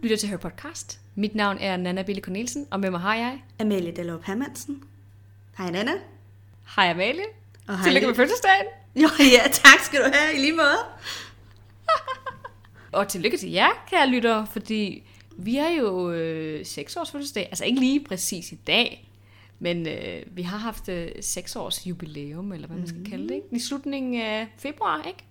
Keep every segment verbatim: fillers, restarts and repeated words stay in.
lytter til Her Podcast. Mit navn er Nanna Bille Cornelsen, og med mig har jeg... Amalie Dellerup Hermansen. Hej Nanna. Hej Amalie. Og hej. Tillykke med fødselsdagen. Jo, ja, tak skal du have, i lige måde. Og tillykke til jer, kære lyttere, fordi vi har jo øh, seks års fødselsdag. Altså ikke lige præcis i dag, men øh, vi har haft øh, seks års jubilæum, eller hvad man skal mm. kalde det, ikke? I slutningen af februar, ikke?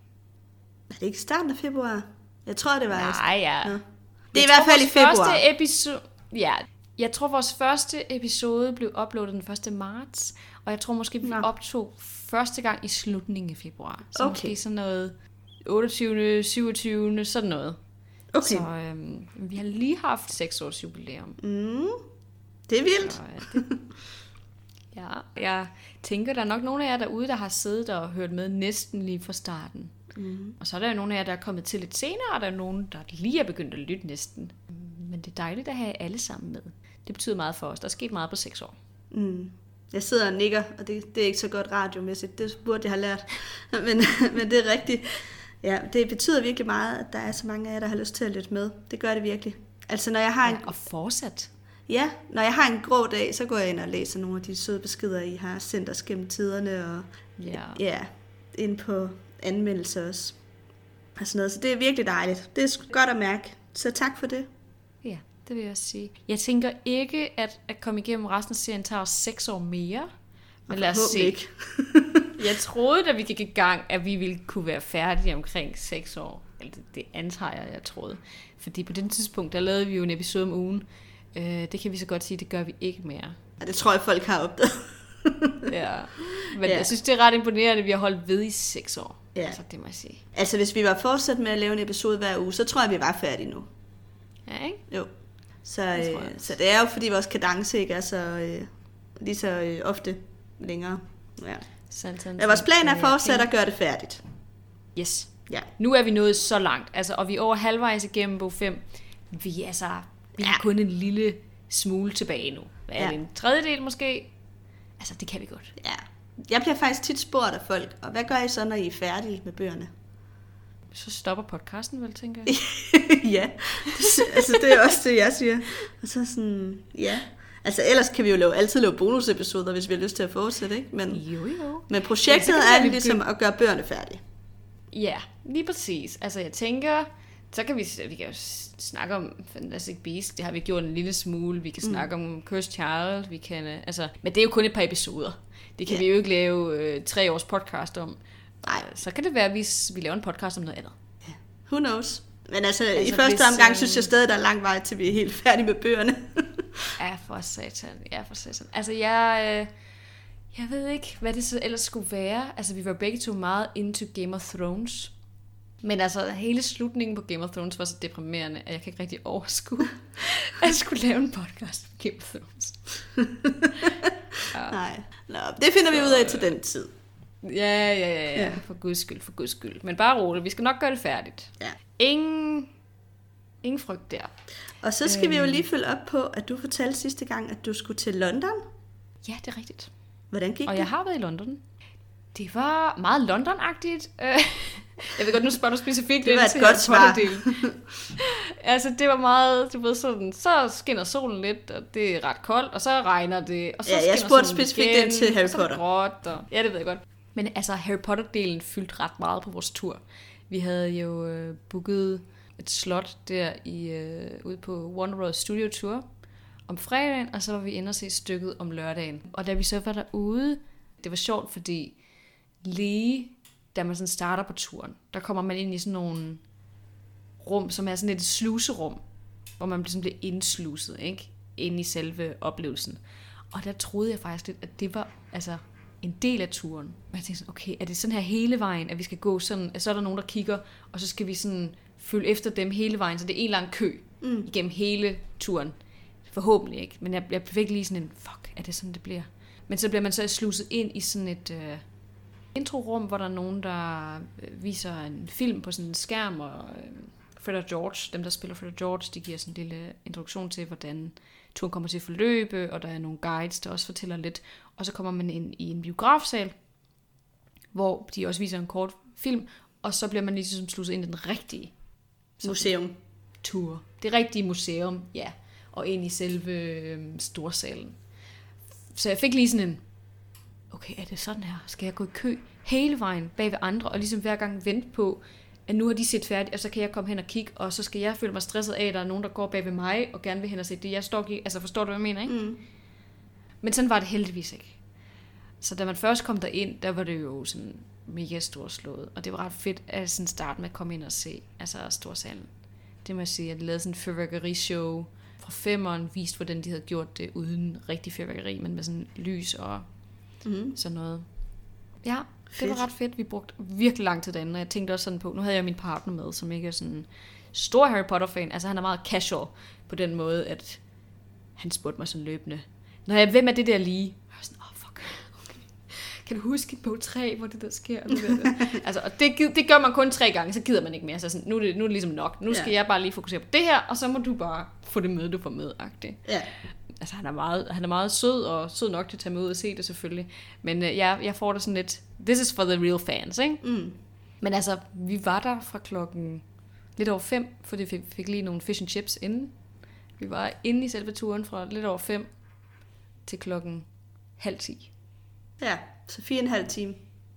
Er det ikke starten af februar? Jeg tror, det var... Nej, ja. Nå. Det er i hvert fald i februar. Første episode, ja, jeg tror, vores første episode blev uploadet den første marts, og jeg tror måske, vi Nå. optog første gang i slutningen af februar. Så okay. måske sådan noget otteogtyvende, syvogtyvende, sådan noget. Okay. Så øhm, vi har lige haft seks års jubilæum. Mm. Det er vildt. Så, øh, det, ja, jeg tænker, der er nok nogle af jer derude, der har siddet og hørt med næsten lige fra starten. Mm. Og så er der jo nogle af jer, der er kommet til lidt senere, og der er nogen, der lige er begyndt at lytte næsten. Men det er dejligt at have alle sammen med. Det betyder meget for os. Der er sket meget på seks år. Mm. Jeg sidder og nikker, og det, det er ikke så godt radiomæssigt. Det burde jeg have lært. Men, men det er rigtigt. Ja, det betyder virkelig meget, at der er så mange af jer, der har lyst til at lytte med. Det gør det virkelig. Altså, når jeg har en... Ja, og fortsat. Ja, når jeg har en grå dag, så går jeg ind og læser nogle af de søde beskeder, I har sendt os gennem tiderne. Og ja, ja ind på anmeldelser også. Og sådan noget. Så det er virkelig dejligt. Det er godt at mærke. Så tak for det. Ja, det vil jeg også sige. Jeg tænker ikke, at at komme igennem resten af serien tager os seks år mere. Men lad os se. Ikke. Jeg troede, da vi gik i gang, at vi ville kunne være færdige omkring seks år. Eller det, det antager jeg, jeg troede. Fordi på det tidspunkt, der lavede vi jo en episode om ugen. Øh, det kan vi så godt sige, det gør vi ikke mere. Ja, det tror jeg, folk har opdaget. Ja, men ja. Jeg synes, det er ret imponerende, at vi har holdt ved i seks år. Ja. Altså, det må jeg sige. Altså, hvis vi var fortsat med at lave en episode hver uge, så tror jeg, vi var færdige nu. Ja, ikke? Jo. Så, øh, så det er jo, fordi vores kadence ikke er så øh, lige så øh, ofte længere. Ja. Sådan, sådan, ja, vores plan er fortsat at gøre det færdigt. Yes. Ja. Nu er vi nået så langt, altså, og vi er over halvvejs igennem bog fem. Vi, altså, vi har ja. kun en lille smule tilbage nu. Hvad er ja. det, en tredjedel måske? Altså, det kan vi godt. Ja. Jeg bliver faktisk tit spurgt af folk, og hvad gør I så, når I er færdige med bøgerne? Så stopper podcasten vel, tænker jeg. Ja, altså det er også det, jeg siger. Og så sådan, ja. Altså ellers kan vi jo lave, altid lave bonusepisoder, hvis vi har lyst til at fortsætte, ikke? Men, jo, jo. men projektet ja, er ligesom at gøre bøgerne færdige. Ja, lige præcis. Altså jeg tænker, så kan vi, vi kan jo snakke om Fantastic Beasts, det har vi gjort en lille smule. Vi kan mm. snakke om Cursed Child, vi kan, altså, men det er jo kun et par episoder. Det kan ja. vi jo ikke lave øh, tre års podcast om. Nej. Så kan det være, hvis vi laver en podcast om noget andet. Ja. Who knows? Men altså, altså i første hvis, omgang synes jeg stadig, der er lang vej til, vi er helt færdige med bøgerne. Ja, for satan. Ja, for satan. Altså, jeg, øh, jeg ved ikke, hvad det så ellers skulle være. Altså, vi var begge to meget into Game of Thrones. Men altså, hele slutningen på Game of Thrones var så deprimerende, at jeg kan ikke rigtig overskue, at jeg skulle lave en podcast om Game of Thrones. Ja. Nej, Nå, det finder så, vi ud af til den tid. Ja, ja, ja, ja, for guds skyld, for guds skyld. Men bare roligt, vi skal nok gøre det færdigt. Ja. Ingen, ingen frygt der. Og så skal øhm. vi jo lige følge op på, at du fortalte sidste gang, at du skulle til London. Ja, det er rigtigt. Hvordan gik Og det? Og jeg har været i London. Det var meget London-agtigt. Jeg ved godt, nu spørger du specifikt. Det var et godt svar. Altså, det var meget, du ved sådan, så skinner solen lidt, og det er ret koldt, og så regner det, og så ja, jeg spurgte specifikt igen, den til Harry og så Potter. Gråt, og, ja, det ved jeg godt. Men altså, Harry Potter-delen fyldte ret meget på vores tur. Vi havde jo øh, booket et slot der i, øh, ude på Wonderworld Studio Tour om fredagen, og så var vi inde og se stykket om lørdagen. Og da vi så var derude, det var sjovt, fordi lige da man sådan starter på turen, der kommer man ind i sådan nogle rum, som er sådan et sluserum, hvor man sådan bliver indsluset, ikke? Ind i selve oplevelsen. Og der troede jeg faktisk lidt, at det var altså en del af turen. Og jeg tænkte sådan, okay, er det sådan her hele vejen, at vi skal gå sådan, at så er der nogen, der kigger, og så skal vi sådan følge efter dem hele vejen, så det er en lang kø mm. igennem hele turen. Forhåbentlig ikke, men jeg, jeg fik lige sådan en, fuck, er det sådan, det bliver? Men så bliver man så sluset ind i sådan et øh, introrum, hvor der er nogen, der øh, viser en film på sådan en skærm, og øh, Fred og George, dem der spiller Fred og George, de giver sådan en lille introduktion til, hvordan turen kommer til at forløbe, og der er nogle guides, der også fortæller lidt. Og så kommer man ind i en biografsal, hvor de også viser en kort film, og så bliver man ligesom sluset ind i den rigtige museum. tour. Det rigtige museum, ja. Og ind i selve øh, storsalen. Så jeg fik lige sådan en, okay, er det sådan her? Skal jeg gå i kø hele vejen bag ved andre, og ligesom hver gang vente på, at nu har de set færdigt, og så kan jeg komme hen og kigge, og så skal jeg føle mig stresset af, at der er nogen, der går bag ved mig, og gerne vil hen og se det, jeg står i. Altså, forstår du, hvad jeg mener, ikke? Mm. Men sådan var det heldigvis ikke. Så da man først kom derind, der var det jo sådan mega storslået, og det var ret fedt at sådan starte med at komme ind og se, altså storsalen. Det må jeg sige, at de lavede sådan en fyrværkerishow fra femmeren, viste, hvordan de havde gjort det uden rigtig fyrværkeri, men med sådan lys og mm. sådan noget. Ja, det fedt. Var ret fedt. Vi brugte virkelig lang tid derinde, og jeg tænkte også sådan på, nu havde jeg min partner med, som ikke er sådan stor Harry Potter-fan. Altså han er meget casual på den måde, at han spurgte mig sådan løbende, når jeg hvem er det der lige? Jeg var sådan, åh oh, fuck, okay. Kan du huske bog tre, hvor det der sker? Det der. Altså, og det, det gør man kun tre gange, så gider man ikke mere. Så sådan, nu, er det, nu er det ligesom nok. Nu skal ja. jeg bare lige fokusere på det her, og så må du bare få det med, du får med-agtigt. Ja. Altså han er, meget, han er meget sød, og sød nok til at tage med ud og se det selvfølgelig. Men øh, ja, jeg får det sådan lidt, this is for the real fans, ikke? Mm. Men altså, vi var der fra klokken lidt over fem, fordi vi fik, fik lige nogle fish and chips inden. Vi var inde i selve turen fra lidt over fem til klokken halv ti. Ja, så fire og en halv time.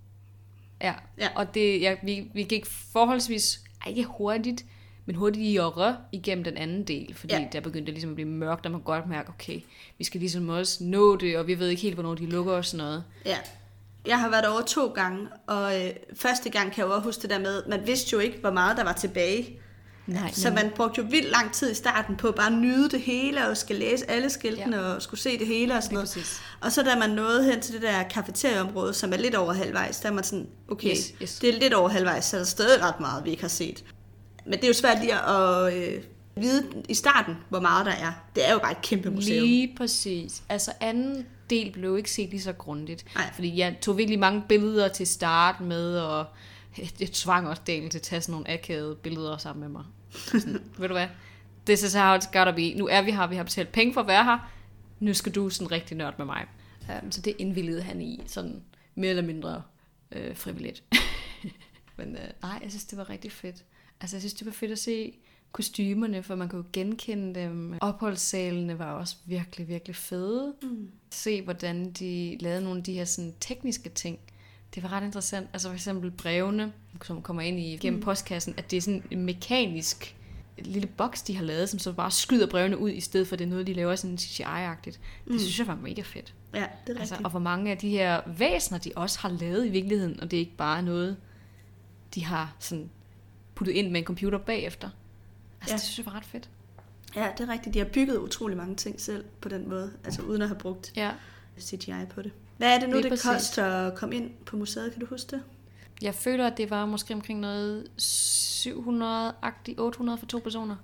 Ja, ja. Og det, ja, vi, vi gik forholdsvis, ikke hurtigt, men hurtigere igennem den anden del, fordi ja. der begyndte det ligesom at blive mørkt, og man kan godt mærke, okay, vi skal ligesom også nå det, og vi ved ikke helt, hvornår de lukker og sådan noget. Ja, jeg har været over to gange, og øh, første gang kan jeg jo også huske det der med, man vidste jo ikke, hvor meget der var tilbage. Nej, så man brugte jo vildt lang tid i starten på bare at nyde det hele, og skal læse alle skiltene, ja. og skulle se det hele og sådan noget. Præcis. Og så da man nåede hen til det der kafeterieområde, som er lidt over halvvejs, der er man sådan, okay, yes, yes. det er lidt over halvvejs, så er der stadig ret meget, vi ikke har set. Men det er jo svært lige at øh, vide i starten, hvor meget der er. Det er jo bare et kæmpe museum. Lige præcis. Altså anden del blev ikke set lige så grundigt. Nej. Fordi jeg tog virkelig mange billeder til start med, og jeg tvang også Daniel til at tage sådan nogle akavede billeder sammen med mig. Sådan, ved du hvad? This is how it's gotta be. Nu er vi her, vi har betalt penge for at være her. Nu skal du sådan rigtig nørd med mig. Um, så det indvildede han i, sådan mere eller mindre øh, frivilligt. Men øh, nej, jeg synes, det var rigtig fedt. Altså, jeg synes, det var fedt at se kostymerne, for man kunne genkende dem. Opholdssalene var også virkelig, virkelig fede. Mm. Se, hvordan de lavede nogle af de her sådan, tekniske ting. Det var ret interessant. Altså for eksempel brevene, som kommer ind i gennem mm. postkassen, at det er sådan en mekanisk lille boks, de har lavet, som så bare skyder brevene ud, i stedet for det er noget, de laver sådan C G I-agtigt. Mm. Det synes jeg var mega fedt. Ja, det er rigtigt. Altså, og hvor mange af de her væsener, de også har lavet i virkeligheden, og det er ikke bare noget, de har sådan puttet ind med en computer bagefter. Altså, ja. Det synes jeg var ret fedt. Ja, det er rigtigt. De har bygget utrolig mange ting selv på den måde, altså uden at have brugt ja. C G I på det. Hvad er det nu, det, det koster at komme ind på museet? Kan du huske det? Jeg føler, at det var måske omkring noget syv hundrede-agtigt, otte hundrede for to personer.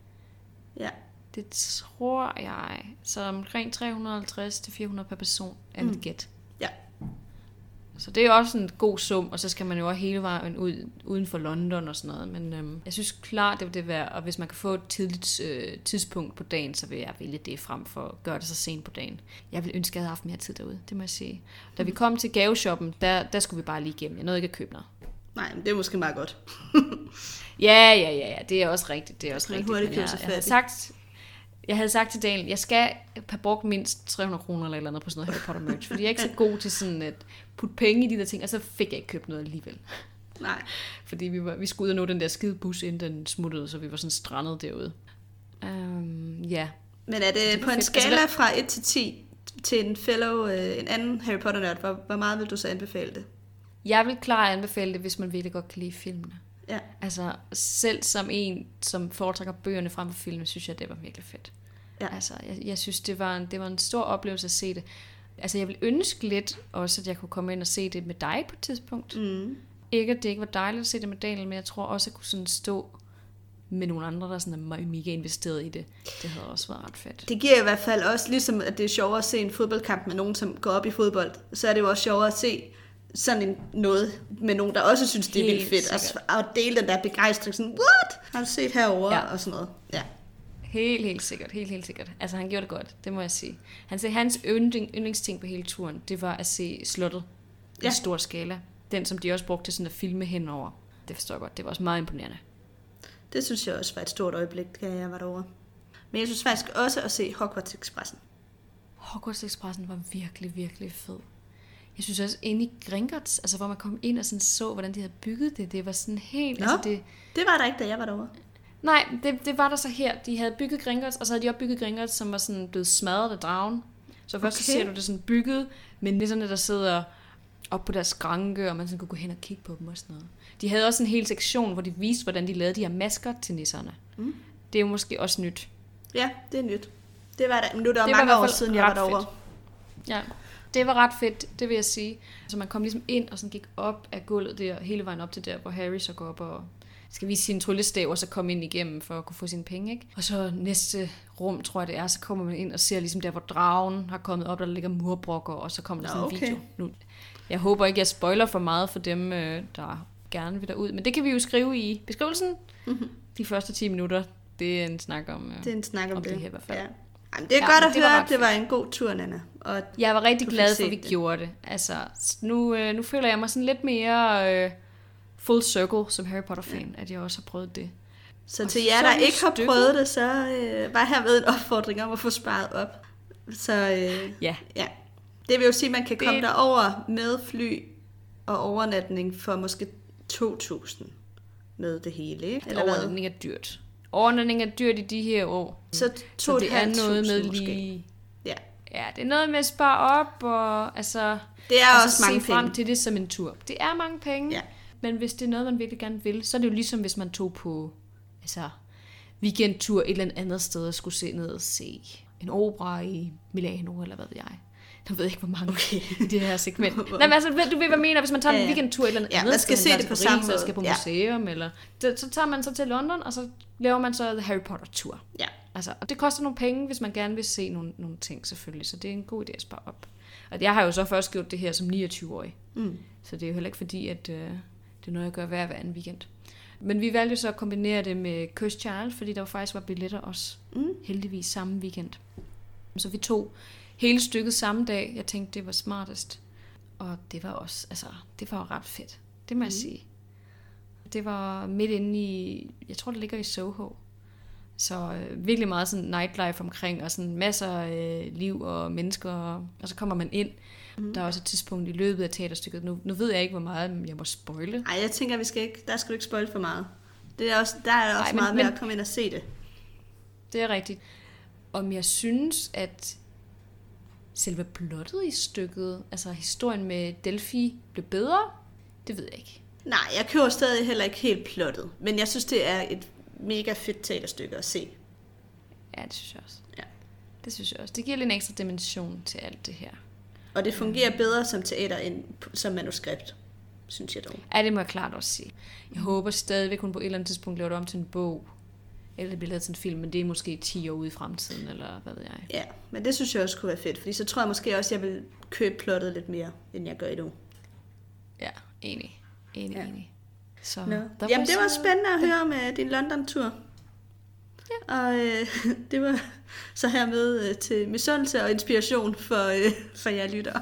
Ja. Det tror jeg. Så omkring tre hundrede og halvtreds til fire hundrede per person er mit mm. gæt. Ja. Så det er også en god sum, og så skal man jo også hele vejen ud, uden for London og sådan noget. Men øhm, jeg synes klart, det vil det være, og hvis man kan få et tidligt øh, tidspunkt på dagen, så vil jeg vælge det frem for at gøre det så sent på dagen. Jeg vil ønske, at jeg havde haft mere tid derude, det må jeg sige. Da vi kom til gaveshoppen, der, der skulle vi bare lige igennem. Jeg nåede ikke at købe noget. Nej, men det er måske meget godt. ja, ja, ja, ja, det er også rigtigt. Det er også rigtigt. Jeg, jeg, jeg havde sagt... Jeg havde sagt til Daniel, jeg skal have brugt mindst tre hundrede kroner eller et eller andet på sådan noget Harry Potter merch, fordi jeg er ikke så god til sådan at putte penge i de der ting, og så fik jeg ikke købt noget alligevel. Nej. Fordi vi, var, vi skulle ud og nå den der skide bus, inden den smuttede, så vi var sådan strandet derude. Um, ja. Men er det, det på en fedt. skala altså, fra et til ti til en fellow, øh, en anden Harry Potter-nørd, hvor, hvor meget vil du så anbefale det? Jeg vil klart anbefale det, hvis man virkelig godt kan lide filmene. Ja. Altså selv som en, som foretrækker bøgerne frem for filmen, synes jeg, det var virkelig fedt. Ja. Altså, jeg, jeg synes, det var, en, det var en stor oplevelse at se det. Altså, jeg vil ønske lidt også, at jeg kunne komme ind og se det med dig på et tidspunkt. Mm. Ikke, at det ikke var dejligt at se det med Daniel, men jeg tror også, at jeg kunne sådan stå med nogle andre, der sådan er mega investeret i det. Det havde også været ret fedt. Det giver i hvert fald også, ligesom at det er sjovere at se en fodboldkamp med nogen, som går op i fodbold, så er det jo også sjovere at se sådan en noget med nogen, der også synes, det er vildt fedt. Altså, at dele den der begejstring, sådan, what? Har du set herovre? Ja. Og sådan noget. Ja. Helt, helt sikkert. Helt, helt sikkert. Altså, han gjorde det godt, det må jeg sige. Han sagde, hans yndling, yndlingsting på hele turen, det var at se slottet i ja. stor skala. Den, som de også brugte til sådan at filme henover. Det forstår jeg godt. Det var også meget imponerende. Det synes jeg også var et stort øjeblik, da jeg var derovre. Men jeg synes faktisk også at se Hogwarts-Expressen. Hogwarts-Expressen var virkelig, virkelig fed. Jeg synes også, inde i Gringotts, altså hvor man kom ind og sådan så, hvordan de havde bygget det, det var sådan helt... Nå, altså det, det var der ikke, da jeg var derovre. Nej, det, det var der så her. De havde bygget Gringotts, og så havde de også bygget Gringotts, som var sådan blevet smadret af dragen. Så først okay. så ser du det sådan bygget, men nisserne, der sidder op på deres skranke, og man sådan kunne gå hen og kigge på dem og sådan noget. De havde også en hel sektion, hvor de viste, hvordan de lavede de her masker til nisserne. Mm. Det er jo måske også nyt. Ja, det er nyt. Det var der, men nu er der det mange år siden, jeg var derovre. Fedt. Ja, det var ret fedt, det vil jeg sige. Så man kom ligesom ind og sådan gik op af gulvet der, hele vejen op til der, hvor Harry så går op og skal vise sin tryllestav, og så komme ind igennem for at kunne få sine penge, ikke? Og så næste rum, tror jeg det er, så kommer man ind og ser ligesom der, hvor dragen har kommet op, der ligger murbrokker, og så kommer der sådan en okay. video. Nu, jeg håber ikke, jeg spoiler for meget for dem, der gerne vil derud, men det kan vi jo skrive i beskrivelsen. Mm-hmm. De første ti minutter, det er en snak om det, er en snak om, om det. det her i hvert fald. Ja. Jamen, det er ja, godt at det høre, at det var en god tur, Nana. Og jeg var rigtig glad for, at vi det. gjorde det. Altså, nu, nu føler jeg mig sådan lidt mere øh, full circle som Harry Potter-fan, ja. At jeg også har prøvet det. Så og til jer, der ikke har stykke... prøvet det, så øh, var her med en opfordring om at få sparet op. Så øh, ja. ja. Det vil jo sige, at man kan komme det... derover med fly og overnatning for måske to tusind med det hele, ikke? Eller overnatning er dyrt. Overnatning er dyrt i de her år. Så, så det er noget med lige... Ja. Ja, det er noget med at spare op, og altså... Det er også mange se penge. Frem til det som en tur. Det er mange penge, ja. Men hvis det er noget, man virkelig gerne vil, så er det jo ligesom, hvis man tog på altså, weekendtur et eller andet sted og skulle se ned og se en opera i Milano, eller hvad ved jeg. Jeg ved ikke, hvor mange okay. i det her segment. Nej, men altså, du ved, hvad jeg mener, hvis man tager ja, ja. en weekendtur et eller andet, ja, man skal se det på samme måde. Eller skal på ja. museum, eller det, så tager man så til London, og så laver man så The Harry Potter-tur. Ja. Altså, og det koster nogle penge, hvis man gerne vil se nogle, nogle ting, selvfølgelig. Så det er en god idé at spare op. Og jeg har jo så først gjort det her som niogtyve-årig. Mm. Så det er jo heller ikke fordi, at øh, det er noget, jeg gør hver hver anden weekend. Men vi valgte så at kombinere det med Cursed Child, fordi der faktisk var billetter også mm. heldigvis samme weekend. Så vi tog hele stykket samme dag. Jeg tænkte, det var smartest. Og det var også, altså, det var ret fedt. Det må mm. jeg sige. Det var midt inde i, jeg tror det ligger i Soho. Så øh, virkelig meget sådan nightlife omkring, og sådan masser af øh, liv og mennesker, og, og så kommer man ind. Mm. Der er også et tidspunkt i løbet af teaterstykket. Nu, nu ved jeg ikke, hvor meget jeg må spoile. Nej, jeg tænker, vi skal ikke, der skal du ikke spoile for meget. Det er også, der er også Ej, men, meget med at komme ind og se det. Det er rigtigt. Om jeg synes, at selve plottet i stykket, altså historien med Delphi, blev bedre, det ved jeg ikke. Nej, jeg køber stadig heller ikke helt plottet, men jeg synes, det er et mega fedt teaterstykke at se. Ja, det synes jeg også. Ja. Det synes jeg også. Det giver lidt en ekstra dimension til alt det her. Og det fungerer mm. bedre som teater end som manuskript, synes jeg dog. Ja, det må jeg klart også sige. Jeg mm. håber stadigvæk, hun på et eller andet tidspunkt laver det om til en bog. Eller det bliver lavet til en film, men det er måske ti år ude i fremtiden, eller hvad ved jeg. Ja, men det synes jeg også kunne være fedt, fordi så tror jeg måske også, at jeg vil købe plottet lidt mere, end jeg gør i nu. Ja, enig. Enig, ja. enig. Så, no. Jamen, det var spændende at høre med din London-tur. Ja. Og øh, det var så hermed øh, til misundelse og inspiration for, øh, for jer lyttere.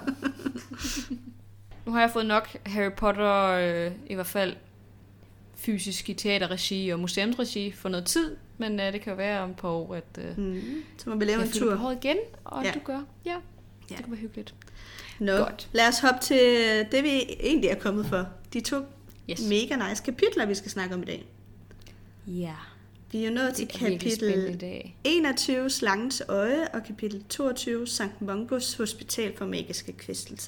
Nu har jeg fået nok Harry Potter, øh, i hvert fald fysisk i teaterregi og museumsregi for noget tid, men øh, det kan jo være om et par år, at øh, mm. så må vi lave en tur. Jeg fylder igen, og ja. du gør. Ja, ja. det kan være hyggeligt. No. Godt. Lad os hoppe til det, vi egentlig er kommet for. De to yes. mega nice kapitler, vi skal snakke om i dag. Ja. Vi er jo nået til kapitel enogtyve, Slangens Øje, og kapitel toogtyve, Sankt Mungos Hospital for Magiske Kvæstelser.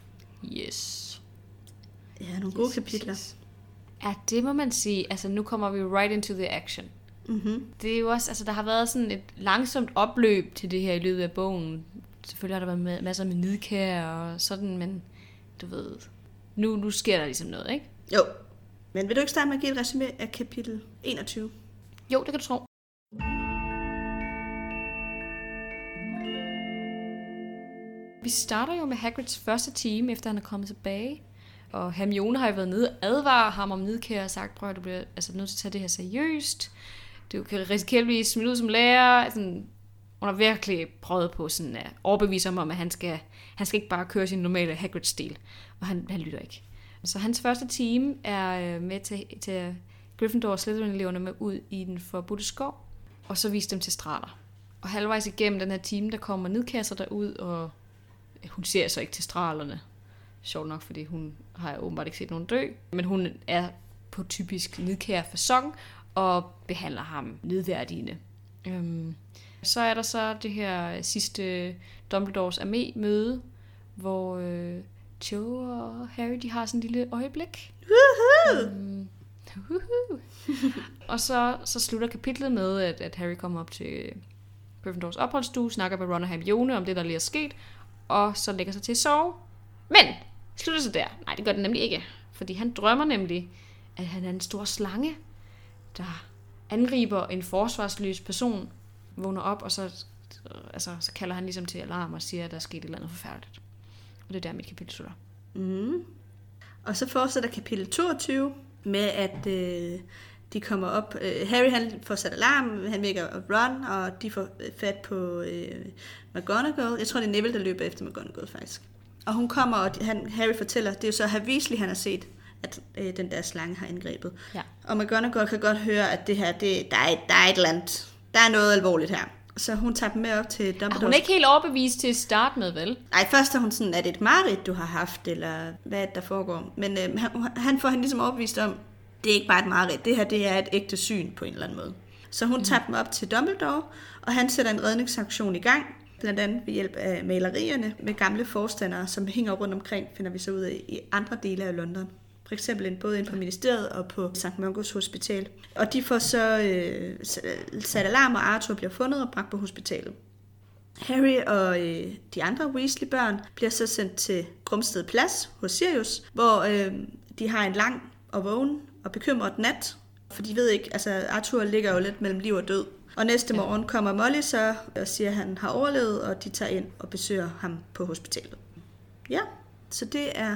Yes. Ja, nogle gode yes, kapitler. Yes. Ja, det må man sige. Altså, nu kommer vi right into the action. Mm-hmm. Det er jo også, altså, der har været sådan et langsomt opløb til det her i løbet af bogen. Selvfølgelig har der været masser med nidkær og sådan, men du ved, nu, nu sker der ligesom noget, ikke? Jo. Men vil du ikke starte med at give et resumé af kapitel enogtyve? Jo, det kan du tro. Vi starter jo med Hagrids første time, efter han er kommet tilbage. Og Hermione har jo været nede og advarer ham om nidkær og sagt, prøv at du bliver altså, nødt til at tage det her seriøst. Du kan risikere at blive smidt ud som lærer. Altså, hun har virkelig prøvet på sådan at overbevise ham om, at han skal, han skal ikke bare køre sin normale Hagrid-stil. Og han, han lytter ikke. Så hans første time er med til, til at Gryffindor og Slytherin-eleverne med ud i den forbudte skov, og så viste dem til Straler. Og halvvejs igennem den her time, der kommer Nedkasser derud, og hun ser så ikke til Stralerne. Sjovt nok, fordi hun har åbenbart ikke set nogen dø, men hun er på typisk nidkær facon og behandler ham nedværdigende. Øhm, så er der så det her sidste Dumbledores armé-møde, hvor øh, Cho og Harry de har sådan en lille øjeblik. Øhm, og så, så slutter kapitlet med, at, at Harry kommer op til Gryffindors opholdsstue, snakker med Ron og Hermione om det, der lige er sket, og så lægger sig til at sove. Men slutter sig der? Nej, det gør det nemlig ikke. Fordi han drømmer nemlig, at han er en stor slange, der angriber en forsvarsløs person, vågner op, og så, altså, så kalder han ligesom til alarm og siger, at der er sket et eller andet forfærdeligt. Og det er der, mit kapitel slutter. Mm. Og så fortsætter kapitel toogtyve med, at øh, de kommer op. Øh, Harry han får sat alarm, han vækker Ron, og de får fat på øh, McGonagall. Jeg tror, det er Neville, der løber efter McGonagall faktisk. Og hun kommer, og han, Harry fortæller, det er jo så Herr Weasley, han har set, at øh, den der slange har angrebet. Ja. Og McGonagall kan godt høre, at det her, det, der, er, der er et eller andet, der er noget alvorligt her. Så hun tager dem med op til Dumbledore. Er hun ikke helt overbevist til at starte med, vel? Nej, først er hun sådan, er det et mareridt, du har haft, eller hvad der foregår? Men øh, han, han får hende ligesom overbevist om, det er ikke bare et mareridt, det her det er et ægte syn på en eller anden måde. Så hun mm. tager dem op til Dumbledore, og han sætter en redningsaktion i gang, blandt andet ved hjælp af malerierne med gamle forstandere, som hænger rundt omkring, finder vi så ud af i andre dele af London. For eksempel både inde på ministeriet og på Sankt Mungos Hospital. Og de får så øh, sat alarm, og Arthur bliver fundet og bragt på hospitalet. Harry og øh, de andre Weasley-børn bliver så sendt til Grumsted Plads hos Sirius, hvor øh, de har en lang og vågen og bekymret nat, for de ved ikke, altså Arthur ligger jo lidt mellem liv og død. Og næste ja. morgen kommer Molly så og siger, at han har overlevet, og de tager ind og besøger ham på hospitalet. Ja, så det er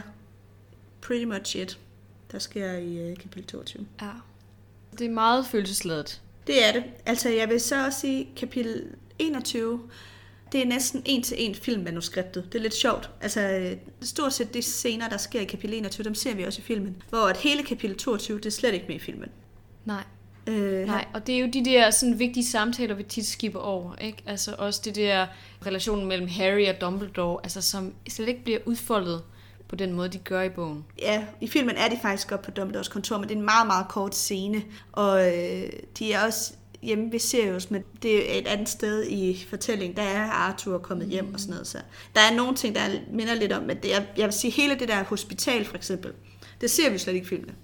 pretty much it, der sker i uh, kapitel toogtyve. Ja, det er meget følelsesladet. Det er det. Altså jeg vil så også sige, kapitel enogtyve, det er næsten en til en filmmanuskriptet. Det er lidt sjovt. Altså stort set de scener, der sker i kapitel enogtyve, dem ser vi også i filmen. Hvor at hele kapitel toogtyve, det er slet ikke med i filmen. Nej. Øh, Nej, og det er jo de der sådan vigtige samtaler, vi tit skipper over, ikke? Altså også det der relationen mellem Harry og Dumbledore, altså som slet ikke bliver udfoldet på den måde, de gør i bogen. Ja, i filmen er de faktisk op på Dumbledores kontor, men det er en meget, meget kort scene, og øh, de er også hjemme ved Sirius, men det er et andet sted i fortællingen, der er Arthur kommet hjem mm. og sådan noget. Så der er nogle ting, der minder lidt om, men det er, jeg vil sige, hele det der hospital for eksempel, det ser vi slet ikke i filmen.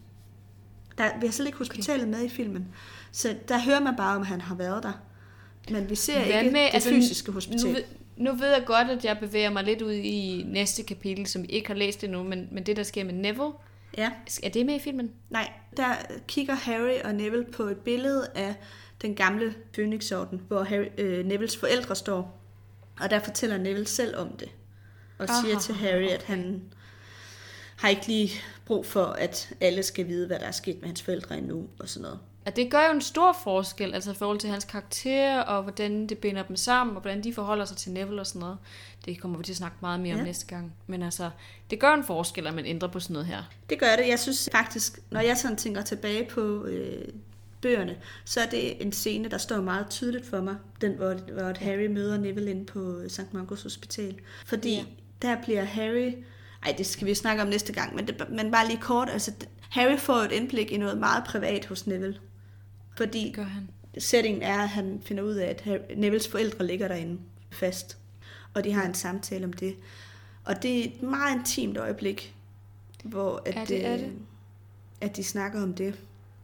Der, vi har slet ikke hospitalet okay. med i filmen, så der hører man bare, om han har været der. Men vi ser Hvad ikke med, det altså, fysiske hospital. Nu ved, nu ved jeg godt, at jeg bevæger mig lidt ud i næste kapitel, som vi ikke har læst endnu, men, men det, der sker med Neville, ja. er det med i filmen? Nej, der kigger Harry og Neville på et billede af den gamle Phoenix-orden, hvor Harry, øh, Nevilles forældre står, og der fortæller Neville selv om det, og Aha. siger til Harry, at han har ikke lige brug for, at alle skal vide, hvad der er sket med hans forældre endnu, og sådan noget. Ja, det gør jo en stor forskel, altså i forhold til hans karakter, og hvordan det binder dem sammen, og hvordan de forholder sig til Neville og sådan noget. Det kommer vi til at snakke meget mere ja. om næste gang. Men altså, det gør en forskel, at man ændrer på sådan noget her. Det gør det. Jeg synes faktisk, når jeg sådan tænker tilbage på øh, bøgerne, så er det en scene, der står meget tydeligt for mig, den hvor, hvor Harry møder Neville inde på Sankt Mungos Hospital. Fordi ja. der bliver Harry... Ej, det skal vi snakke om næste gang, men, det, men bare lige kort. Altså, Harry får et indblik i noget meget privat hos Neville. Fordi gør han. Settingen er, at han finder ud af, at Harry, Nevilles forældre ligger derinde fast. Og de har en samtale om det. Og det er et meget intimt øjeblik, hvor at, er det, er det? at de snakker om det.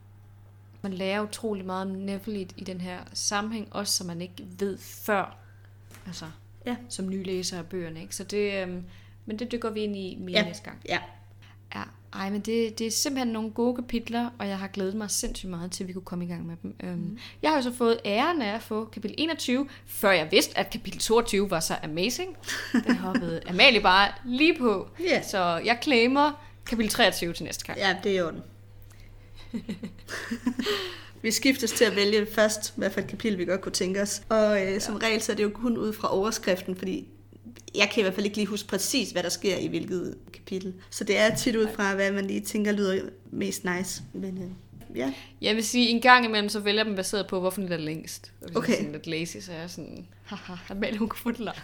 Man lærer utrolig meget om Neville i, i den her sammenhæng, også som man ikke ved før, altså ja. som nye læser af bøgerne. Ikke? Så det... Øhm, Men det dykker vi ind i mere ja. næste gang. Ja. Ja. Ej, men det, det er simpelthen nogle gode kapitler, og jeg har glædet mig sindssygt meget til, at vi kunne komme i gang med dem. Mm. Jeg har jo så fået æren af at få kapitel enogtyve, før jeg vidste, at kapitel toogtyve var så amazing. Det hoppede Amalie bare lige på. Yeah. Så jeg claimer kapitel treogtyve til næste gang. Ja, det er i orden. Vi skiftes til at vælge først, i hvert fald et kapitel, vi godt kunne tænke os. Og øh, som ja. regel, så er det jo kun ud fra overskriften, fordi jeg kan i hvert fald ikke lige huske præcis, hvad der sker i hvilket kapitel. Så det er tit ud fra, hvad man lige tænker lyder mest nice. Men øh, ja. Jeg vil sige, en gang imellem, så vælger dem baseret på, hvorfor den er længst. Og hvis Okay. jeg er sådan lidt lazy, så er jeg sådan, haha, Amalie, hun kan få den lang.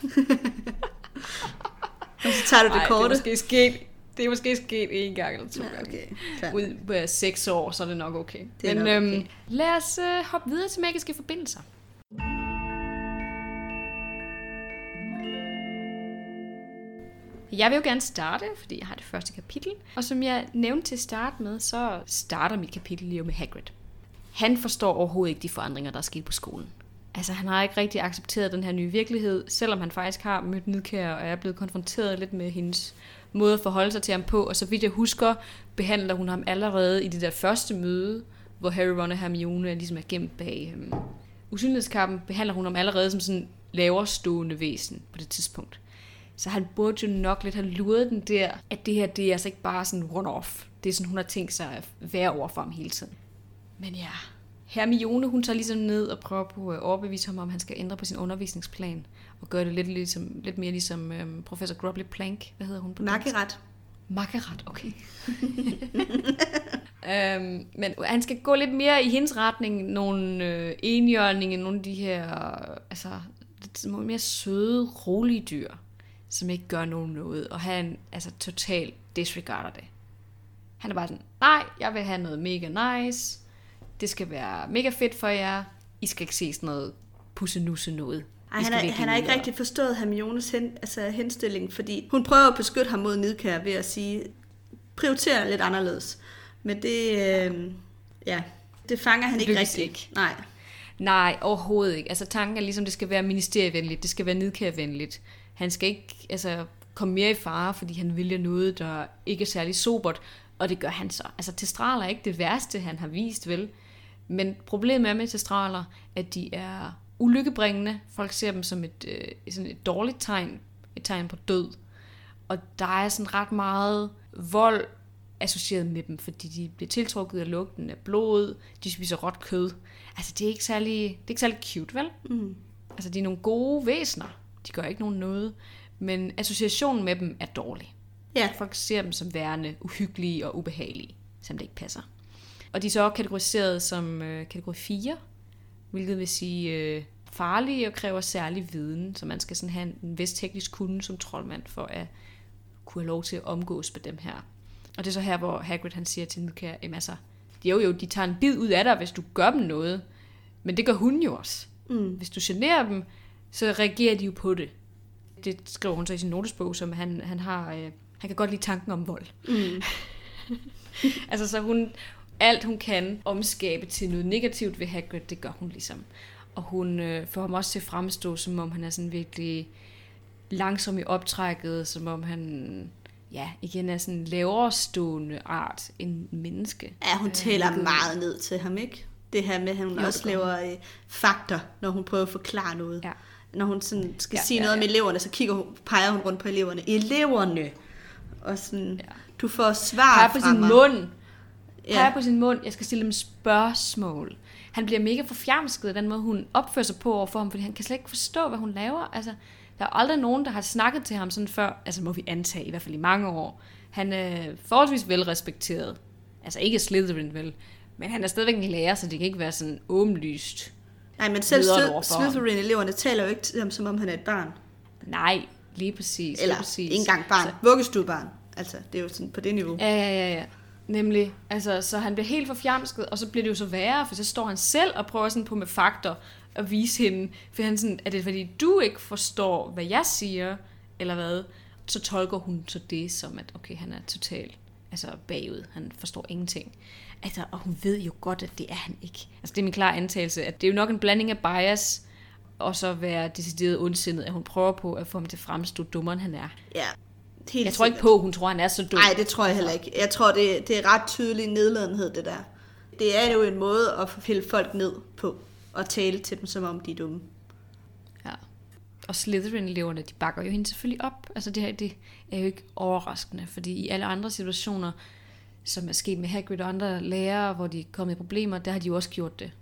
Og så tager du det Ej, korte. det er måske sket, det er måske sket en gang eller to Ja, gange. okay. Fair. Ud på seks år, så er det nok okay. Det er Men nok okay. Øhm, lad os øh, hoppe videre til magiske forbindelser. Jeg vil jo gerne starte, fordi jeg har det første kapitel. Og som jeg nævnte til at starte med, så starter mit kapitel jo med Hagrid. Han forstår overhovedet ikke de forandringer, der er sket på skolen. Altså, han har ikke rigtig accepteret den her nye virkelighed, selvom han faktisk har mødt Nidkjær og er blevet konfronteret lidt med hendes måde at forholde sig til ham på. Og så vidt jeg husker, behandler hun ham allerede i det der første møde, hvor Harry, Ron og Hermione ligesom er gemt bag øhm, usynlighedskappen, behandler hun ham allerede som sådan lavere stående væsen på det tidspunkt. Så han burde jo nok lidt have luret den der, at det her, det er altså ikke bare sådan one-off. Det er sådan, hun har tænkt sig at være over for ham hele tiden. Men ja, Hermione, hun tager ligesom ned og prøver på at overbevise ham om, han skal ændre på sin undervisningsplan. Og gøre det lidt, ligesom, lidt mere ligesom øhm, professor Grubbly Plank. Hvad hedder hun på dansk? Makkeret. Makkeret, okay. øhm, men han skal gå lidt mere i hendes retning. Nogle øh, enhjørninge, nogle af de her altså, lidt mere søde, rolige dyr, som ikke gør nogen noget. Og han altså totalt disregarder det. Han er bare sådan, nej, jeg vil have noget mega nice. Det skal være mega fedt for jer. I skal ikke se sådan noget pussenusse noget. Ej, han, er, han har ikke rigtig forstået Hermiones hen, altså henstilling, fordi hun prøver at beskytte ham mod Nidkjær ved at sige, prioriterer lidt anderledes. Men det, øh, ja, det fanger han ikke rigtig. Ikke. Nej. Nej, overhovedet ikke. Altså tanken er ligesom, det skal være ministerievenligt, det skal være Nidkjærvenligt. Han skal ikke altså, komme mere i fare, fordi han vælger noget, der ikke er særlig sobert, og det gør han så. Altså testraler er ikke det værste, han har vist, vel? Men problemet er med testraler, at de er ulykkebringende. Folk ser dem som et, øh, sådan et dårligt tegn, et tegn på død. Og der er sådan ret meget vold associeret med dem, fordi de bliver tiltrukket af lugten af blod, de spiser råt kød. Altså det er ikke særlig, det er ikke særlig cute, vel? Mm. Altså de er nogle gode væsener, de gør ikke nogen noget, men associationen med dem er dårlig. Ja. Folk ser dem som værende uhyggelige og ubehagelige, som det ikke passer. Og de er så kategoriseret som øh, kategori fire, hvilket vil sige øh, farlige og kræver særlig viden, så man skal sådan have en vis teknisk kunde som troldmand for at kunne have lov til at omgås med dem her. Og det er så her, hvor Hagrid han siger til Nidkjær, jamen altså, jo jo, de tager en bid ud af dig, hvis du gør dem noget, men det gør hun jo også. Mm. Hvis du generer dem, så reagerer de jo på det. Det skriver hun så i sin notesbog, som han, han har, øh, han kan godt lide tanken om vold. Mm. altså så hun, alt hun kan omskabe til noget negativt ved Hagrid, det gør hun ligesom. Og hun øh, får ham også til at fremstå, som om han er sådan virkelig langsom i optrækket, som om han, ja, igen er sådan en lavere stående art end menneske. Ja, hun taler øh, meget ned til ham, ikke? Det her med, at hun jo, også laver øh, fakter, når hun prøver at forklare noget. Ja. Når hun sådan skal ja, sige ja, noget ja. om eleverne, så kigger hun, peger hun rundt på eleverne. Eleverne! Og sådan, ja. du får svar peger på fra sin mig. mund. Ja. Peger på sin mund. Jeg skal stille dem spørgsmål. Han bliver mega forfjamsket af den måde, hun opfører sig på overfor ham, fordi han kan slet ikke forstå, hvad hun laver. Altså, der er aldrig nogen, der har snakket til ham sådan før. Altså, må vi antage, i hvert fald i mange år. Han er forholdsvis velrespekteret. Altså, ikke Slytherin vel, men han er stadigvæk en lærer, så det kan ikke være sådan åbenlyst. Nej, men selv Slytherin-eleverne taler jo ikke til ham, som om han er et barn. Nej, lige præcis. Eller lige præcis. ikke engang barn. Så vuggestuebarn. Altså, det er jo sådan på det niveau. Ja, ja, ja, ja. Nemlig, altså, så han bliver helt forfjamsket, og så bliver det jo så værre, for så står han selv og prøver sådan på med fakter at vise hende, for han sådan, er det fordi du ikke forstår, hvad jeg siger, eller hvad? Så tolker hun så det som, at okay, han er totalt altså bagud, han forstår ingenting. Altså, og hun ved jo godt, at det er han ikke. Altså, det er min klare antagelse, at det er jo nok en blanding af bias, og så være decideret ondsindet, at hun prøver på at få ham til at fremstå dummere, end han er. Ja. Helt jeg tror ikke på, at hun tror, han er så dum. Nej, det tror jeg heller ikke. Jeg tror, det, det er ret tydelig nedladenhed, det der. Det er jo en måde at forfælde folk ned på, og tale til dem, som om de er dumme. Ja. Og Slytherin-eleverne, de bakker jo hende selvfølgelig op. Altså det her, det er jo ikke overraskende, fordi i alle andre situationer, som er sket med Hagrid og andre lærere, hvor de er kommet i problemer, der har de jo også gjort det.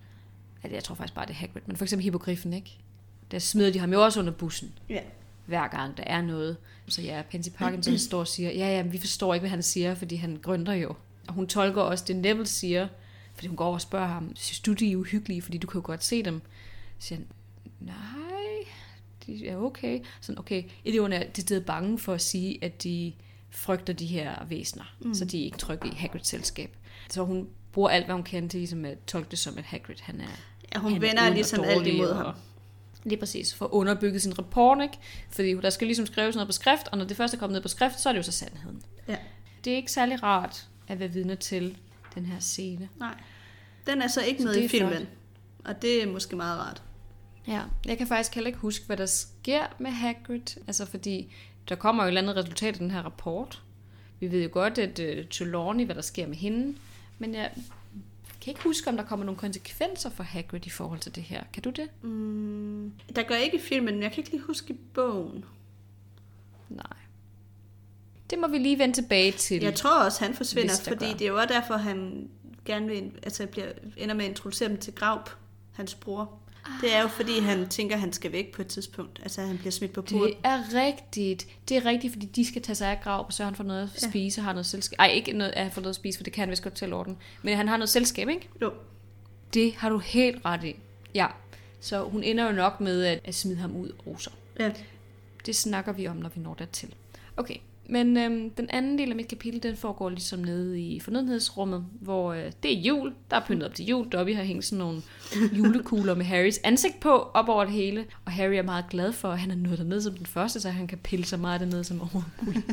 Ja, jeg tror faktisk bare, det er Hagrid. Men for eksempel Hippogriffen, ikke? Der smider de ham jo også under bussen. Ja. Hver gang der er noget. Så ja, Pansy Parkinson står og siger, ja, ja, vi forstår ikke, hvad han siger, fordi han grønter jo. Og hun tolker også det, Neville siger, Fordi hun går over og spørger ham, synes du, de er uhyggelige, fordi du kan jo godt se dem. Så siger han, nej, de er okay. Sådan, okay, eleverne er det er bange for at sige, at de frygter de her væsener, mm. så de er ikke trygge i Hagrids selskab. Så hun bruger alt, hvad hun kan til ligesom at tolke det som, at Hagrid, han er ja, hun vender ligesom alt imod ham. Lige præcis, for at underbygge sin rapport, ikke? Fordi der skal ligesom skrives noget på skrift, og når det først er kommet ned på skrift, så er det jo så sandheden. Ja. Det er ikke særlig rart at være vidne til den her scene. Nej, den er så ikke så med i filmen, flot. Og det er måske meget rart. Ja, jeg kan faktisk heller ikke huske, hvad der sker med Hagrid, altså fordi der kommer jo et eller andet resultat af den her rapport. Vi ved jo godt, at uh, Trelawney, hvad der sker med hende, men jeg kan ikke huske, om der kommer nogle konsekvenser for Hagrid i forhold til det her. Kan du det? Mm, der gør ikke i filmen, men jeg kan ikke lige huske i bogen. Nej. Det må vi lige vende tilbage til. Jeg tror også, han forsvinder, fordi gør. Det er jo også derfor, han gerne vil, altså bliver, ender med at introducere dem til Graup, hans bror. Det er jo fordi, han tænker, at han skal væk på et tidspunkt. Altså, han bliver smidt på porten. Det er rigtigt. Det er rigtigt, fordi de skal tage sig af Graup, og så han får noget at spise, ja. Har noget selskab. Ej, ikke noget at få noget at spise, for det kan han vist godt til orden. Men han har noget selskab, ikke? Jo. Det har du helt ret i. Ja. Så hun ender jo nok med at, at smide ham ud også. Ja. Det snakker vi om, når vi når dertil. Okay. Men øhm, den anden del af mit kapitel, den foregår ligesom nede i fornødenhedsrummet, hvor øh, det er jul, der er pyntet op til jul. Dobby har hængt sådan nogle julekugler med Harrys ansigt på, op over det hele. Og Harry er meget glad for, at han er nået dernede som den første, så han kan pille så meget dernede som overhovedet muligt.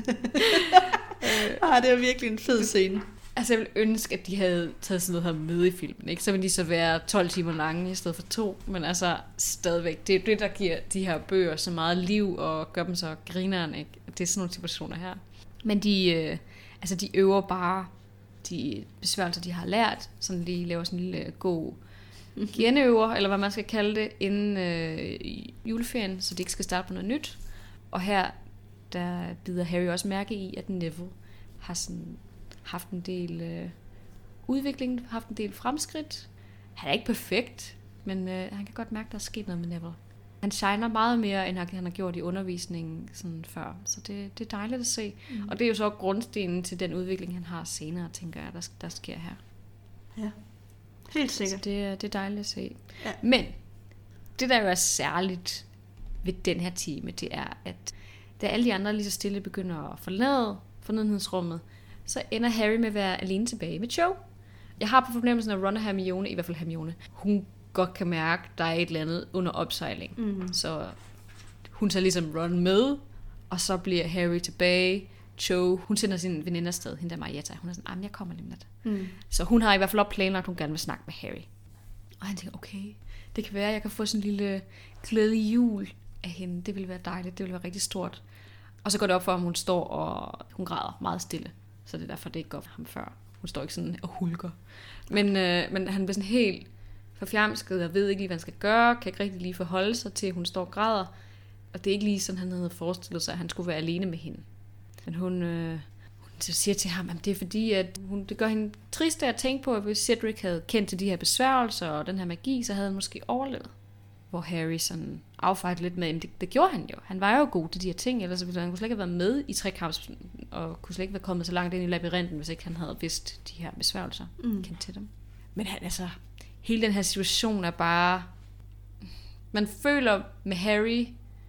ah, det er virkelig en fed scene. Altså, jeg ville ønske, at de havde taget sådan noget her med i filmen, ikke? Så ville de så være tolv timer lange i stedet for to. Men altså, stadigvæk, det er det, der giver de her bøger så meget liv og gør dem så grineren, ikke? Det er sådan nogle situationer her. Men de, øh, altså, de øver bare de besværgelser, de har lært. Sådan de laver sådan en lille god genøver, eller hvad man skal kalde det, inden øh, juleferien, så de ikke skal starte på noget nyt. Og her, der bider Harry også mærke i, at Neville har sådan haft en del øh, udvikling, haft en del fremskridt. Han er ikke perfekt, men øh, han kan godt mærke, at der er sket noget med Neville. Han shiner meget mere, end han har gjort i undervisningen sådan før. Så det, det er dejligt at se. Mm. Og det er jo så grundstenen til den udvikling, han har senere, tænker jeg, der, der sker her. Ja, helt sikkert. Så det, det er dejligt at se. Ja. Men det, der jo er særligt ved den her time, det er, at da alle de andre lige så stille begynder at forlade fornødenhedsrummet, så ender Harry med at være alene tilbage med Cho. Jeg har på fornemmelsen, at Ron og Hermione, i hvert fald Hermione, hun godt kan mærke, at der er et eller andet under opsejling. Mm. Så hun tager ligesom Ron med, og så bliver Harry tilbage. Cho, hun sender sin veninde afsted, hende der Marietta. Hun er sådan, jeg kommer lige lidt. Mm. Så hun har i hvert fald også planlagt, at hun gerne vil snakke med Harry. Og han tænker, okay, det kan være, at jeg kan få sådan en lille glædelig jul af hende. Det ville være dejligt, det ville være rigtig stort. Og så går det op for ham, hun står og hun græder meget stille. Så det er derfor, det ikke går for ham før. Hun står ikke sådan og hulker. Men, øh, men han bliver sådan helt forfjamsket og ved ikke lige, hvad han skal gøre. Kan ikke rigtig lige forholde sig til, at hun står og græder. Og det er ikke lige sådan, han havde forestillet sig, at han skulle være alene med hende. Men hun, øh, hun siger til ham, at det er fordi, at hun, det gør hende trist at tænke på, at hvis Cedric havde kendt til de her besværgelser og den her magi, så havde han måske overlevet. Hvor Harry sådan affejede lidt med, det, det gjorde han jo. Han var jo god til de her ting, ellers ville han kunne slet ikke have været med i trekamps, og kunne slet ikke være kommet så langt ind i labyrinten, hvis ikke han havde vidst de her besværgelser, mm. kendt til dem. Men han, altså, hele den her situation er bare, man føler med Harry,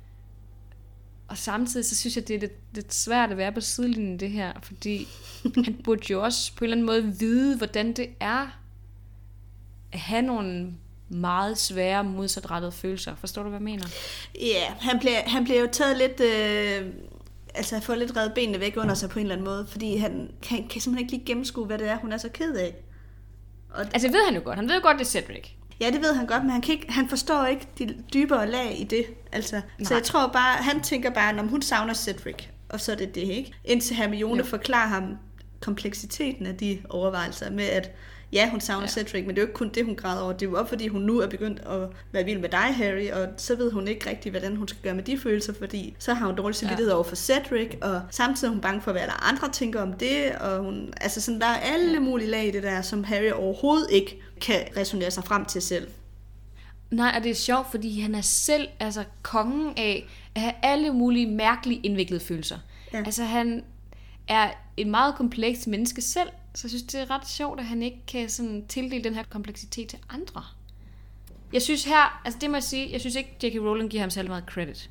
og samtidig så synes jeg, det er lidt, lidt svært at være på sidelinjen det her, fordi han burde jo også på en eller anden måde vide, hvordan det er at have nogle meget svære modsatrettede følelser. Forstår du, hvad jeg mener? Ja, yeah, han bliver, han bliver jo taget lidt, øh, altså får lidt reddet benene væk under sig på en eller anden måde, fordi han kan, kan simpelthen ikke lige gennemskue, hvad det er, hun er så ked af. Og, altså, det ved han jo godt. Han ved jo godt, det er Cedric. Ja, det ved han godt, men han, kan ikke, han forstår ikke de dybere lag i det. Altså, så jeg tror bare, han tænker bare, om hun savner Cedric, og så er det det, ikke? Indtil Hermione jo. forklarer ham kompleksiteten af de overvejelser med, at ja, hun savner ja. Cedric, men det er jo ikke kun det, hun græder over. Det er jo også, fordi hun nu er begyndt at være vild med dig, Harry, og så ved hun ikke rigtig, hvordan hun skal gøre med de følelser, fordi så har hun dårlig samvittighed ja. over for Cedric, og samtidig er hun bange for, hvad der andre tænker om det, og hun, altså sådan, der er alle ja. mulige lag i det der, som Harry overhovedet ikke kan resonere sig frem til selv. Nej, og det er sjovt, fordi han er selv altså kongen af at have alle mulige mærkelige indviklede følelser. Ja. Altså han er et meget komplekst menneske selv, Så jeg synes, det er ret sjovt, at han ikke kan sådan tildele den her kompleksitet til andre. Jeg synes her, altså det må jeg sige, jeg synes ikke, J K Rowling giver ham særlig meget credit.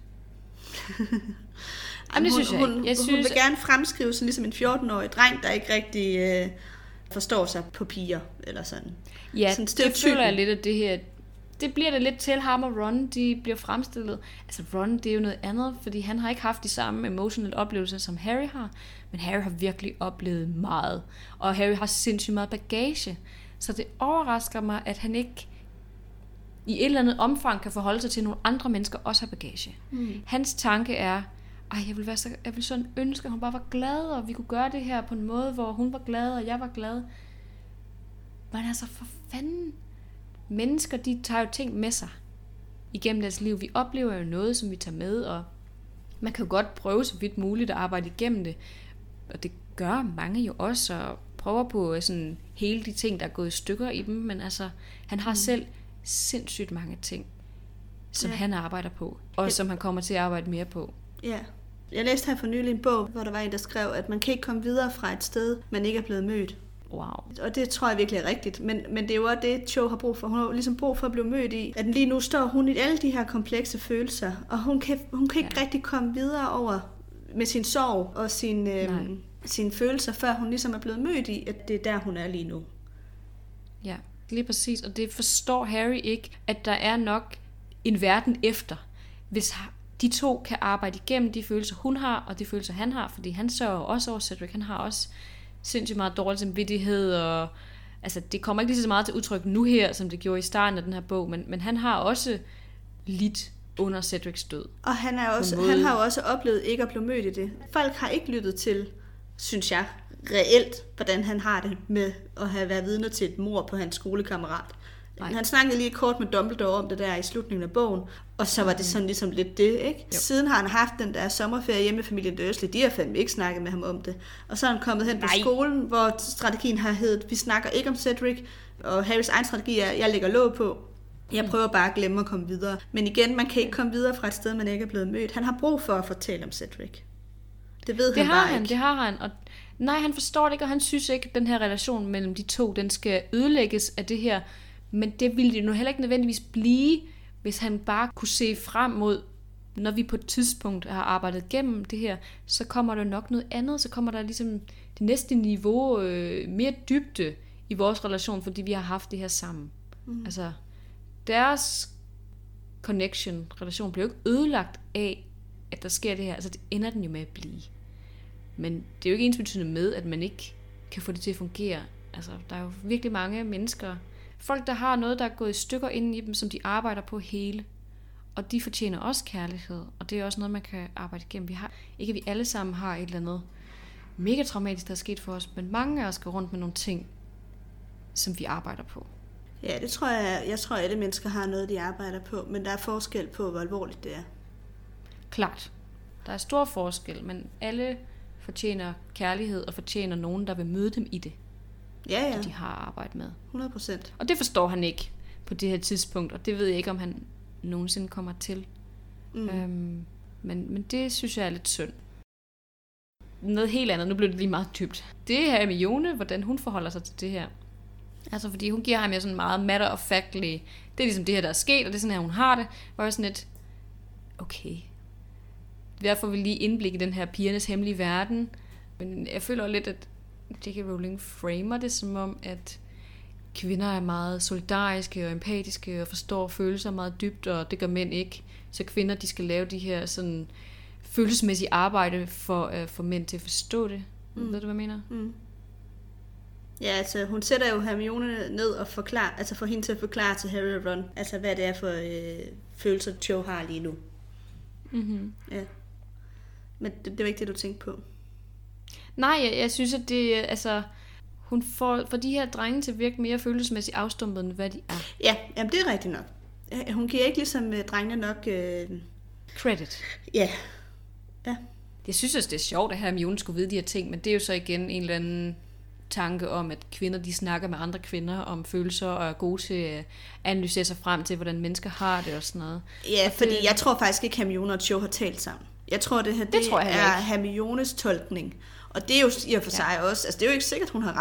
Jamen, det hun, synes jeg hun, ikke. Jeg hun synes, vil gerne fremskrive sådan ligesom en fjorten-årig dreng, der ikke rigtig øh, forstår sig på piger, eller sådan. Ja, sådan det føler jeg lidt, at det her, det bliver det lidt til ham og Ron, de bliver fremstillet. Altså Ron, det er jo noget andet, fordi han har ikke haft de samme emotionelle oplevelser, som Harry har, men Harry har virkelig oplevet meget, og Harry har sindssygt meget bagage, så det overrasker mig, at han ikke i et eller andet omfang kan forholde sig til, at nogle andre mennesker også har bagage. Mm. Hans tanke er, ej, jeg ville, være så, jeg ville sådan ønske, at hun bare var glad, og vi kunne gøre det her på en måde, hvor hun var glad, og jeg var glad. Men altså, for fanden, mennesker, de tager jo ting med sig igennem deres liv. Vi oplever jo noget, som vi tager med, og man kan jo godt prøve så vidt muligt at arbejde igennem det, og det gør mange jo også, og prøver på sådan hele de ting, der er gået i stykker i dem, men altså, han har mm. selv sindssygt mange ting, som ja. han arbejder på, og ja. som han kommer til at arbejde mere på. Ja. Jeg læste her for nylig en bog, hvor der var en, der skrev, at man kan ikke komme videre fra et sted, man ikke er blevet mødt. Wow. Og det tror jeg virkelig er rigtigt. Men, men det er jo også det, Cho har brug for. Hun har ligesom brug for at blive mødt i, at lige nu står hun i alle de her komplekse følelser, og hun kan, hun kan ikke ja. rigtig komme videre over med sin sorg og sin, øhm, sine følelser, før hun ligesom er blevet mødt i, at det er der, hun er lige nu. Ja, lige præcis. Og det forstår Harry ikke, at der er nok en verden efter, hvis de to kan arbejde igennem de følelser, hun har, og de følelser, han har, fordi han sørger også over Cedric. Han har også sindssygt meget dårlig samvittighed, og altså, det kommer ikke lige så meget til udtryk nu her, som det gjorde i starten af den her bog, men, men han har også lidt under Cedrics død. Og han, er også, han har jo også oplevet ikke at blive mødt i det. Folk har ikke lyttet til, synes jeg, reelt, hvordan han har det med at have været vidne til et mord på hans skolekammerat. Nej. Han snakkede lige kort med Dumbledore om det der i slutningen af bogen, og så var det sådan ligesom lidt det, ikke? Jo. Siden har han haft den der sommerferie hjemme med familien Dursley, de har fandme ikke snakket med ham om det. Og så er han kommet hen på Nej. skolen, hvor strategien har heddet, vi snakker ikke om Cedric, og Harrys egen strategi er, jeg lægger låg på. Jeg prøver bare at glemme at komme videre. Men igen, man kan ikke komme videre fra et sted, man ikke er blevet mødt. Han har brug for at fortælle om Cedric. Det ved det han har bare han, ikke. Det har han, og nej, han forstår det ikke, og han synes ikke, at den her relation mellem de to, den skal ødelægges af det her. Men det ville det nu heller ikke nødvendigvis blive, hvis han bare kunne se frem mod, når vi på et tidspunkt har arbejdet gennem det her, så kommer der nok noget andet, så kommer der ligesom det næste niveau, øh, mere dybde i vores relation, fordi vi har haft det her sammen. Mm. Altså, deres connection, relation, bliver jo ikke ødelagt af, at der sker det her. Altså, det ender den jo med at blive. Men det er jo ikke ensbetydende med, at man ikke kan få det til at fungere. Altså, der er jo virkelig mange mennesker, folk, der har noget, der er gået i stykker inden i dem, som de arbejder på hele. Og de fortjener også kærlighed. Og det er også noget, man kan arbejde igennem. Vi har, ikke at vi alle sammen har et eller andet mega traumatisk, der er sket for os, men mange af os går rundt med nogle ting, som vi arbejder på. Ja, det tror jeg, jeg tror, at alle mennesker har noget, de arbejder på, men der er forskel på, hvor alvorligt det er. Klart. Der er stor forskel, men alle fortjener kærlighed og fortjener nogen, der vil møde dem i det. Ja, ja. Det, de har arbejdet med. hundrede procent. Og det forstår han ikke på det her tidspunkt, og det ved jeg ikke, om han nogensinde kommer til. Mm. Øhm, men, men det synes jeg er lidt synd. Noget helt andet, nu blev det lige meget dybt. Det her er Hermione, hvordan hun forholder sig til det her. Altså, fordi hun giver ham jo sådan meget matter of factly. Det er ligesom det her, der er sket, og det er sådan her, hun har det. Hvor jeg sådan lidt, okay. Derfor får vi lige indblik i den her pigernes hemmelige verden. Men jeg føler lidt, at J K Rowling framer det som om, at kvinder er meget solidariske og empatiske og forstår følelser meget dybt, og det gør mænd ikke. Så kvinder, de skal lave de her sådan følelsesmæssige arbejde for at få mænd til at forstå det. Mm. Ved du, hvad jeg mener? Mm. Ja, altså hun sætter jo Hermione ned og forklarer, altså får hende til at forklare til Harry og Ron, altså hvad det er for øh, følelser, Cho har lige nu. Mm-hmm. Ja. Men det, det var ikke det, du tænkte på. Nej, jeg, jeg synes, at det, altså, hun får, får de her drenge til at virke mere følelsesmæssigt afstumpet, end hvad de er. Ja, jamen det er rigtigt nok. Hun giver ikke ligesom drengene nok... Øh... credit. Ja. Ja. Jeg synes også, det er sjovt, at Hermione skulle vide de her ting, men det er jo så igen en eller anden tanke om, at kvinder, de snakker med andre kvinder om følelser, og er gode til at analysere sig frem til, hvordan mennesker har det og sådan noget. Ja, fordi det... jeg tror faktisk ikke, Hermione og Cho har talt sammen. Jeg tror, det her det det tror jeg er Hermiones tolkning. Og det er jo i og for sig ja. også, altså det er jo ikke sikkert, hun har ret.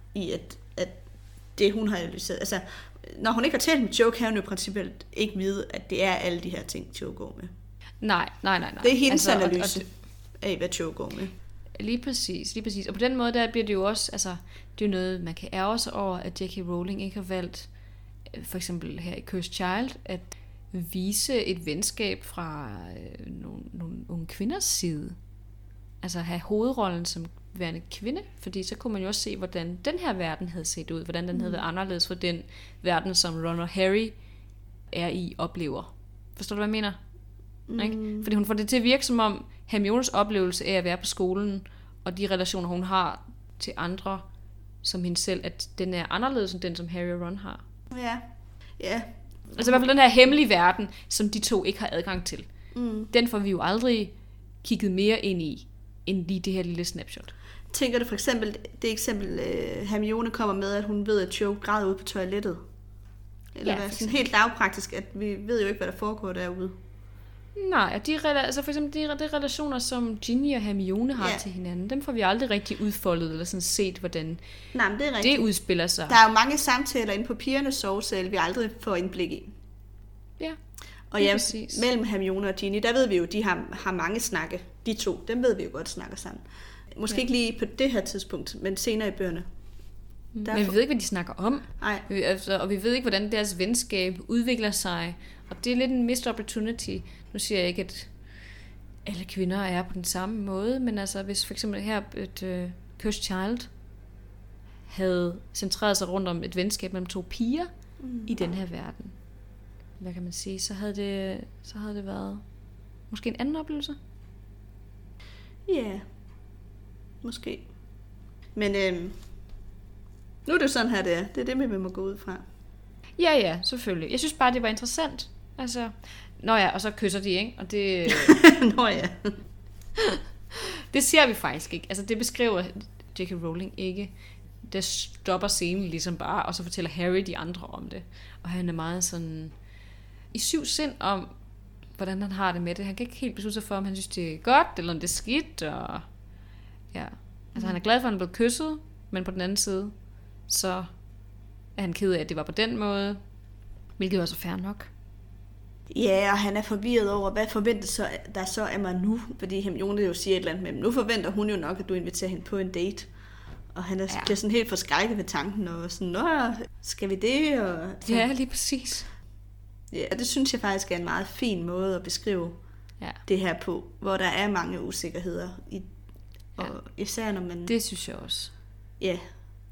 i, at, at det hun har analyseret. Altså, når hun ikke har talt med Joe, kan hun jo i princippet ikke vide, at det er alle de her ting, Joe går med. Nej, nej, nej. nej. Det er hendes altså, analyse og, og, af, hvad Joe går med. Lige præcis, lige præcis. Og på den måde, der bliver det jo også, altså, det er jo noget, man kan ærge sig over, at J K. Rowling ikke har valgt, for eksempel her i Cursed Child, at vise et venskab fra øh, nogle, nogle unge kvinders side. Altså have hovedrollen som værende kvinde, fordi så kunne man jo også se, hvordan den her verden havde set ud, hvordan den mm. havde været anderledes for den verden, som Ron og Harry er i, oplever. Forstår du, hvad jeg mener? Mm. Ikke? Fordi hun får det til at virke som om Hermiones oplevelse af at være på skolen, og de relationer, hun har til andre, som hende selv, at den er anderledes end den, som Harry og Ron har. Ja, ja. Altså i hvert fald den her hemmelige verden, som de to ikke har adgang til. Mm. Den får vi jo aldrig kigget mere ind i, end lige det her lille snapshot. Tænker du for eksempel, det eksempel, uh, Hermione kommer med, at hun ved, at Joe græder ude på toilettet? Eller ja, hvad? Sådan helt lavpraktisk, at vi ved jo ikke, hvad der foregår derude. Nej, og de, altså for eksempel de, de relationer, som Ginny og Hermione har ja. til hinanden, dem får vi aldrig rigtig udfoldet, eller sådan set, hvordan Nej, men det, er det udspiller sig. Der er jo mange samtaler inde på pigernes sovesal, vi aldrig får indblik i. Ja, og ja, præcis. Mellem Hermione og Ginny, der ved vi jo, de har, har mange snakke. De to, dem ved vi jo godt snakker sammen. Måske ja. ikke lige på det her tidspunkt, men senere i bøgerne. Derfor... Men vi ved ikke, hvad de snakker om. Nej. Altså, og vi ved ikke, hvordan deres venskab udvikler sig. Og det er lidt en missed opportunity. Nu siger jeg ikke, at alle kvinder er på den samme måde, men altså, hvis for eksempel her et uh, Cursed Child havde centreret sig rundt om et venskab mellem to piger mm. i den her verden, hvad kan man sige, så havde det, så havde det været måske en anden oplevelse. Ja, yeah. Måske. Men øhm, nu er det sådan her, det er. Det er det, vi må gå ud fra. Ja, ja, selvfølgelig. Jeg synes bare, det var interessant. Altså, nå ja, og så kysser de, ikke? Og det... nå ja. Det ser vi faktisk ikke. Altså, det beskriver J K. Rowling ikke. Der stopper scenen ligesom bare, og så fortæller Harry de andre om det. Og han er meget sådan i syv sind om, hvordan han har det med det. Han kan ikke helt beslutte sig for, om han synes, det er godt, eller om det er skidt. Og... Ja. Altså, han er glad for, at han er blevet kysset, men på den anden side, så er han ked af, at det var på den måde, hvilket også er fair nok. Ja, og han er forvirret over, hvad forventer så, der så af mig nu? Fordi Hermione jo siger et eller andet med, nu forventer hun jo nok, at du inviterer hende på en date. Og han er, ja. bliver sådan helt forskrækket ved tanken, og sådan, nå, skal vi det? Og, så. Ja, lige præcis. Ja, og det synes jeg faktisk er en meget fin måde at beskrive ja. det her på, hvor der er mange usikkerheder. I, og ja. især når man... Det synes jeg også. Ja.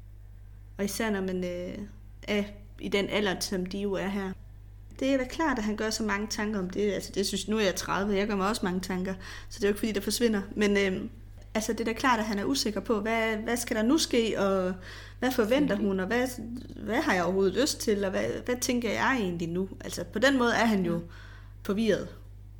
Og især når man øh, er i den alder, som de jo er her. Det er da klart, at han gør så mange tanker om det. Altså, det synes nu er jeg tredive, jeg gør mig også mange tanker, så det er jo ikke fordi, der forsvinder. Men øh, altså, det er da klart, at han er usikker på, hvad, hvad skal der nu ske, og hvad forventer hun, og hvad, hvad har jeg overhovedet lyst til, og hvad, hvad tænker jeg egentlig nu? Altså, på den måde er han jo forvirret.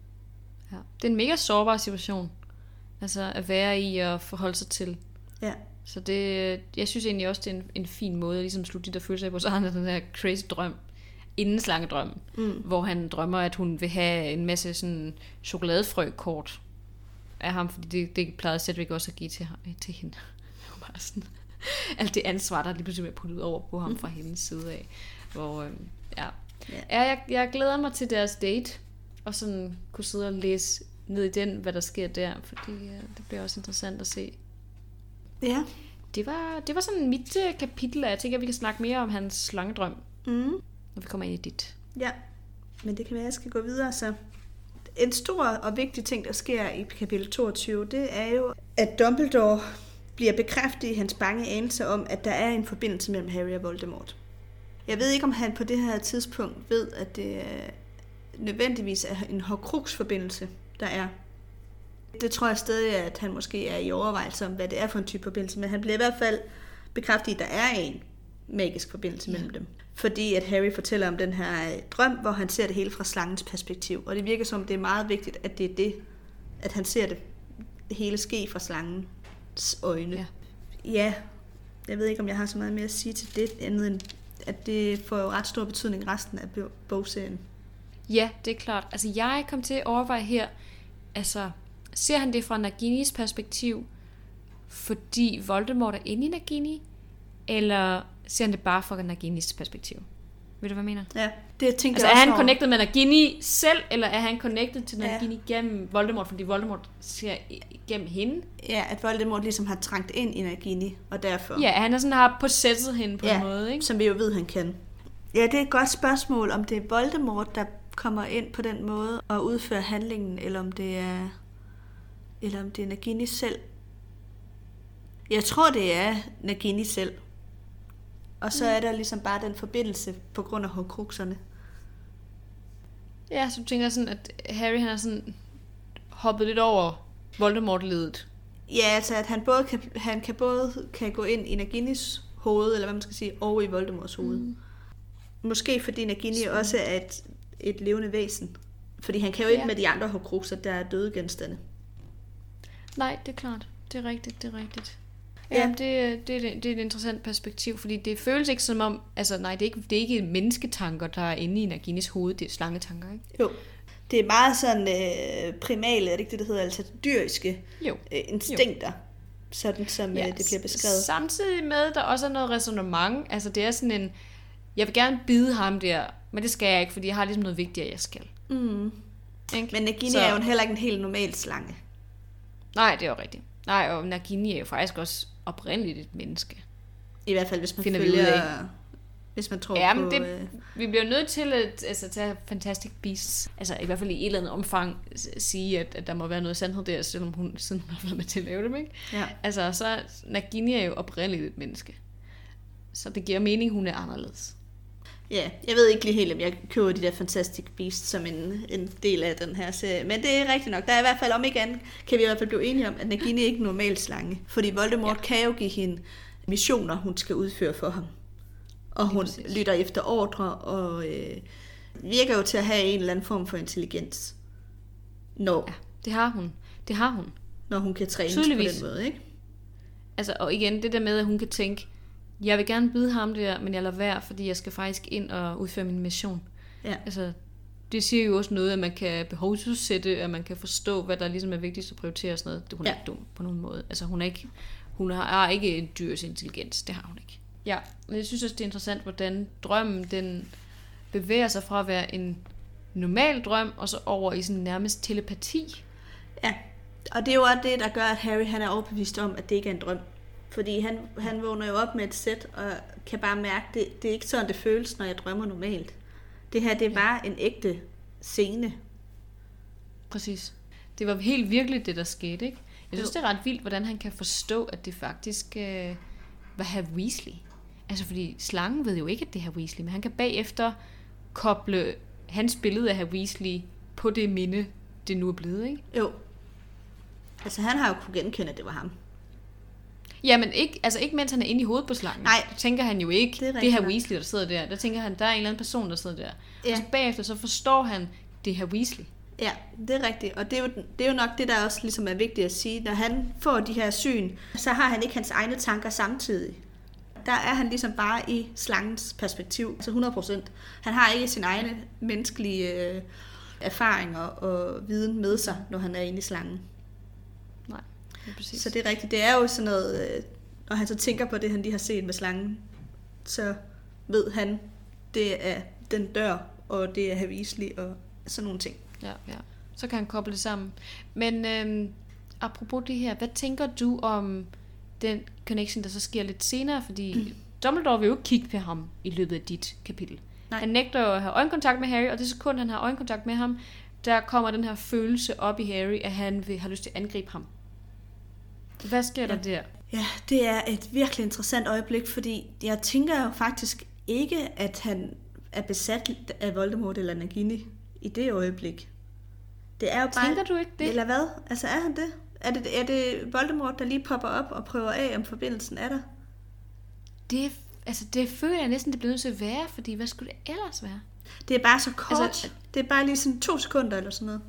Ja. Det er en mega sårbar situation, altså at være i og forholde sig til. Ja. Så det, jeg synes egentlig også, det er en, en fin måde, ligesom slutte de der følelser af på, så har han den her crazy drøm, inden slangedrøm, mm. hvor han drømmer, at hun vil have en masse sådan chokoladefrø-kort af ham, fordi det, det plejede Cedric også at give til, til hende. Bare sådan, alt det ansvar, der lige pludselig bliver puttet over på ham mm. fra hendes side af. Hvor, øhm, ja. Yeah. Ja, jeg, jeg glæder mig til deres date, og sådan kunne sidde og læse ned i den, hvad der sker der, fordi øh, det bliver også interessant at se. Ja. Det var, det var sådan mit uh, kapitel, og jeg tænker, at vi kan snakke mere om hans slangedrøm, mm. når vi kommer ind i dit. Ja, men det kan være, at jeg skal gå videre. Så en stor og vigtig ting, der sker i kapitel toogtyve, det er jo, at Dumbledore bliver bekræftet i hans bange anelse om, at der er en forbindelse mellem Harry og Voldemort. Jeg ved ikke, om han på det her tidspunkt ved, at det nødvendigvis er en Horcrux-forbindelse, der er. Det tror jeg stadig, at han måske er i overvejelse om, hvad det er for en type forbindelse, men han bliver i hvert fald bekræftet i, at der er en magisk forbindelse mellem ja. dem. Fordi at Harry fortæller om den her drøm, hvor han ser det hele fra slangens perspektiv. Og det virker som, det er meget vigtigt, at det er det, at han ser det, det hele ske fra slangens øjne. Ja. ja, jeg ved ikke, om jeg har så meget mere at sige til det, andet end at det får jo ret stor betydning resten af bogserien. Ja, det er klart. Altså jeg kom til at overveje her, altså ser han det fra Naginis perspektiv, fordi Voldemort er inde i Nagini, eller ser han det bare fra Naginis perspektiv? Ved du, hvad jeg mener? Ja, det tænker altså, jeg er også han over. connected med Nagini selv, eller er han connected til Nagini Ja. gennem Voldemort, fordi Voldemort ser igennem hende? Ja, at Voldemort ligesom har trængt ind i Nagini, og derfor... Ja, han er sådan, har possesset hende på ja, en måde, ikke? som vi jo ved, han kan. Ja, det er et godt spørgsmål, om det er Voldemort, der kommer ind på den måde og udfører handlingen, eller om det er, eller om det er Nagini selv. Jeg tror, det er Nagini selv. Og så er der ligesom bare den forbindelse på grund af horcruxerne. Ja, så du tænker sådan, at Harry han er sådan hoppet lidt over Voldemort-ledet. Ja, altså at han både kan, han kan både kan gå ind i Naginis hoved, eller hvad man skal sige, og i Voldemorts hoved. Mm. Måske fordi Nagini Spindende. også er et, et levende væsen. Fordi han kan jo ikke ja. med de andre horcruxer, der er døde genstande. Nej, det er klart. Det er rigtigt, det er rigtigt. Ja, ja. det, det, det er et interessant perspektiv, fordi det føles ikke som om, altså nej, det er ikke, det er ikke mennesketanker, der er inde i Naginis hoved, det er slangetanker, ikke? Jo, det er meget sådan øh, primale, er det ikke det, der hedder, altså dyriske jo. Øh, instinkter, jo. sådan som ja, øh, det bliver beskrevet. Samtidig med, at der også er noget ræsonnement, altså det er sådan en, jeg vil gerne bide ham der, men det skal jeg ikke, fordi jeg har ligesom noget vigtigere, jeg skal. Mm. Men Nagini Så... er jo heller ikke en helt normal slange. Nej, det er jo rigtigt. Nej, og Nagini er jo faktisk også oprindeligt et menneske. I hvert fald, hvis man Finder følger... Hvis man tror ja, på... Men det, øh... vi bliver nødt til at altså, tage Fantastic Beasts. Altså i hvert fald i et eller andet omfang sige, at, at der må være noget sandhed der, selvom hun siden har været med til at lave dem, ikke? Ja. Altså, så Nagini er jo oprindeligt et menneske. Så det giver mening, hun er anderledes. Ja, jeg ved ikke lige helt, om jeg køber de der Fantastic Beasts som en, en del af den her serie. Men det er rigtigt nok. Der er i hvert fald, om ikke andet, kan vi i hvert fald blive enige om, at Nagini ikke er en normal slange. Fordi Voldemort ja. kan jo give hende missioner, hun skal udføre for ham. Og hun lytter efter ordre, og øh, virker jo til at have en eller anden form for intelligens. Når, ja, det har hun. Det har hun. Når hun kan trænes på den måde, ikke? Altså, og igen, det der med, at hun kan tænke, jeg vil gerne bide ham der, men jeg lader være, fordi jeg skal faktisk ind og udføre min mission. Ja. Altså, det siger jo også noget, at man kan behovsudsætte, at man kan forstå, hvad der ligesom er vigtigst at prioritere og sådan noget. Hun er ja. ikke dum på nogen måde. Altså, hun er ikke, hun har ikke en dyrs intelligens. Det har hun ikke. Ja, og jeg synes også, det er interessant, hvordan drømmen, den bevæger sig fra at være en normal drøm, og så over i sådan nærmest telepati. Ja, og det er jo også det, der gør, at Harry han er overbevist om, at det ikke er en drøm. Fordi han, han vågner jo op med et sæt, og kan bare mærke, at det, det er ikke sådan, det føles, når jeg drømmer normalt. Det her, det er bare ja. en ægte scene. Præcis. Det var helt virkelig det, der skete, ikke? Jeg synes, jo. det er ret vildt, hvordan han kan forstå, at det faktisk øh, var Harry Weasley. Altså, fordi slangen ved jo ikke, at det er Harry Weasley, men han kan bagefter koble hans billede af Harry Weasley på det minde, det nu er blevet, ikke? Jo. Altså, han har jo kunne genkende, at det var ham. Ja, men ikke, altså ikke mens han er inde i hovedet på slangen. Nej. Der tænker han jo ikke, det er, det er Harry Weasley, der sidder der. Der tænker han, der er en eller anden person, der sidder der. Ja. Og så bagefter så forstår han, det er Harry Weasley. Ja, det er rigtigt. Og det er, jo, det er jo nok det, der også ligesom er vigtigt at sige. Når han får de her syn, så har han ikke hans egne tanker samtidig. Der er han ligesom bare i slangens perspektiv, altså hundrede procent. Han har ikke sine egne menneskelige øh, erfaringer og viden med sig, når han er inde i slangen. Nej, det er præcis. Så det er rigtigt. Det er jo sådan noget, øh, når han så tænker på det, han lige har set med slangen, så ved han, det er den dør, og det er Harry Weasley og sådan nogle ting. Ja, ja. Så kan han koble det sammen. Men øhm, apropos det her, hvad tænker du om den connection, der så sker lidt senere? Fordi mm. Dumbledore vil jo ikke kigge på ham i løbet af dit kapitel. Nej. Han nægter jo at have øjenkontakt med Harry, og det sekund, han har øjenkontakt med ham, der kommer den her følelse op i Harry, at han vil have lyst til at angribe ham. Hvad sker ja. der der? Ja, det er et virkelig interessant øjeblik, fordi jeg tænker jo faktisk ikke, at han er besat af Voldemort eller Nagini i det øjeblik. Det er jo bare... Tænker du ikke det? Eller hvad? Altså er han det? Er det, er det Voldemort, der lige popper op og prøver af, om forbindelsen er der? Det, altså, det føler jeg næsten, det bliver nødt til at være, fordi hvad skulle det ellers være? Det er bare så kort. Altså, det er bare lige sådan to sekunder eller sådan noget.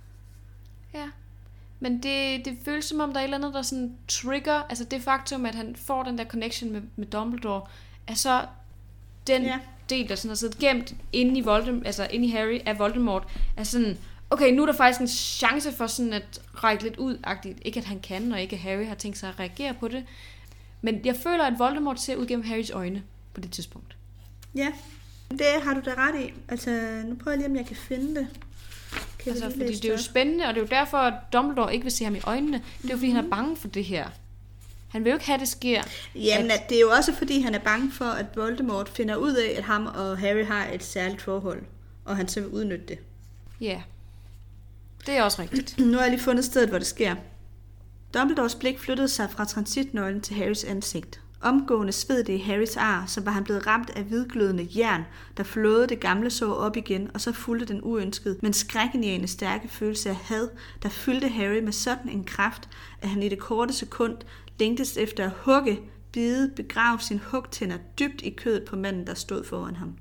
Ja. Men det, det føles som om, der er et eller andet, der sådan trigger, altså det faktum, at han får den der connection med, med Dumbledore, er så den ja. del, der sådan har siddet gemt inde i, Voldemort, altså inde i Harry af Voldemort, er sådan, okay, nu er der faktisk en chance for sådan at række lidt ud-agtigt. Ikke at han kan, og ikke at Harry har tænkt sig at reagere på det. Men jeg føler, at Voldemort ser ud gennem Harrys øjne på det tidspunkt. Ja, det har du da ret i. Altså, nu prøver jeg lige, om jeg kan finde det. Kan altså, fordi det er jo spændende, og det er jo derfor, at Dumbledore ikke vil se ham i øjnene. Det er jo, fordi mm-hmm. han er bange for det her. Han vil jo ikke have, det sker. Jamen, at... det er jo også, fordi han er bange for, at Voldemort finder ud af, at ham og Harry har et særligt forhold, og han så vil udnytte det. Ja, det er også rigtigt. Nu har jeg lige fundet stedet, hvor det sker. Dumbledores blik flyttede sig fra transitnøglen til Harrys ansigt. Omgående sved det i Harrys ar, som var han blevet ramt af hvidglødende jern, der flåede det gamle sår op igen, og så fulgte den uønskede, men skrækindjagende stærke følelse af had, der fyldte Harry med sådan en kraft, at han i det korte sekund længtes efter at hugge, bide, begrave sine hugtænder dybt i kødet på manden, der stod foran ham.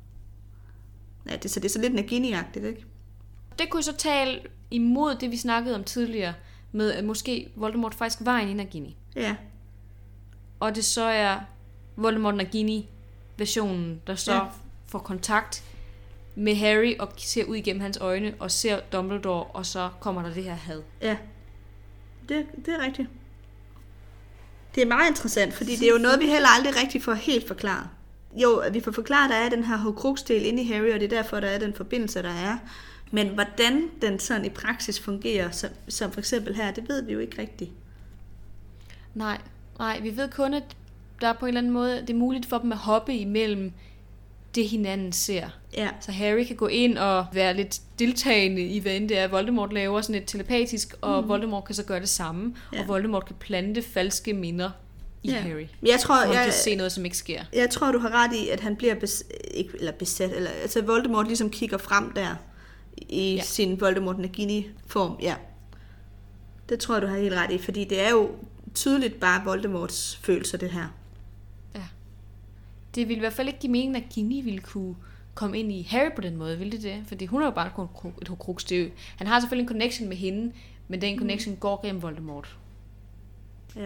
Ja, det, så det er så lidt Nagini-agtigt, ikke? Det kunne så tale imod det, vi snakkede om tidligere, med at måske Voldemort faktisk var en Nagini. Ja. Og det så er Voldemort Nagini-versionen, der så ja. får kontakt med Harry og ser ud igennem hans øjne og ser Dumbledore, og så kommer der det her had. Ja, det, det er rigtigt. Det er meget interessant, fordi det er jo noget, vi heller aldrig rigtig får helt forklaret. Jo, vi får forklaret, at der er den her Horcrux-del inde i Harry, og det er derfor, der er den forbindelse, der er. Men hvordan den sådan i praksis fungerer, som, som for eksempel her, det ved vi jo ikke rigtigt. Nej, nej, vi ved kun, at der på en eller anden måde, det er muligt for dem at hoppe imellem det, hinanden ser. Ja. Så Harry kan gå ind og være lidt deltagende i, hvad end det er, Voldemort laver, sådan lidt telepatisk, og mm. Voldemort kan så gøre det samme, ja. Og Voldemort kan plante falske minder i ja. Harry. Jeg tror, og han jeg, kan se noget, som ikke sker. Jeg tror, du har ret i, at han bliver bes, ikke, eller besat, eller, altså Voldemort ligesom kigger frem der, i ja. sin Voldemort Nagini-form, ja. Det tror jeg, du har helt ret i, fordi det er jo tydeligt bare Voldemorts følelser, det her. Ja. Det ville i hvert fald ikke give mening, at Nagini ville kunne komme ind i Harry på den måde, ville det det? Fordi hun er jo bare et Horcrux. Han har selvfølgelig en connection med hende, men den connection mm. går gennem Voldemort. Ja.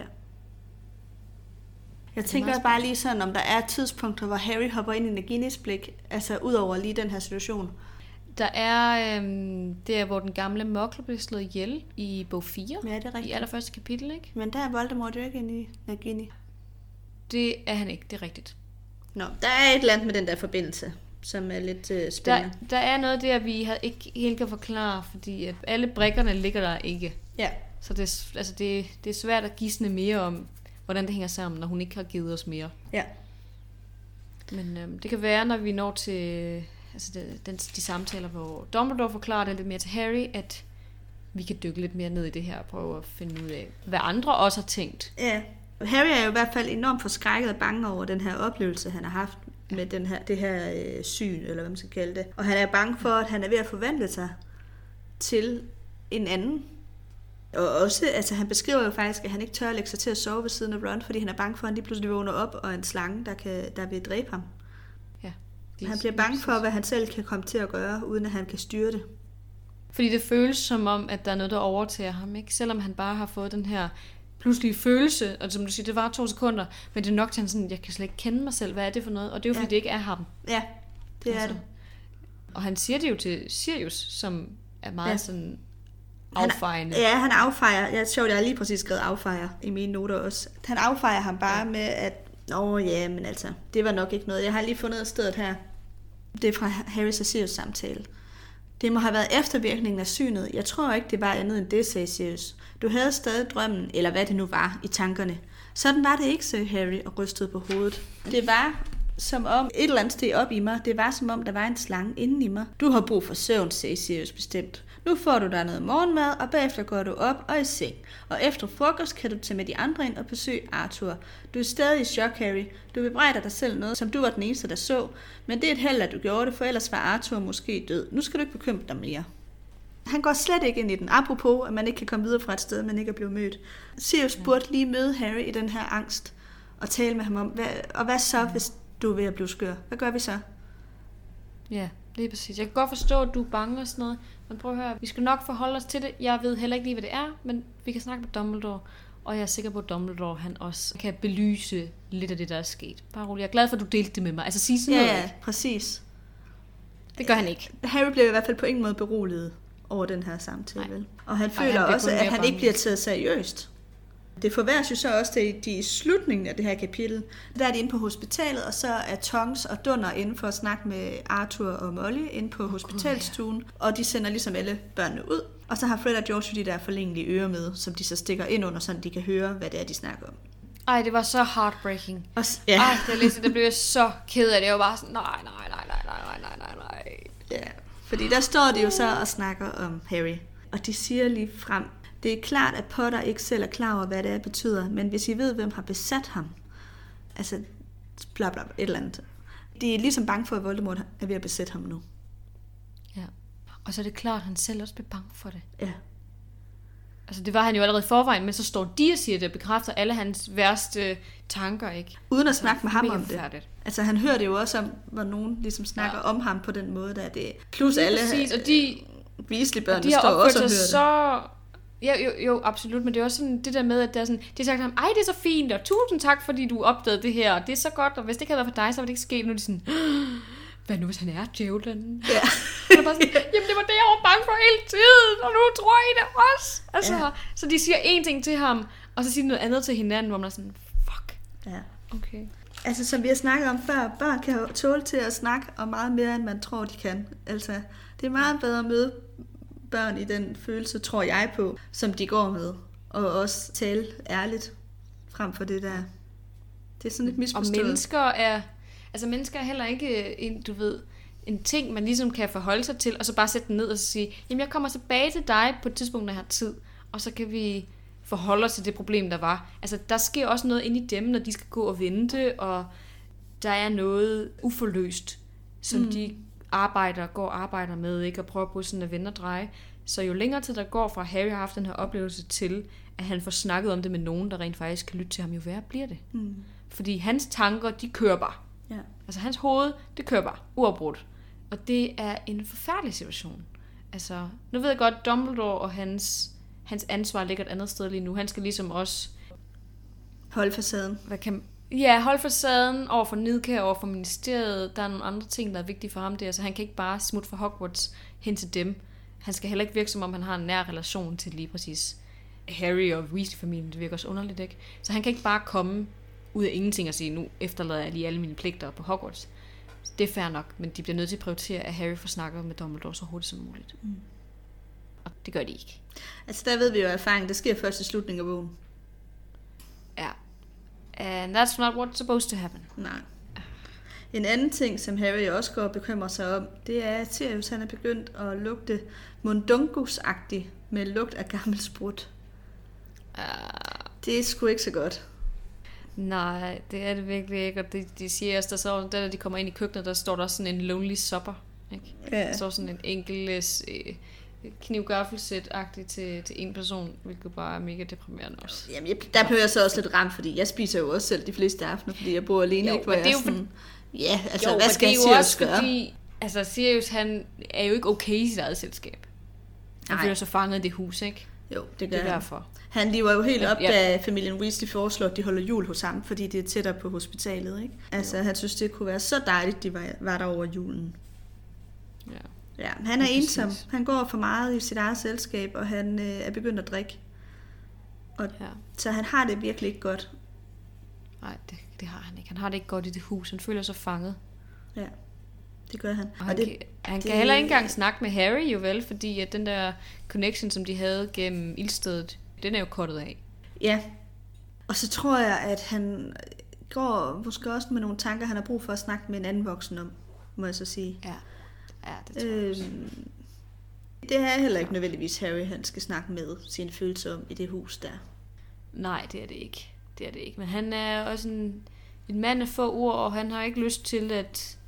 Jeg tænker bare lige sådan, om der er tidspunkter, hvor Harry hopper ind i Naginis blik, altså ud over lige den her situation. Der er øhm, der, hvor den gamle Muggle bliver slået ihjel i bog fire. Ja, det er rigtigt. I allerførste kapitel, ikke? Men der er Voldemort jo ikke inde i Nagini. Det er han ikke, det er rigtigt. Nå, der er et eller andet med den der forbindelse, som er lidt øh, spændende. Der, der er noget der, vi har ikke helt kan forklare, fordi at alle brikkerne ligger der ikke. Ja. Så det, altså det, det er svært at gisne mere om, hvordan det hænger sammen, når hun ikke har givet os mere. Ja. Men øhm, det kan være, når vi når til altså det, den, de samtaler, hvor Dumbledore forklarer det lidt mere til Harry, at vi kan dykke lidt mere ned i det her og prøve at finde ud af, hvad andre også har tænkt. Ja, Harry er jo i hvert fald enormt forskrækket og bange over den her oplevelse, han har haft med den her, det her øh, syn, eller hvad man skal kalde det. Og han er bange for, at han er ved at forvandle sig til en anden. Og også, altså han beskriver jo faktisk, at han ikke tør at lægge sig til at sove ved siden af Ron, fordi han er bange for, at han lige pludselig vågner op, og en slange, der, kan, der vil dræbe ham. Ja. Han bliver bange for, hvad han selv kan komme til at gøre, uden at han kan styre det. Fordi det føles som om, at der er noget, der overtager ham, ikke? Selvom han bare har fået den her pludselige følelse, og som du siger, det var to sekunder, men det er nok til han sådan, jeg kan slet ikke kende mig selv, hvad er det for noget? Og det er jo, fordi ja. det ikke er ham. Ja, det altså. er det. Og han siger det jo til Sirius, som er meget ja. sådan affejende. Han, ja, han affejer. Jeg er sjovt, jeg har lige præcis skrevet affejer i mine noter også. Han affejer ham bare ja. med, at åh ja, men altså, det var nok ikke noget. Jeg har lige fundet stedet her. Det er fra Harrys og Sirius samtale. Det må have været eftervirkningen af synet. Jeg tror ikke, det var andet end det, sagde Sirius. Du havde stadig drømmen, eller hvad det nu var, i tankerne. Sådan var det ikke, sagde Harry og rystede på hovedet. Det var som om et eller andet sted op i mig. Det var som om, der var en slange inden i mig. Du har brug for søvn, sagde Sirius bestemt. Nu får du dig noget morgenmad, og bagefter går du op og i seng. Og efter frokost kan du tage med de andre ind og besøge Arthur. Du er stadig i chok, Harry. Du bebrejder dig selv noget, som du var den eneste, der så. Men det er et held, at du gjorde det, for ellers var Arthur måske død. Nu skal du ikke bekymre dig mere. Han går slet ikke ind i den. Apropos, at man ikke kan komme videre fra et sted, man ikke er blevet mødt. Sirius burde lige møde Harry i den her angst, og tale med ham om, hvad, og hvad så, hvis du er ved at blive skør? Hvad gør vi så? Ja, lige præcis. Jeg kan godt forstå, at du er bange og sådan noget, men prøv at høre, vi skal nok forholde os til det. Jeg ved heller ikke lige, hvad det er, men vi kan snakke med Dumbledore, og jeg er sikker på, at Dumbledore han også kan belyse lidt af det, der er sket. Bare rolig. Jeg er glad for, at du delte det med mig. Altså sige sådan ja, noget. Ja, præcis. Det gør han ikke. Harry bliver i hvert fald på ingen måde beroliget over den her samtale. Vel? Og han føler han også, at han ikke bliver taget seriøst. Det forværres jo så også til de i slutningen af det her kapitel. Der er de inde på hospitalet, og så er Tonks og Dunder inde for at snakke med Arthur og Molly inde på hospitalstuen, og de sender ligesom alle børnene ud. Og så har Fred og George de der forlængelige ører med, som de så stikker ind under, så de kan høre, hvad det er, de snakker om. Ej, det var så heartbreaking. Og, ja. Ej, det, læste, det blev jeg så ked af det. Jeg var bare sådan, nej, nej, nej, nej, nej, nej, nej, nej. Ja, fordi der står de jo så og snakker om Harry. Og de siger lige frem, det er klart, at Potter ikke selv er klar over, hvad det er, betyder, men hvis I ved, hvem har besat ham, altså bla bla, et eller andet. De er ligesom bange for, at Voldemort er ved at besætte ham nu. Ja, og så er det klart, at han selv også bliver bange for det. Ja. Altså det var han jo allerede i forvejen, men så står de og siger det, og bekræfter alle hans værste tanker, ikke? Uden at altså, snakke med ham om det. Færdigt. Altså han hører det jo også om, hvor nogen ligesom snakker ja. om ham på den måde, der det. Plus lige alle præcis, og de, Weasley-børnene står også og hører så... Ja, jo, jo, absolut, men det er også sådan det der med, at der er sådan, de har sagt ham, ej, det er så fint, og tusind tak, fordi du opdagede det her, og det er så godt, og hvis det ikke havde været for dig, så var det ikke sket. Nu er de sådan, hvad nu, hvis han er djævlen? Ja. Og bare sådan, jamen, det var det, jeg var bange for hele tiden, og nu tror I det også. Altså, ja. Så de siger én ting til ham, og så siger de noget andet til hinanden, hvor man er sådan, fuck. Ja. Okay. Altså, som vi har snakket om før, børn kan jo tåle til at snakke om meget mere, end man tror, de kan. Altså, det er meget bedre at møde børn i den følelse, tror jeg på, som de går med. Og også tale ærligt frem for det der. Det er sådan lidt misforstået. Og mennesker er, altså mennesker er heller ikke en, du ved, en ting, man ligesom kan forholde sig til, og så bare sætte den ned og sige, jamen jeg kommer tilbage til dig på et tidspunkt, når jeg har tid, og så kan vi forholde os til det problem, der var. Altså der sker også noget inde i dem, når de skal gå og vente, og der er noget uforløst, som mm. de arbejder, går og arbejder med, ikke, og prøver på sådan at vende og dreje. Så jo længere tid der går fra, Harry har haft den her oplevelse til, at han får snakket om det med nogen, der rent faktisk kan lytte til ham, jo værre bliver det. Mm. Fordi hans tanker, de kører bare. Ja. Altså hans hoved, det kører bare, uafbrudt. Og det er en forfærdelig situation. Altså, nu ved jeg godt, Dumbledore og hans, hans ansvar ligger et andet sted lige nu. Han skal ligesom også holde facaden. Hvad kan Ja, holde facaden over for Nidkær, over for ministeriet. Der er nogle andre ting, der er vigtige for ham der, så han kan ikke bare smutte fra Hogwarts hen til dem. Han skal heller ikke virke, som om han har en nær relation til lige præcis Harry og Weasley-familien. Det virker også underligt, ikke? Så han kan ikke bare komme ud af ingenting og sige, nu efterlader jeg lige alle mine pligter på Hogwarts. Det er fair nok, men de bliver nødt til at prioritere, at Harry får snakket med Dumbledore så hurtigt som muligt. Mm. Og det gør de ikke. Altså der ved vi jo erfaring, det sker først i slutningen af bogen. Ja. And that's not what's supposed to happen. Nej. En anden ting, som Harry også går og bekymrer sig om, det er, at Sirius han er begyndt at lugte mundungus-agtigt med lugt af gammel sprut. Uh, det er sgu ikke så godt. Nej, det er det virkelig ikke. Og de, de siger også, der så, da de kommer ind i køkkenet, der står der sådan en lonely supper. Ikke? Ja. Der står sådan en enkelt øh, knivgaffelsæt-agtigt til, til en person, hvilket bare er mega deprimerende også. Jamen, jeg, der bliver jeg så også lidt ramt, fordi jeg spiser jo også selv de fleste aftener, fordi jeg bor alene, jo, ikke, hvor jeg det er jo sådan... Ja, altså, jo, hvad skal det er Sirius også gøre? Fordi, altså, Sirius, han er jo ikke okay i sit eget selskab. Han føler sig fanget i det hus, ikke? Jo, det gør det er han. Derfor. Han lever jo helt op, ja, da familien Weasley foreslår, at de holder jul hos ham, fordi det er tættere på hospitalet, ikke? Altså, jo. Han synes, det kunne være så dejligt, de var, var der over julen. Ja. Ja, han er ensom. Han går for meget i sit eget selskab, og han øh, er begyndt at drikke. Og, ja. Så han har det virkelig ikke godt. Nej, det, det har han ikke. Han har det ikke godt i det hus. Han føler sig fanget. Ja, det gør han. Og og han, det, kan, han det, kan heller ikke engang snakke med Harry, jo vel, fordi at den der connection, som de havde gennem ildstedet, den er jo kortet af. Ja, og så tror jeg, at han går måske også med nogle tanker, han har brug for at snakke med en anden voksen om, må jeg så sige. Ja, ja det tror jeg øhm, også. Det er heller ikke nødvendigvis Harry, han skal snakke med sine følelser om i det hus der. Nej, det er det ikke. Det er det ikke. Men han er også en, en mand af få ord, og han har ikke lyst til at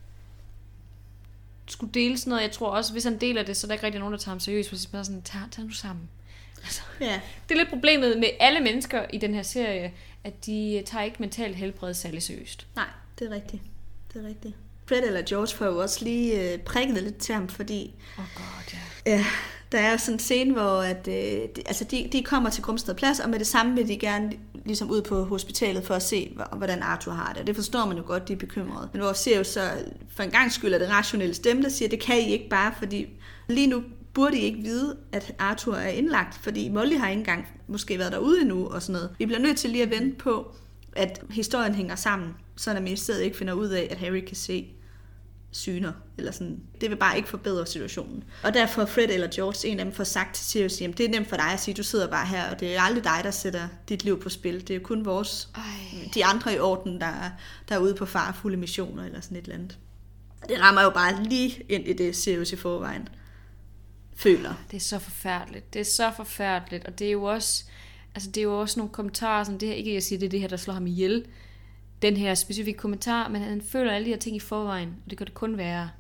skulle dele sådan noget. Jeg tror også, hvis han deler det, så er der ikke rigtig nogen, der tager ham seriøst. Hvis man er sådan, tag, tag nu sammen. Altså, ja. Det er lidt problemet med alle mennesker i den her serie, at de tager ikke mentalt helbred særlig seriøst. Nej, det er rigtigt. Det er rigtigt. Fred eller George får jo også lige øh, prikket lidt til ham, fordi... Åh oh god, ja. Ja, der er sådan en scene, hvor at, øh, de, altså de, de kommer til Grumsted Plads, og med det samme vil de gerne ligesom ud på hospitalet for at se, hvordan Arthur har det. Og det forstår man jo godt, de er bekymrede. Men hvor ser jo så, for en gang skyld er det rationelle stemme, der siger, det kan I ikke bare, fordi lige nu burde I ikke vide, at Arthur er indlagt, fordi Molly har ikke engang måske været derude endnu og sådan noget. Vi bliver nødt til lige at vente på, at historien hænger sammen, så at ministeriet ikke finder ud af, at Harry kan se syner, eller sådan. Det vil bare ikke forbedre situationen. Og derfor Fred eller George, en af dem, får sagt til Sirius, jamen det er nemt for dig at sige, du sidder bare her, og det er aldrig dig, der sætter dit liv på spil. Det er jo kun vores, Ej. de andre i orden, der er, der er ude på farfulde missioner, eller sådan et eller andet. Det rammer jo bare lige ind i det, Sirius i forvejen føler. Det er så forfærdeligt. Det er så forfærdeligt, og det er jo også, altså det er jo også nogle kommentarer, som det her, ikke jeg siger, det er det her, der slår ham ihjel, den her specifikke kommentar, men han føler alle de her ting i forvejen, og det kan det kun være.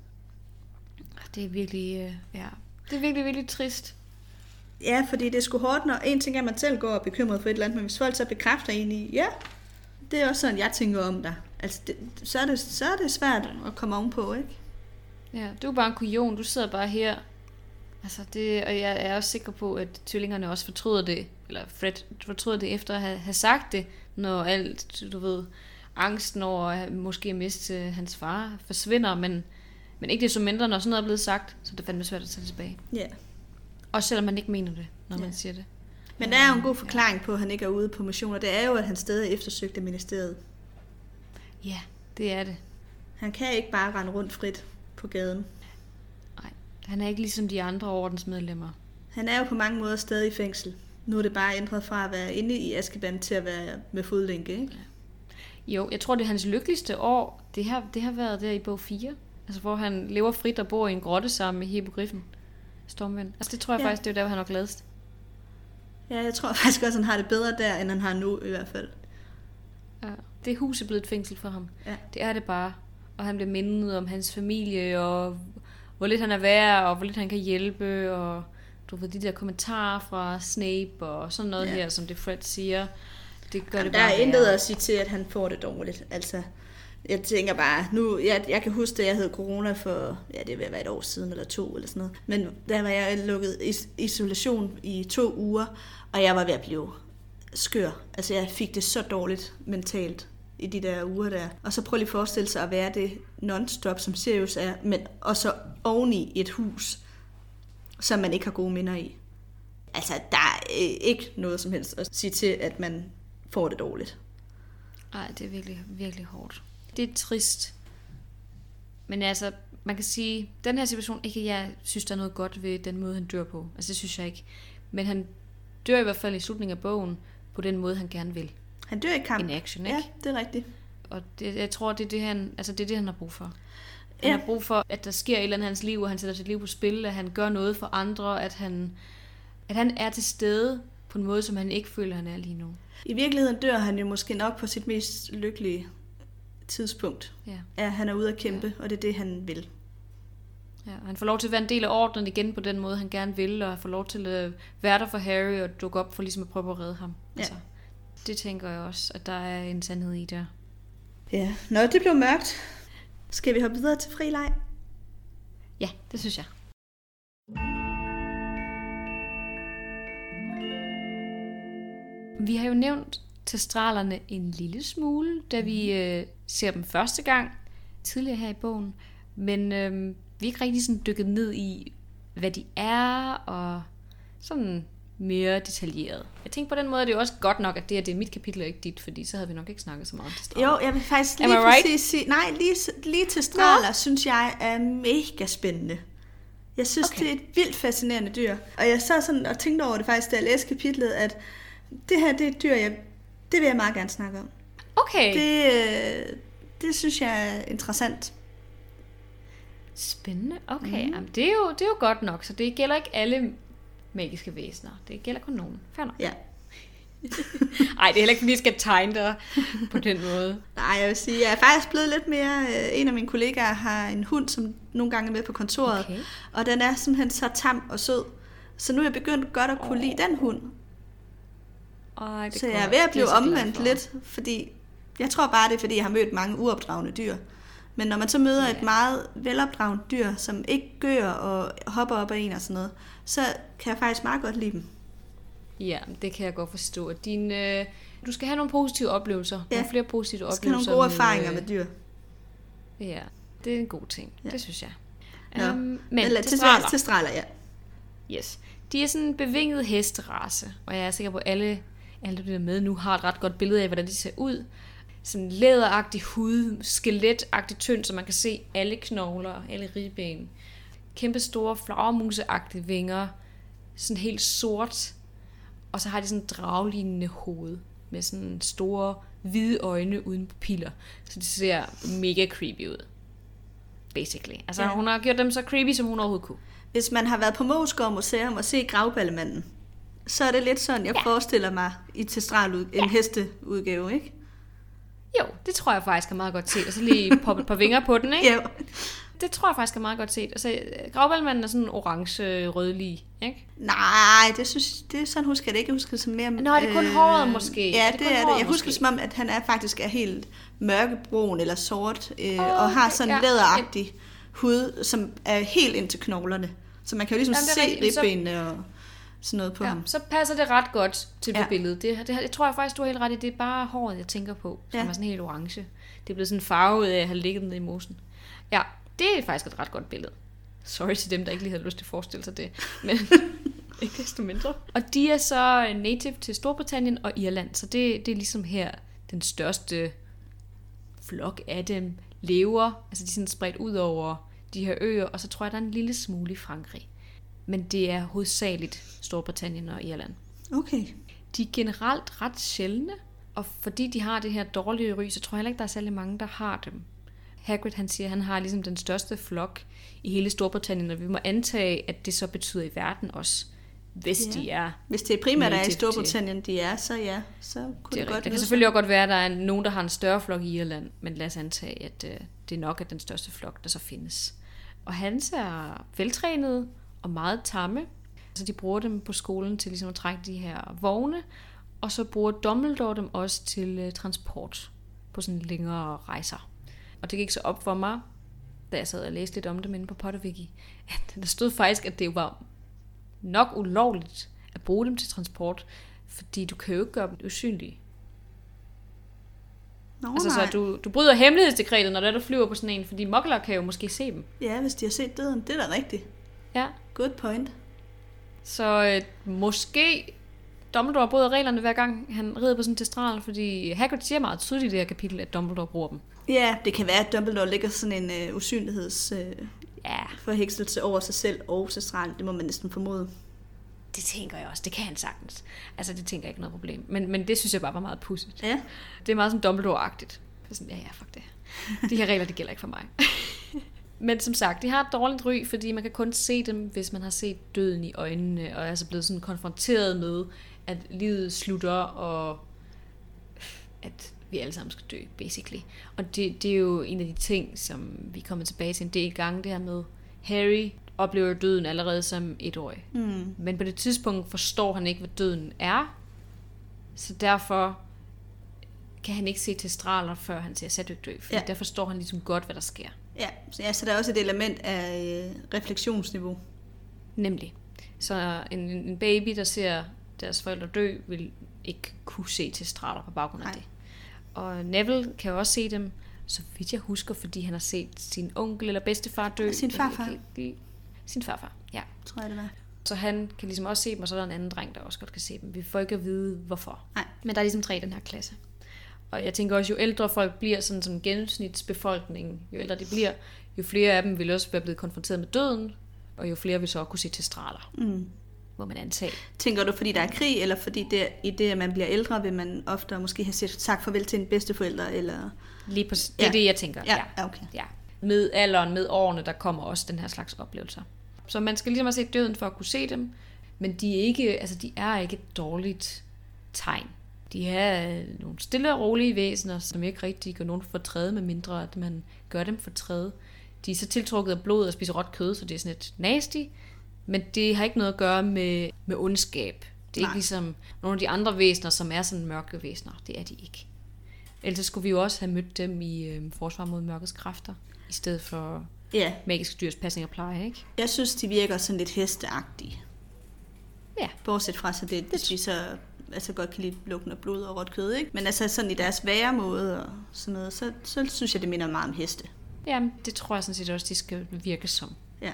Det er virkelig, øh, ja, det er virkelig, virkelig trist. Ja, fordi det er sgu hårdt, når en ting er, at man selv går og er bekymret for et eller andet, men hvis folk så bekræfter en i, ja, det er også sådan, jeg tænker om dig. Altså, det, så, er det, så er det svært at komme ovenpå, ikke? Ja, du er bare en kujon, du sidder bare her. Altså, det, og jeg er også sikker på, at tvillingerne også fortryder det, eller Fred fortryder det efter at have, have sagt det, når alt, du ved, angsten over at måske miste hans far forsvinder, men, men ikke det så mindre, når sådan noget er blevet sagt, så det er fandme svært at tage tilbage. Ja. Yeah. Også selvom man ikke mener det, når ja. man siger det. Men der er jo en god forklaring på, at han ikke er ude på missioner. Det er jo, at han stadig eftersøgte ministeriet. Ja, det er det. Han kan ikke bare rende rundt frit på gaden. Nej, han er ikke ligesom de andre ordensmedlemmer. Han er jo på mange måder stadig i fængsel. Nu er det bare ændret fra at være inde i Azkaban til at være med fodlænke, ikke? Ja. Jo, jeg tror, det er hans lykkeligste år. Det har, det har været der i bog fire. Altså, hvor han lever frit og bor i en grotte sammen med Hippogriffen. Stormvind. Altså, det tror jeg ja. faktisk, det er der, hvor han er gladest. Ja, jeg tror faktisk også, han har det bedre der, end han har nu i hvert fald. Ja, det er huset blevet et fængsel for ham. Ja. Det er det bare. Og han bliver mindet om hans familie, og hvor lidt han er værd, og hvor lidt han kan hjælpe, og du ved, de der kommentarer fra Snape, og sådan noget ja. her, som det Fred siger, det gør Jamen, det bare der er intet at sige til, at han får det dårligt. Altså, jeg tænker bare, nu, jeg, jeg kan huske, at jeg havde corona for, ja, det vil være et år siden, eller to, eller sådan noget. Men der var jeg lukket is- isolation i to uger, og jeg var ved at blive skør. Altså, jeg fik det så dårligt mentalt i de der uger der. Og så prøv lige at forestille sig at være det non-stop, som Sirius er, men også oveni et hus, som man ikke har gode minder i. Altså, der er ikke noget som helst at sige til, at man får det dårligt. Nej, det er virkelig, virkelig hårdt. Det er trist. Men altså, man kan sige, den her situation, ikke at jeg synes, der er noget godt ved den måde, han dør på. Altså, det synes jeg ikke. Men han dør i hvert fald i slutningen af bogen, på den måde, han gerne vil. Han dør i kamp. In action, ikke? Ja, det er rigtigt. Og det, jeg tror, det er det, han, altså, det er det, han har brug for. Han ja. har brug for, at der sker et eller andet i hans liv, og han sætter sit liv på spil, at han gør noget for andre, at han, at han er til stede på en måde, som han ikke føler, han er lige nu. I virkeligheden dør han jo måske nok på sit mest lykkelige tidspunkt. Ja. Ja, han er ude at kæmpe, ja. Og det er det, han vil. Ja, han får lov til at være en del af ordenen igen på den måde, han gerne vil, og får lov til at være der for Harry og dukke op for ligesom at prøve at redde ham. Ja. Altså, det tænker jeg også, at der er en sandhed i der. Ja, når det blev mørkt, skal vi hoppe videre til fri leg? Ja, det synes jeg. Vi har jo nævnt testralerne en lille smule, da vi øh, ser dem første gang, tidligere her i bogen. Men øh, vi er ikke rigtig sådan dykket ned i, hvad de er, og sådan mere detaljeret. Jeg tænker på den måde, at det er jo også godt nok, at det, er, det er mit kapitel og ikke dit, fordi så havde vi nok ikke snakket så meget om testraler. Jo, jeg vil faktisk lige præcis right? sige, nej, lige, lige testraler, no. synes jeg er mega spændende. Jeg synes, okay. det er et vildt fascinerende dyr. Og jeg sad sådan og tænkte over det faktisk, da jeg læste kapitlet, at det her, det er et dyr, jeg, det vil jeg meget gerne snakke om. Okay. Det, det synes jeg er interessant. Spændende, okay. Mm. Jamen, det, er jo, det er jo godt nok, så det gælder ikke alle magiske væsener. Det gælder kun nogen. Fair nok. Ja. Ej, det er heller ikke, fordi jeg skal tegne dig på den måde. Nej, jeg vil sige, jeg er faktisk blevet lidt mere... En af mine kollegaer har en hund, som nogle gange er med på kontoret. Okay. Og den er simpelthen så tam og sød. Så nu er jeg begyndt godt at kunne oh. lide den hund. Ej, det så jeg er ved at blive omvendt lidt, fordi... Jeg tror bare, det er, fordi jeg har mødt mange uopdragende dyr. Men når man så møder yeah. et meget velopdragende dyr, som ikke gør og hopper op ad en og sådan noget, så kan jeg faktisk meget godt lide dem. Ja, det kan jeg godt forstå. Din, øh, du skal have nogle positive oplevelser. Ja. Nogle flere positive oplevelser. Du skal have nogle gode erfaringer med, øh, med dyr. Ja, det er en god ting. Ja. Det synes jeg. Nå. Um, men Eller, til straler. Til straler, ja. Yes. De er sådan en bevinget hesterace, og jeg er sikker på, at alle, alle der er med nu har et ret godt billede af, hvordan de ser ud. Sådan læderagtig hud, skeletagtig tynd, så man kan se alle knogler, alle ribben. Kæmpe store flagermuseagtige vinger, sådan helt sort. Og så har de sådan en draglignende hoved, med sådan store hvide øjne uden pupiller. Så de ser mega creepy ud. Basically. Altså ja. Hun har gjort dem så creepy, som hun overhovedet kunne. Hvis man har været på Moesgaard Museum og set Gravballemanden, så er det lidt sådan, jeg ja. forestiller mig i Testral en ja. hesteudgave, ikke? Jo, det tror jeg faktisk er meget godt set. Og så lige poppe et par vinger på den, ikke? Jo. Det tror jeg faktisk er meget godt set. Altså, Gravballemanden er sådan orange-rødlig, ikke? Nej, det synes det er sådan, husker jeg det ikke. Jeg husker det som mere... Nå, er det kun øh, håret måske? Ja, er det, det, det er det. Jeg husker måske? som om, at han er faktisk er helt mørkebrun eller sort, øh, oh, og har sådan en ja. læderagtig hud, som er helt ind til knoglerne. Så man kan jo ligesom Jamen, se ribbenene og sådan noget på ja, ham. Så passer det ret godt til det ja. billede. Det, det, jeg tror jeg faktisk, du har helt ret i. Det er bare håret, jeg tænker på, som ja. er sådan helt orange. Det er blevet sådan farvet af at have ligget nede i mosen. Ja, det er faktisk et ret godt billede. Sorry til dem, der ikke lige havde lyst til at forestille sig det. Men ikke desto mindre. Og de er så native til Storbritannien og Irland. Så det, det er ligesom her, den største flok af dem lever. Altså de er sådan spredt ud over de her øer. Og så tror jeg, der er en lille smule i Frankrig. Men det er hovedsageligt Storbritannien og Irland. Okay. De er generelt ret sjældne. Og fordi de har det her dårlige ry, så tror jeg heller ikke, der er særlig mange, der har dem. Hagrid, han siger, at han har ligesom den største flok i hele Storbritannien, og vi må antage, at det så betyder i verden også, hvis ja. de er... Hvis det er primært er i Storbritannien, de er, så ja, så kunne det, det godt Det kan selvfølgelig også godt være, at der er nogen, der har en større flok i Irland, men lad os antage, at uh, det nok er den største flok, der så findes. Og hans er veltrænede og meget tamme, så de bruger dem på skolen til ligesom at trække de her vogne, og så bruger Dumbledore dem også til uh, transport på sådan længere rejser. Og det gik så op for mig, da jeg sad og læste lidt om dem inde på Potterwiki, at der stod faktisk, at det var nok ulovligt at bruge dem til transport, fordi du kan jo ikke gøre dem usynlige. Nå, altså så du, du bryder hemmelighedsdekretet, når du flyver på sådan en, fordi muggler kan jo måske se dem. Ja, hvis de har set døden, det er da rigtigt. Ja. Good point. Så øh, måske Dumbledore bryder reglerne hver gang han rider på sådan en testral, fordi Hagrid siger meget tydeligt i det her kapitel, at Dumbledore bruger dem. Ja, det kan være, at Dumbledore lægger sådan en uh, usynligheds uh, ja. forhekselse over sig selv og testralen. Det må man næsten formode. Det tænker jeg også. Det kan han sagtens. Altså, det tænker jeg ikke noget problem. Men, men det synes jeg bare var meget pudsigt. Ja. Det er meget sådan Dumbledore-agtigt. Sådan, ja, ja, fuck det. De her regler, det gælder ikke for mig. Men som sagt, de har et dårligt ry, fordi man kan kun se dem, hvis man har set døden i øjnene, og er altså blevet sådan konfronteret med, at livet slutter, og at vi alle sammen skal dø, basically. Og det, det er jo en af de ting, som vi kommer tilbage til en del gange, det her med Harry oplever døden allerede som etårig. Mm. Men på det tidspunkt forstår han ikke, hvad døden er, så derfor kan han ikke se testraler, før han ser Cedric dø, fordi ja. der forstår han ligesom godt, hvad der sker. Ja, så, ja, så der er også et element af øh, refleksionsniveau. Nemlig. Så en, en baby, der ser deres forældre dø, vil ikke kunne se testraler på baggrund af Nej. det. Og Neville kan jo også se dem, så vidt jeg husker, fordi han har set sin onkel eller bedstefar dø. Sin farfar. Sin farfar, ja. Tror jeg, det var. Så han kan ligesom også se dem, og så er der en anden dreng, der også godt kan se dem. Vi får ikke at vide, hvorfor. Nej. Men der er ligesom tre i den her klasse. Og jeg tænker også, jo ældre folk bliver, sådan som gennemsnitsbefolkningen, jo ældre de bliver, jo flere af dem vil også være blevet konfronteret med døden, og jo flere vil så også kunne se testraler. Mm. Må man antage. Tænker du, fordi der er krig, eller fordi det, i det, at man bliver ældre, vil man ofte måske have sagt farvel til en bedsteforælder, eller... Lige præcis. Det er ja. det, jeg tænker. Ja, ja. Okay. Ja. Med alderen, med årene, der kommer også den her slags oplevelser. Så man skal ligesom have set døden for at kunne se dem, men de er ikke, altså de er ikke et dårligt tegn. De er nogle stille og rolige væsener, som ikke rigtig gør nogen fortræde, med mindre at man gør dem fortræde. De er så tiltrukket af blod og spiser råt kød, så det er sådan lidt nasty, men det har ikke noget at gøre med, med ondskab. Det er Nej. ikke ligesom nogle af de andre væsener, som er sådan mørke væsener. Det er de ikke. Ellers skulle vi jo også have mødt dem i øh, forsvar mod mørkets kræfter, i stedet for ja. magisk dyrs pasning og pleje, ikke? Jeg synes, de virker sådan lidt hesteagtige. Ja. Bortset fra så det, det vi så altså godt kan lide lugten af blod og råt kød, ikke? Men altså sådan i deres væremåde og sådan noget, så, så synes jeg, det minder meget om heste. Jamen, det tror jeg sådan set også, de skal virke som. Ja.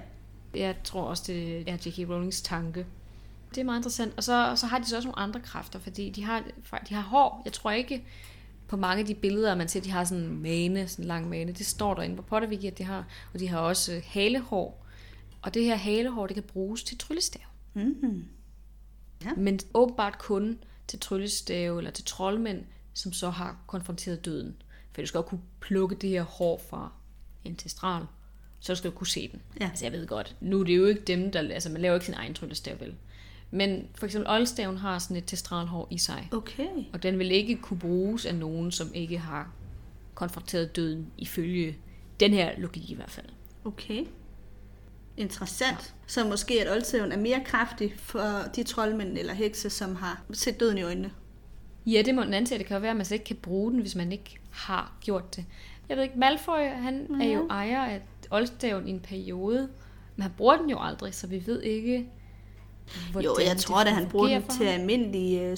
Jeg tror også, det er J K Rowlings tanke. Det er meget interessant. Og så, så har de så også nogle andre kræfter, fordi de har, de har hår. Jeg tror ikke på mange af de billeder, man ser, de har sådan en mane, sådan en lang mane. Det står derinde på Potterwiki, at de har. Og de har også halehår. Og det her halehår, det kan bruges til tryllestav. Mm-hmm. Ja. Men åbenbart kun til tryllestave eller til troldmænd, som så har konfronteret døden. For du skal jo kunne plukke det her hår fra en testral, så skal du kunne se den. Ja. Altså jeg ved godt, nu er det jo ikke dem, der, altså man laver ikke sin egen tryllestav, vel. Men for eksempel oldstaven har sådan et testralhår i sig. Okay. Og den vil ikke kunne bruges af nogen, som ikke har konfronteret døden, ifølge den her logik i hvert fald. Okay. Interessant. Ja. Så måske at oldstaven er mere kraftig for de troldmænd eller hekse, som har set døden i øjnene. Ja, det må den anden sige. Det kan jo være, at man slet ikke kan bruge den, hvis man ikke har gjort det. Jeg ved ikke, Malfoy, han ja. er jo ejer af oldstaven i en periode, men han bruger den jo aldrig, så vi ved ikke, hvordan jo, jeg tror, at han bruger den til ham. almindelige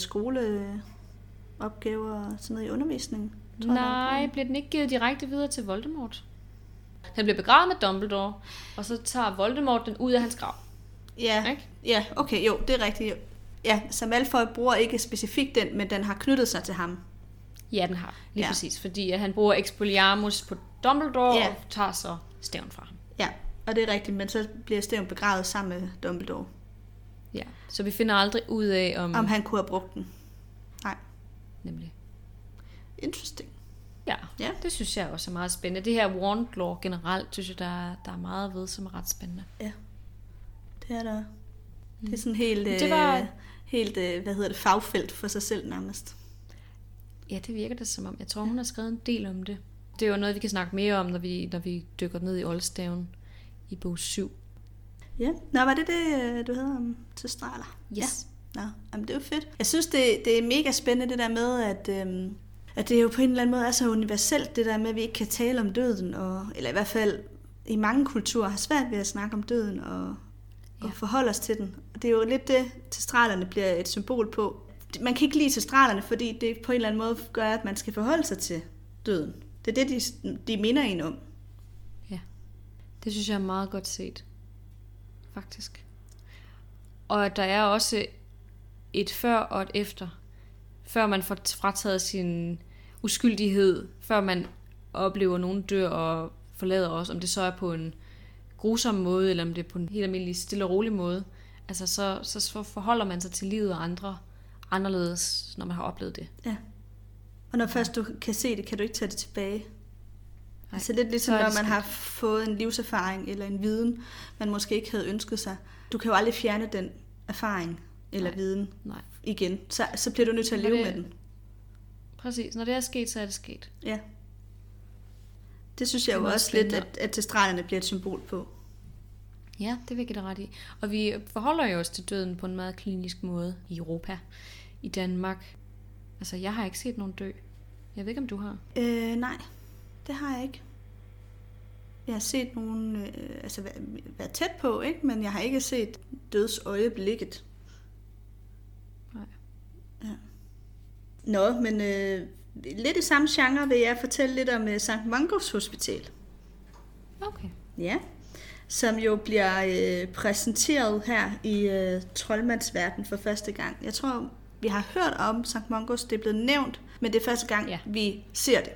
skoleopgaver og sådan noget i undervisningen. Nej, bliver den ikke givet direkte videre til Voldemort? Han bliver begravet med Dumbledore, og så tager Voldemort den ud af hans grav. Ja, ikke? Ja, okay, jo, det er rigtigt. Ja, så Malfoy bruger ikke specifikt den, men den har knyttet sig til ham. Ja, den har. Lige ja. præcis. Fordi at han bruger Expelliarmus på Dumbledore, ja. og tager så staven fra ham. Ja, og det er rigtigt, men så bliver staven begravet sammen med Dumbledore. Ja, så vi finder aldrig ud af, om... Om han kunne have brugt den. Nej. Nemlig. Interesting. Ja, ja, det synes jeg også er meget spændende. Det her wand lore generelt, synes jeg, der er, der er meget ved, som er ret spændende. Ja, det er der. Det er sådan helt, det var... øh, helt øh, hvad hedder det, fagfelt for sig selv nærmest. Ja, det virker det som om. Jeg tror, hun har skrevet en del om det. Det er jo noget, vi kan snakke mere om, når vi, når vi dykker ned i oldstaven i bog syv. Ja, nå, var det det, du havde om testraler? Yes. Ja. Nå, jamen, det er jo fedt. Jeg synes, det, det er mega spændende, det der med, at, øhm, at det jo på en eller anden måde er så universelt, det der med, at vi ikke kan tale om døden, og, eller i hvert fald i mange kulturer har svært ved at snakke om døden og, ja. og forholde os til den. Og det er jo lidt det, testralerne bliver et symbol på. Man kan ikke lide testralerne, fordi det på en eller anden måde gør, at man skal forholde sig til døden. Det er det, de, de minder en om. Ja, det synes jeg er meget godt set. Faktisk. Og der er også et før og et efter. Før man får frataget sin uskyldighed, før man oplever, at nogen dør og forlader os, om det så er på en grusom måde, eller om det er på en helt almindelig stille og rolig måde. Altså så, så forholder man sig til livet og andre anderledes, når man har oplevet det. Ja. Og når først du kan se det, kan du ikke tage det tilbage. Nej. Altså lidt ligesom, når når man skidt. har fået en livserfaring eller en viden, man måske ikke havde ønsket sig. Du kan jo aldrig fjerne den erfaring eller Nej. viden Nej. igen. Så, så bliver du nødt til at leve det, med den. Præcis. Når det er sket, så er det sket. Ja. Det synes jeg det jo også spændende. lidt, at, at testralerne bliver et symbol på. Ja, det vil jeg give dig ret i. Og vi forholder jo os til døden på en meget klinisk måde i Europa, i Danmark. Altså, jeg har ikke set nogen dø. Jeg ved ikke, om du har. Øh, nej, det har jeg ikke. Jeg har set nogen, øh, altså været, været tæt på, ikke? Men jeg har ikke set dødsøjeblikket. Nej. Ja. Nå, men øh, lidt i samme genre vil jeg fortælle lidt om øh, Sankt Mungos Hospital. Okay. Ja, som jo bliver øh, præsenteret her i øh, troldmandsverden for første gang. Jeg tror, vi har hørt om Sankt Mungos, det er blevet nævnt, men det er første gang, ja. vi ser det.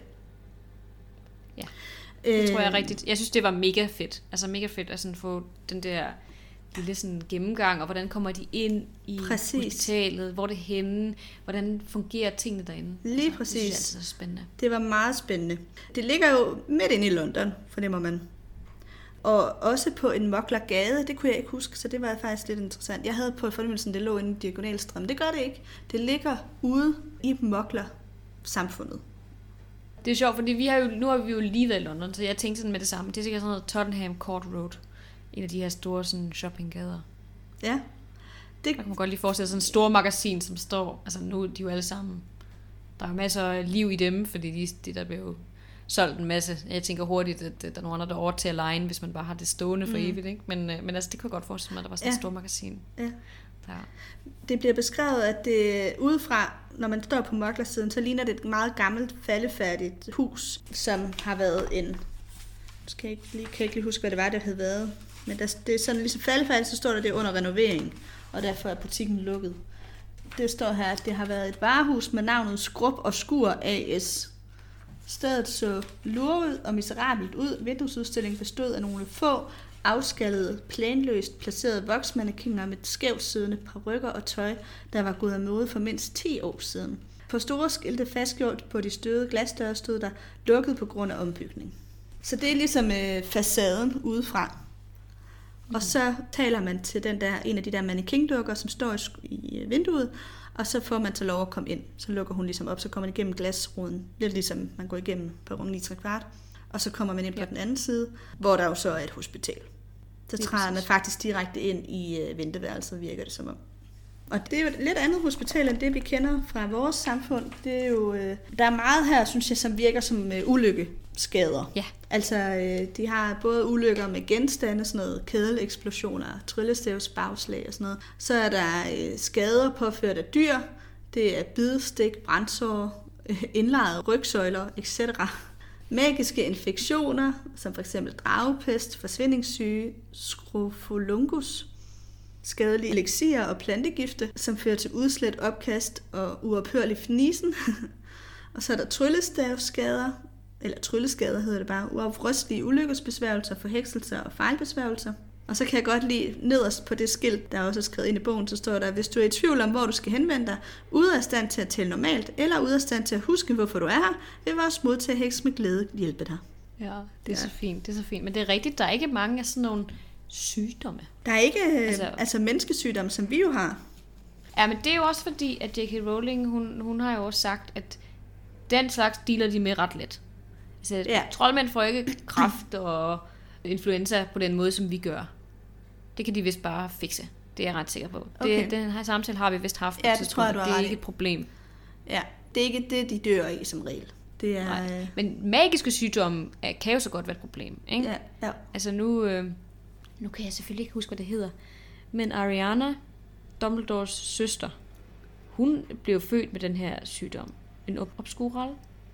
Ja, det øh, tror jeg er rigtigt. Jeg synes, det var mega fedt. Altså mega fedt at sådan få den der lille sådan gennemgang, og hvordan kommer de ind i præcis. hospitalet, hvor det er henne, hvordan fungerer tingene derinde. Lige altså, præcis. Det synes jeg er så spændende. Det var meget spændende. Det ligger jo midt inde i London, fornemmer man. Og også på en Moklergade, det kunne jeg ikke huske, så det var faktisk lidt interessant. Jeg havde på fornemmelsen, det lå inde i Diagonalstræde, det gør det ikke. Det ligger ude i Mokler-samfundet. Det er sjovt, fordi vi har jo, nu har vi jo lige været i London, så jeg tænkte sådan med det samme. Det er sikkert sådan noget Tottenham Court Road, en af de her store sådan, shoppinggader. Ja. Det kan man godt lige forestille sådan en stor magasin, som står, altså nu er de jo alle sammen, der er jo masser af liv i dem, fordi de, de der bliver jo solgt en masse. Jeg tænker hurtigt, at der er nogle andre, der overtager lejen, hvis man bare har det stående for mm. evigt, ikke? Men, men altså, det kunne jeg godt forestille mig, at der var sådan ja. et stort magasin. Ja. Der. Det bliver beskrevet, at det udefra, når man står på Moklersiden, så ligner det et meget gammelt, faldefærdigt hus, som har været en, skal jeg ikke lige, kan jeg ikke lige huske, hvad det var, det havde været. Men der, det er sådan ligesom faldefald, så står der det under renovering, og derfor er butikken lukket. Det står her, at det har været et varehus med navnet Skrub og Skur A S. Stedet så lurvet og miserabelt ud. Vinduesudstillingen bestod af nogle få afskallede, planløst placerede voksmannekiner med skævt siddende parykker og tøj, der var gået af mode for mindst ti år siden. På store skilte fastgjort på de støde glasdøre stod der lukket på grund af ombygning. Så det er ligesom øh, facaden udefra. Mm. Og så taler man til den der, en af de der mannequin-dukker, som står i, i vinduet, og så får man til lov at komme ind. Så lukker hun ligesom op, så kommer man igennem glasruden, lidt ligesom man går igennem på rum ni tre kvart. Og så kommer man ind på ja. den anden side, hvor der jo så er et hospital. Så træder man faktisk direkte ind i øh, venteværelset, virker det som om. Og det er jo et lidt andet hospital, end det vi kender fra vores samfund. Det er jo, øh, der er meget her, synes jeg, som virker som øh, ulykkeskader. Ja. Altså, øh, de har både ulykker med genstande, sådan noget kedeleksplosioner, tryllestævs, bagslag og sådan noget. Så er der øh, skader påført af dyr. Det er bidestik, brændsår, øh, indlejrede rygsøjler, et cetera. Magiske infektioner, som f.eks. dragepest, forsvindingssyge, skrofolungus, skadelige elixirer og plantegifte, som fører til udslæt, opkast og uophørlig fnisen. Og så er der tryllestavsskader, eller trylleskader hedder det bare, uafrystelige ulykkesbesværgelser, forhekselser og fejlbesværgelser. Og så kan jeg godt lide nederst på det skilt, der er også skrevet ind i bogen, så står der, hvis du er i tvivl om, hvor du skal henvende dig, ude af stand til at tælle normalt, eller ude af stand til at huske, hvorfor du er her, vil vores modtager heks med glæde hjælpe dig. Ja, det er ja. så fint, det er så fint. Men det er rigtigt, der er ikke mange af sådan nogle sygdomme. Der er ikke altså, altså menneskesygdomme, som vi jo har. Ja, men det er jo også fordi, at J K. Rowling, hun, hun har jo også sagt, at den slags dealer de med ret let. Altså, ja. troldmænd får ikke kræft og influenza på den måde, som vi gør. Det kan de vist bare fikse. Det er jeg ret sikker på. Okay. Det, den her samtale har vi vist haft. Ja, det tror jeg, du har Det er ret ikke et problem. Ja, det er ikke det, de dør i som regel. Det er... Nej. Men magiske sygdomme kan jo så godt være et problem. Ikke? Ja, ja. Altså nu, øh, nu kan jeg selvfølgelig ikke huske, hvad det hedder. Men Ariana, Dumbledores søster, hun blev født med den her sygdom. En ob- obscural?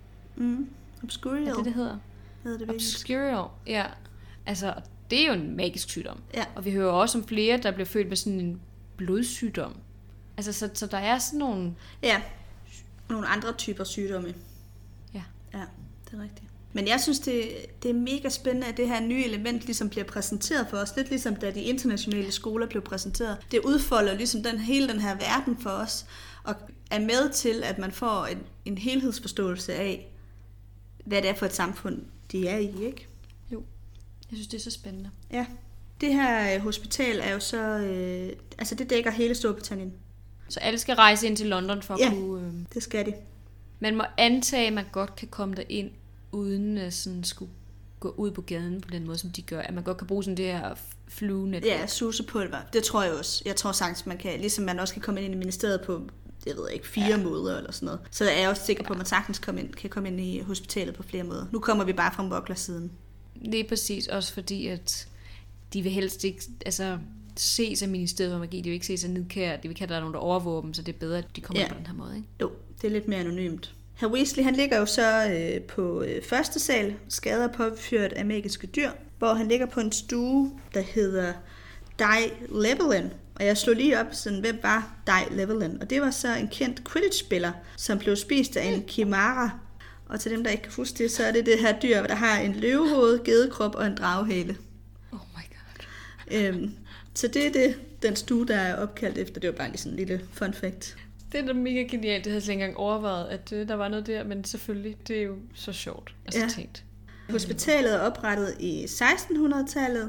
Mm. Obscurial. Er det, det hedder? Hedder det Obscurial, ja. Altså, det er jo en magisk sygdom. Ja. Og vi hører også om flere, der bliver født med sådan en blodsygdom. Altså, så, så der er sådan nogle... Ja, nogle andre typer sygdomme. Ja. Ja, det er rigtigt. Men jeg synes, det, det er mega spændende, at det her nye element ligesom bliver præsenteret for os. Lidt ligesom da de internationale skoler blev præsenteret. Det udfolder ligesom den, hele den her verden for os, og er med til, at man får en, en helhedsforståelse af, hvad det er for et samfund, de er i, ikke? Jo, jeg synes, det er så spændende. Ja, det her hospital er jo så, øh, altså det dækker hele Storbritannien. Så alle skal rejse ind til London for at ja, kunne... Øh... det skal de. Man må antage, at man godt kan komme derind, uden at sådan skulle gå ud på gaden på den måde, som de gør. At man godt kan bruge sådan det her fluenet. Ja, susepulver. Det tror jeg også. Jeg tror sagtens, man kan, ligesom man også kan komme ind i ministeriet på, jeg ved ikke, fire ja. måder eller sådan noget. Så jeg er også sikker på, at man sagtens komme ind, kan komme ind i hospitalet på flere måder. Nu kommer vi bare fra Mugler-siden. Det er præcis også fordi, at de vil helst ikke altså, se sig ministeriet for magi. De vil ikke se sig nidkære. De vil ikke have, at der er nogen, der overvåger dem, så det er bedre, at de kommer ja. på den her måde. Ikke? Jo, det er lidt mere anonymt. Herr Weasley, han ligger jo så øh, på øh, første sal, skader påført af magiske dyr, hvor han ligger på en stue, der hedder Die Levelin. Og jeg slog lige op, sådan, hvem var Die Levelin? Og det var så en kendt Quidditch-spiller, som blev spist af en Kimara. Og til dem, der ikke kan huske det, så er det det her dyr, der har en løvehoved, gedekrop og en dragehale. Oh my god. Øhm, så det er det, den stue, der er opkaldt efter. Det var bare lige sådan en lille fun fact. Det er da mega genialt. Det havde jeg slet ikke engang overvejet, at øh, der var noget der, men selvfølgelig, det er jo så sjovt. Altså ja. tænkt. Hospitalet er oprettet i sekstenhundredetallet,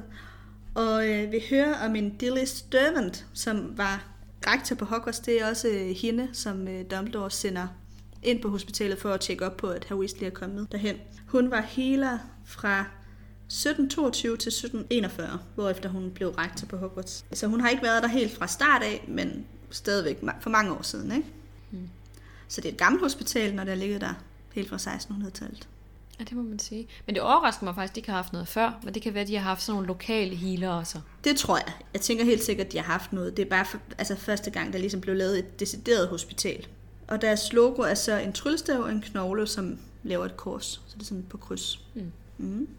og øh, vi hører om en Dilys Derwent, som var rektor på Hogwarts. Det er også øh, hende, som øh, Dumbledore sender ind på hospitalet for at tjekke op på, at Herr Weasley er kommet derhen. Hun var healer fra sytten toogtyve til sytten enogfyrre, hvorefter hun blev rektor på Hogwarts. Så hun har ikke været der helt fra start af, men stadigvæk for mange år siden, ikke? Hmm. Så det er et gammelt hospital, når det er ligget der helt fra sekstenhundredetallet. Ja, det må man sige. Men det overrasker mig faktisk, at de ikke har haft noget før, men det kan være, at de har haft sådan nogle lokale healer også. Det tror jeg. Jeg tænker helt sikkert, at de har haft noget. Det er bare for, altså første gang, der ligesom blev lavet et decideret hospital. Og deres logo er så en tryllestav og en knogle, som laver et kors. Så det er sådan på kryds. Mm. Mm.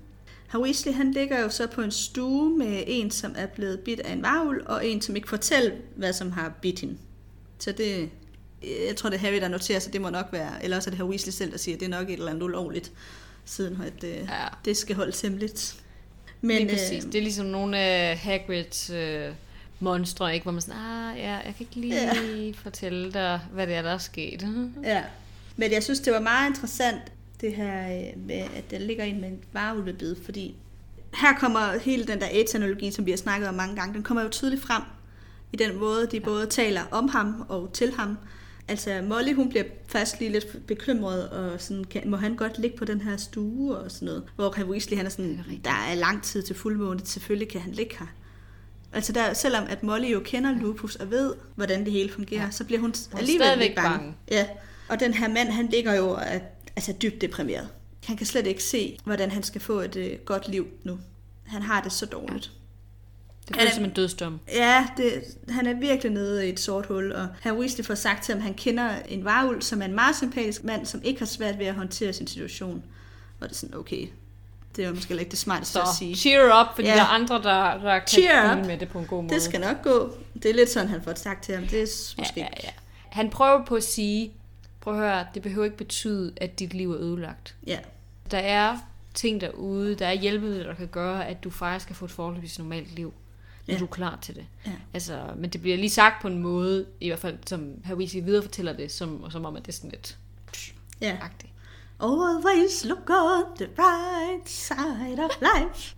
Herr Weasley, han ligger jo så på en stue med en, som er blevet bidt af en varulv, og en, som ikke fortæller, hvad som har bidt hende. Så det, jeg tror, det er Harry, der noterer sig, det må nok være, eller også er det Herr Weasley selv, der siger, at det er nok et eller andet ulovligt, siden at det, ja. det skal holdes hemmeligt. Men, det er præcis. Øh, det er ligesom nogle af Hagrids øh, monstre, ikke? Hvor man sådan, ah, ja, jeg kan ikke lige ja. fortælle dig, hvad det er, der er sket. Ja, men jeg synes, det var meget interessant, det her med, at der ligger en med en varulvebid, fordi her kommer hele den der AIDS-analogi, som vi har snakket om mange gange, den kommer jo tydeligt frem i den måde, de ja. både taler om ham og til ham. Altså Molly, hun bliver faktisk lige lidt bekymret, og sådan, kan, må han godt ligge på den her stue og sådan noget. Hvor Herr Weasley, han er sådan, der er lang tid til fuldmåne, selvfølgelig kan han ligge her. Altså der, selvom at Molly jo kender Lupus og ved, hvordan det hele fungerer, ja. så bliver hun, hun alligevel lidt bange. bange. Ja. Og den her mand, han ligger jo altså dybt deprimeret. Han kan slet ikke se, hvordan han skal få et øh, godt liv nu. Han har det så dårligt. Ja. Det føles som en dødsdom. Ja, det, han er virkelig nede i et sort hul, og Herr Weasley får sagt til ham, at han kender en varulv, som er en meget sympatisk mand, som ikke har svært ved at håndtere sin situation. Og det er sådan, okay, det er jo måske ikke det smarteste så, at sige. Cheer up, fordi ja. der er andre, der, der kan deale med det på en god måde. Det skal nok gå. Det er lidt sådan, han får sagt til ham. Det er måske ja, ja, ja. Han prøver på at sige, prøv at høre, det behøver ikke betyde, at dit liv er ødelagt. Ja. Der er ting derude, der er hjælpemidler, der kan gøre, at du faktisk kan få et forholdsvis normalt liv, når ja. du er klar til det. Ja. Altså, men det bliver lige sagt på en måde, i hvert fald som Herr Weasley videre fortæller det, som, som om, at det er sådan lidt ja. agtigt. Always look on the right side of life.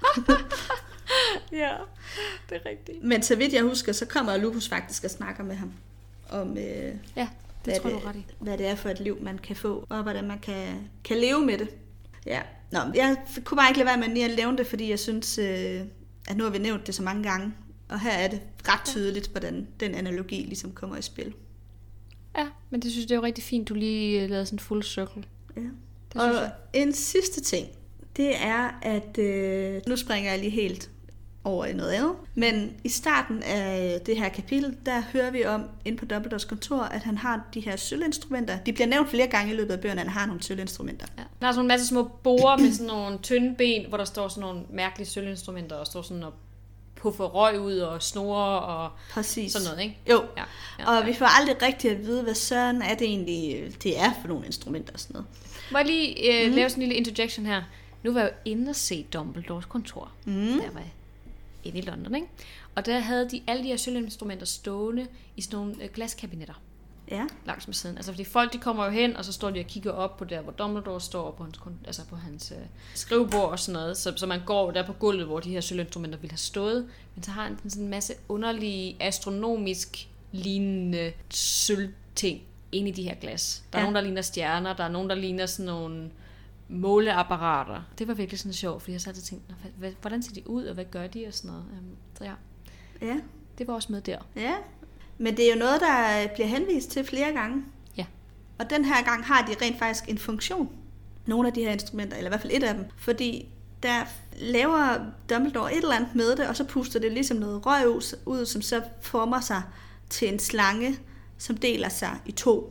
Ja, det er rigtigt. Men så vidt jeg husker, så kommer Lupus faktisk og snakker med ham om, øh, ja, det hvad, tror det, du ret i. hvad det er for et liv, man kan få, og hvordan man kan, kan leve med det. Ja. Nå, jeg kunne bare ikke lade være med lige at nævne det, fordi jeg synes, øh, at nu har vi nævnt det så mange gange, og her er det ret tydeligt, hvordan den analogi ligesom kommer i spil. Ja, men det synes jeg, det er jo rigtig fint, du lige lavede sådan en full circle. Ja. Det og jeg. En sidste ting, det er, at øh, nu springer jeg lige helt over i noget andet, men i starten af det her kapitel, der hører vi om inde på Dumbledores kontor, at han har de her sølvinstrumenter. De bliver nævnt flere gange i løbet af bøgerne, at han har nogle sølvinstrumenter. Ja. Der er sådan en masse små borer med sådan nogle tynde ben, hvor der står sådan nogle mærkelige sølvinstrumenter, og står sådan og puffer røg ud og snore og præcis. Sådan noget, ikke? Jo, ja. Ja, og ja. vi får aldrig rigtigt at vide, hvad søren er det egentlig, det er for nogle instrumenter og sådan noget. Må jeg lige øh, mm. lave sådan en lille interjection her? Nu var jeg jo inde og se Dumbledores kontor. Mm. Der var jeg inde i London, ikke? Og der havde de alle de her sølvinstrumenter stående i sådan nogle øh, glaskabinetter. Ja. Langs med siden. Altså fordi folk, de kommer jo hen, og så står de og kigger op på der, hvor Dumbledore står, på hans, altså på hans øh, skrivebord og sådan noget. Så, så man går der på gulvet, hvor de her sølvinstrumenter ville have stået. Men så har han sådan en masse underlige, astronomisk lignende sølvting inde i de her glas. Der er ja. nogen, der ligner stjerner, der er nogen, der ligner sådan nogle måleapparater. Det var virkelig sådan sjovt, fordi jeg satte og tænkte, hvordan ser de ud, og hvad gør de, og sådan noget. Så ja, ja. det var også med der. Ja, men det er jo noget, der bliver henvist til flere gange. Ja. Og den her gang har de rent faktisk en funktion. Nogle af de her instrumenter, eller i hvert fald et af dem. Fordi der laver Dumbledore et eller andet med det, og så puster det ligesom noget røg ud, som så former sig til en slange, som deler sig i to.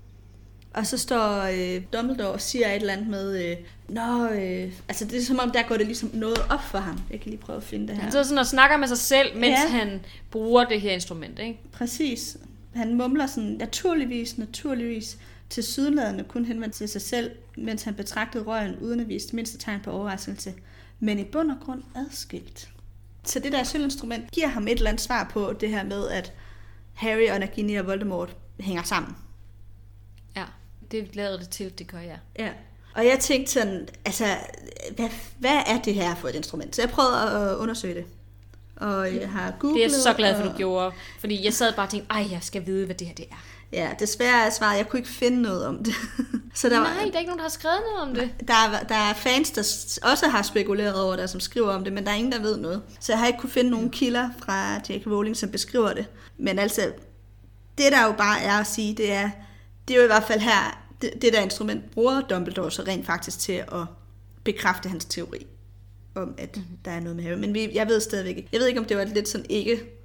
Og så står øh, Dumbledore og siger et eller andet med, øh, Nå, øh, altså det er som om, der går det ligesom noget op for ham. Jeg kan lige prøve at finde det her. Han sidder sådan og snakker med sig selv, mens ja. han bruger det her instrument, ikke? Præcis. Han mumler sådan, naturligvis, naturligvis, til sydenladende kun henvendt til sig selv, mens han betragtede røgen uden at vise det mindste tegn på overraskelse. Men i bund og grund adskilt. Så det der sølvinstrument giver ham et eller andet svar på det her med, at Harry og Nagini og Voldemort hænger sammen. Ja, det lader det til, det gør jeg. Ja. Og jeg tænkte sådan, altså, hvad, hvad er det her for et instrument? Så jeg prøvede at undersøge det. Og jeg har googlet. Det er jeg så glad for, og... du gjorde. Fordi jeg sad bare og tænkte, ej, jeg skal vide, hvad det her det er. Ja, desværre er svaret, jeg kunne ikke finde noget om det. Så der Nej, var, der er ikke nogen, der har skrevet noget om det. Der er, der er fans, der også har spekuleret over det, som skriver om det, men der er ingen, der ved noget. Så jeg har ikke kunne finde nogen kilder fra J K Rowling, som beskriver det. Men altså, det der jo bare er at sige, det er, det er jo i hvert fald her, det, det der instrument bruger Dumbledore så rent faktisk til at bekræfte hans teori om, at mm-hmm. der er noget med Harry. Men vi, jeg ved stadigvæk ikke. Jeg ved ikke, om det var lidt sådan ikke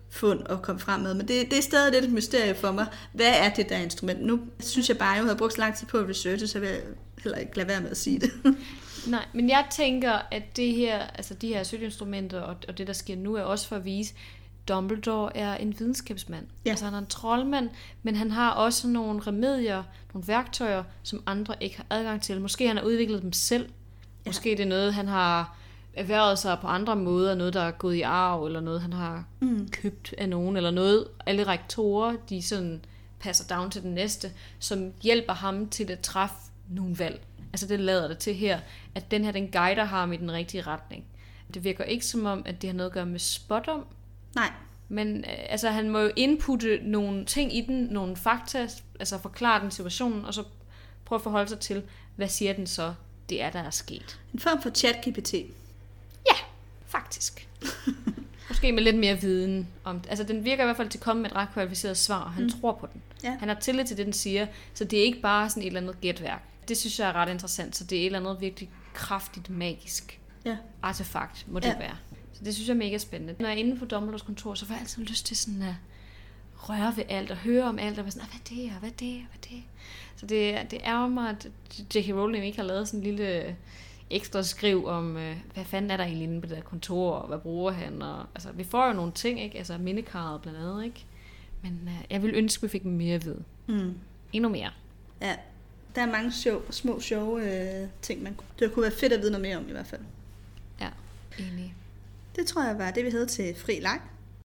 fund at komme frem med. Men det, det er stadig lidt et mysterie for mig. Hvad er det der instrument? Nu synes jeg bare, at jeg havde brugt så lang tid på at researche, så vil jeg heller ikke lade være med at sige det. Nej, men jeg tænker, at det her, altså de her søgeinstrumenter og, og det, der sker nu, er også for at vise, Dumbledore er en videnskabsmand. Ja. Altså han er en troldmand, men han har også nogle remedier, nogle værktøjer, som andre ikke har adgang til. Måske han har udviklet dem selv. Måske ja. det er noget, han har erhvervet sig på andre måder, noget, der er gået i arv, eller noget, han har mm. købt af nogen, eller noget. Alle rektorer, de sådan passer down til den næste, som hjælper ham til at træffe nogle valg. Altså det lader det til her, at den her, den guider ham i den rigtige retning. Det virker ikke som om, at det har noget at gøre med spådom. Nej. Men altså, han må jo inputte nogle ting i den, nogle fakta, altså forklare den situation, og så prøve at forholde sig til, hvad siger den så, det er, der er sket. En form for ChatGPT. Ja, faktisk. Måske med lidt mere viden om det. Altså, den virker i hvert fald til at komme med et ret kvalificeret svar, og han mm. tror på den. Ja. Han har tillid til det, den siger, så det er ikke bare sådan et eller andet gætværk. Det synes jeg er ret interessant, så det er et eller andet virkelig kraftigt, magisk ja. artefakt, må det ja. være. Så det synes jeg er mega spændende. Når jeg er inde på Dumbledores kontor, så får jeg altid lyst til sådan at røre ved alt og høre om alt, og være sådan, hvad er det, og hvad er det, og hvad er det? Så det, det ærger mig, at J K Rowling ikke har lavet sådan en lille ekstra skriv om, hvad fanden er der egentlig inde på det der kontor, og hvad bruger han? Og, altså, vi får jo nogle ting, ikke? Altså mindekarret blandt andet, ikke? Men uh, jeg vil ønske, at vi fik mere at vide. Mm. Endnu mere. Ja, der er mange sjov, små, sjove øh, ting, man det kunne være fedt at vide noget mere om i hvert fald. Ja, enig. Det tror jeg var det, vi havde til fri leg.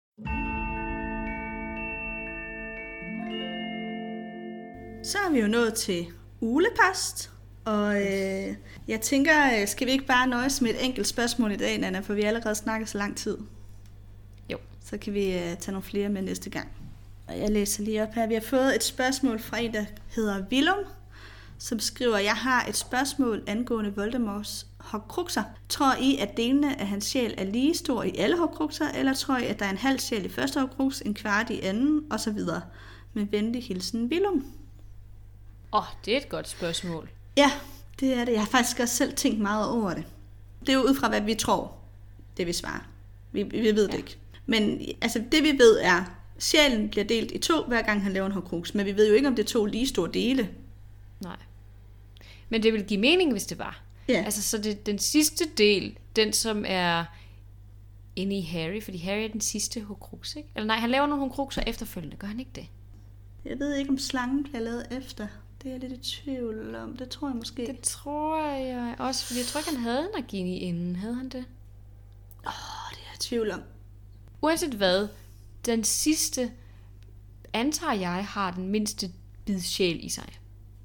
Så er vi jo nået til ulepost, og øh, jeg tænker, skal vi ikke bare nøjes med et enkelt spørgsmål i dag, Nana, for vi har allerede snakket så lang tid. Jo. Så kan vi øh, tage nogle flere med næste gang. Og jeg læser lige op her. Vi har fået et spørgsmål fra en, der hedder Willum, som skriver, jeg har et spørgsmål angående Voldemorts horcruxer. Tror I, at delene af hans sjæl er lige stor i alle horcruxer, eller tror I, at der er en halv sjæl i første horcrux, en kvart i anden, osv.? Med venlig hilsen, Willum. Åh, oh, det er et godt spørgsmål. Ja, det er det. Jeg har faktisk også selv tænkt meget over det. Det er jo ud fra, hvad vi tror, det vi svarer. Vi, vi ved det ja. ikke. Men altså, det vi ved er, sjælen bliver delt i to, hver gang han laver en horcrux. Men vi ved jo ikke, om det er to lige store dele. Nej. Men det ville give mening, hvis det var. Ja. Altså, så det, den sidste del, den som er inde i Harry, fordi Harry er den sidste horcrux, ikke? Eller nej, han laver nogle horcruxer efterfølgende, gør han ikke det? Jeg ved ikke, om slangen bliver lavet efter. Det er jeg lidt i tvivl om. Det tror jeg måske. Det tror jeg også, fordi jeg tror ikke, han havde Nagini inden. Havde han det? Åh, oh, det er jeg i tvivl om. Uanset hvad, den sidste, antager jeg, har den mindste bid sjæl i sig.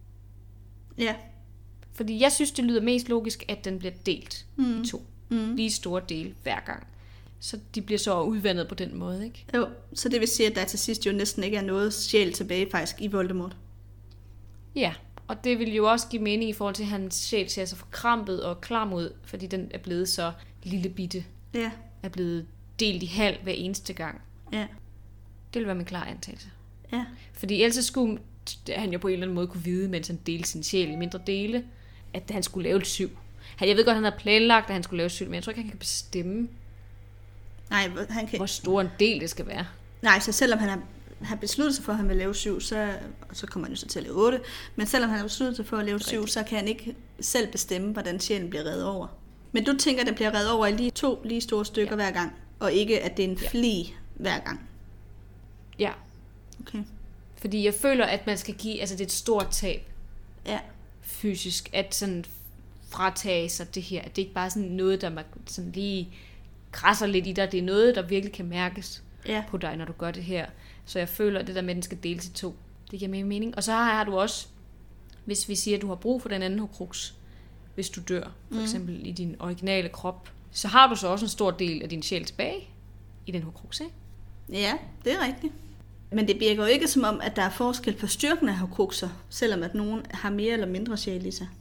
Ja. Fordi jeg synes, det lyder mest logisk, at den bliver delt mm. i to. Mm. Lige store dele hver gang. Så de bliver så udvandet på den måde, ikke? Jo, så det vil sige, at der til sidst jo næsten ikke er noget sjæl tilbage faktisk i Voldemort. Ja, og det vil jo også give mening i forhold til, at hans sjæl ser så forkrampet og klam ud, fordi den er blevet så lille bitte. Ja. Er blevet delt i halv hver eneste gang. Ja. Det vil være min klar antagelse. Ja. Fordi ellers skulle han jo på en eller anden måde kunne vide, mens han delte sin sjæl i mindre dele, at han skulle lave et syv. Jeg ved godt, at han har planlagt, at han skulle lave et syv, men jeg tror ikke, han kan bestemme, Nej, han kan... hvor stor en del det skal være. Nej, så selvom han har, har besluttet sig for, at han vil lave syv, så, så kommer han jo så til at lave otte. Men selvom han har besluttet sig for at lave syv, så kan han ikke selv bestemme, hvordan sjælen bliver reddet over. Men du tænker, at den bliver reddet over i lige to lige store stykker ja. hver gang, og ikke, at det er en ja. fli hver gang? Ja. Okay. Fordi jeg føler, at man skal give, altså det er et stort tab. Ja. Fysisk, at sådan fratage sig det her. At det ikke bare er sådan noget, der man sådan lige krasser lidt i dig. Det er noget, der virkelig kan mærkes ja. på dig, når du gør det her. Så jeg føler, at det der med, at den skal deles i to, det giver mere mening. Og så har du også, hvis vi siger, at du har brug for den anden horcrux, hvis du dør, for mm. eksempel i din originale krop, så har du så også en stor del af din sjæl tilbage i den horcrux, ikke? Ja, det er rigtigt. Men det virker jo ikke som om, at der er forskel på styrken af horcruxer, selvom at nogen har mere eller mindre sjæl i sig.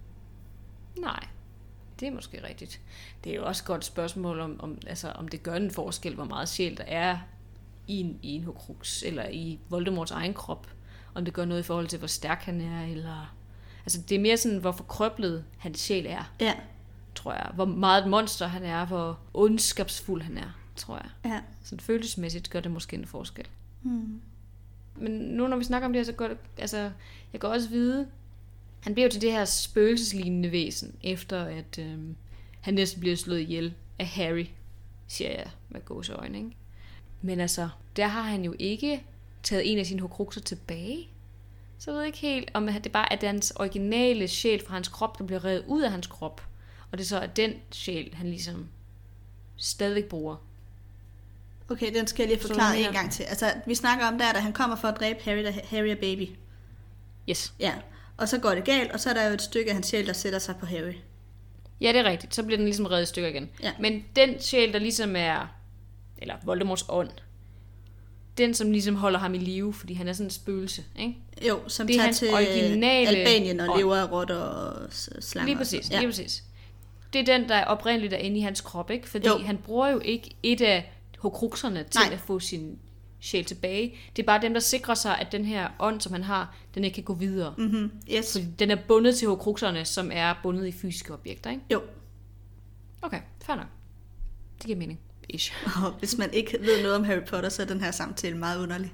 Nej, det er måske rigtigt. Det er jo også et godt spørgsmål, om, om, altså, om det gør en forskel, hvor meget sjæl der er i en, i en horcrux, eller i Voldemorts egen krop. Om det gør noget i forhold til, hvor stærk han er, eller... Altså, det er mere sådan, hvor forkrøblet hans sjæl er, ja. tror jeg. Hvor meget et monster han er, hvor ondskabsfuld han er, tror jeg. Ja. Sådan følelsesmæssigt gør det måske en forskel. Hmm. Men nu når vi snakker om det her, så går det, altså, jeg kan også vide, han bliver jo til det her spøgelseslignende væsen, efter at øhm, han næsten bliver slået ihjel af Harry, siger jeg med gåseøjne, ikke? Men altså, der har han jo ikke taget en af sine horcruxer tilbage. Så jeg ved ikke helt, om det bare er hans originale sjæl fra hans krop, der bliver revet ud af hans krop. Og det så er den sjæl, han ligesom stadigvæk bruger. Okay, den skal jeg lige forklare en gang til. Altså, vi snakker om der, da han kommer for at dræbe Harry, da Harry er baby. Yes. Ja, og så går det galt, og så er der jo et stykke af hans sjæl, der sætter sig på Harry. Ja, det er rigtigt. Så bliver den ligesom revet i stykker igen. Ja. Men den sjæl, der ligesom er, eller Voldemorts ånd, den som ligesom holder ham i live, fordi han er sådan en spøgelse, ikke? Jo, som det er tager til originale Albanien og ånd. lever af rotter og slanger. Lige præcis, ja. lige præcis. Det er den, der er oprindeligt er inde i hans krop, ikke? Fordi jo. han bruger jo ikke et af horcruxerne til Nej. at få sin sjæl tilbage. Det er bare dem, der sikrer sig, at den her ånd, som han har, den ikke kan gå videre. Mm-hmm. Yes. Fordi den er bundet til horcruxerne, som er bundet i fysiske objekter, ikke? Jo. Okay, fair nok. Det giver mening. Ish. Og hvis man ikke ved noget om Harry Potter, så er den her samtale meget underlig.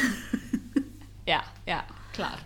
ja, ja, klart.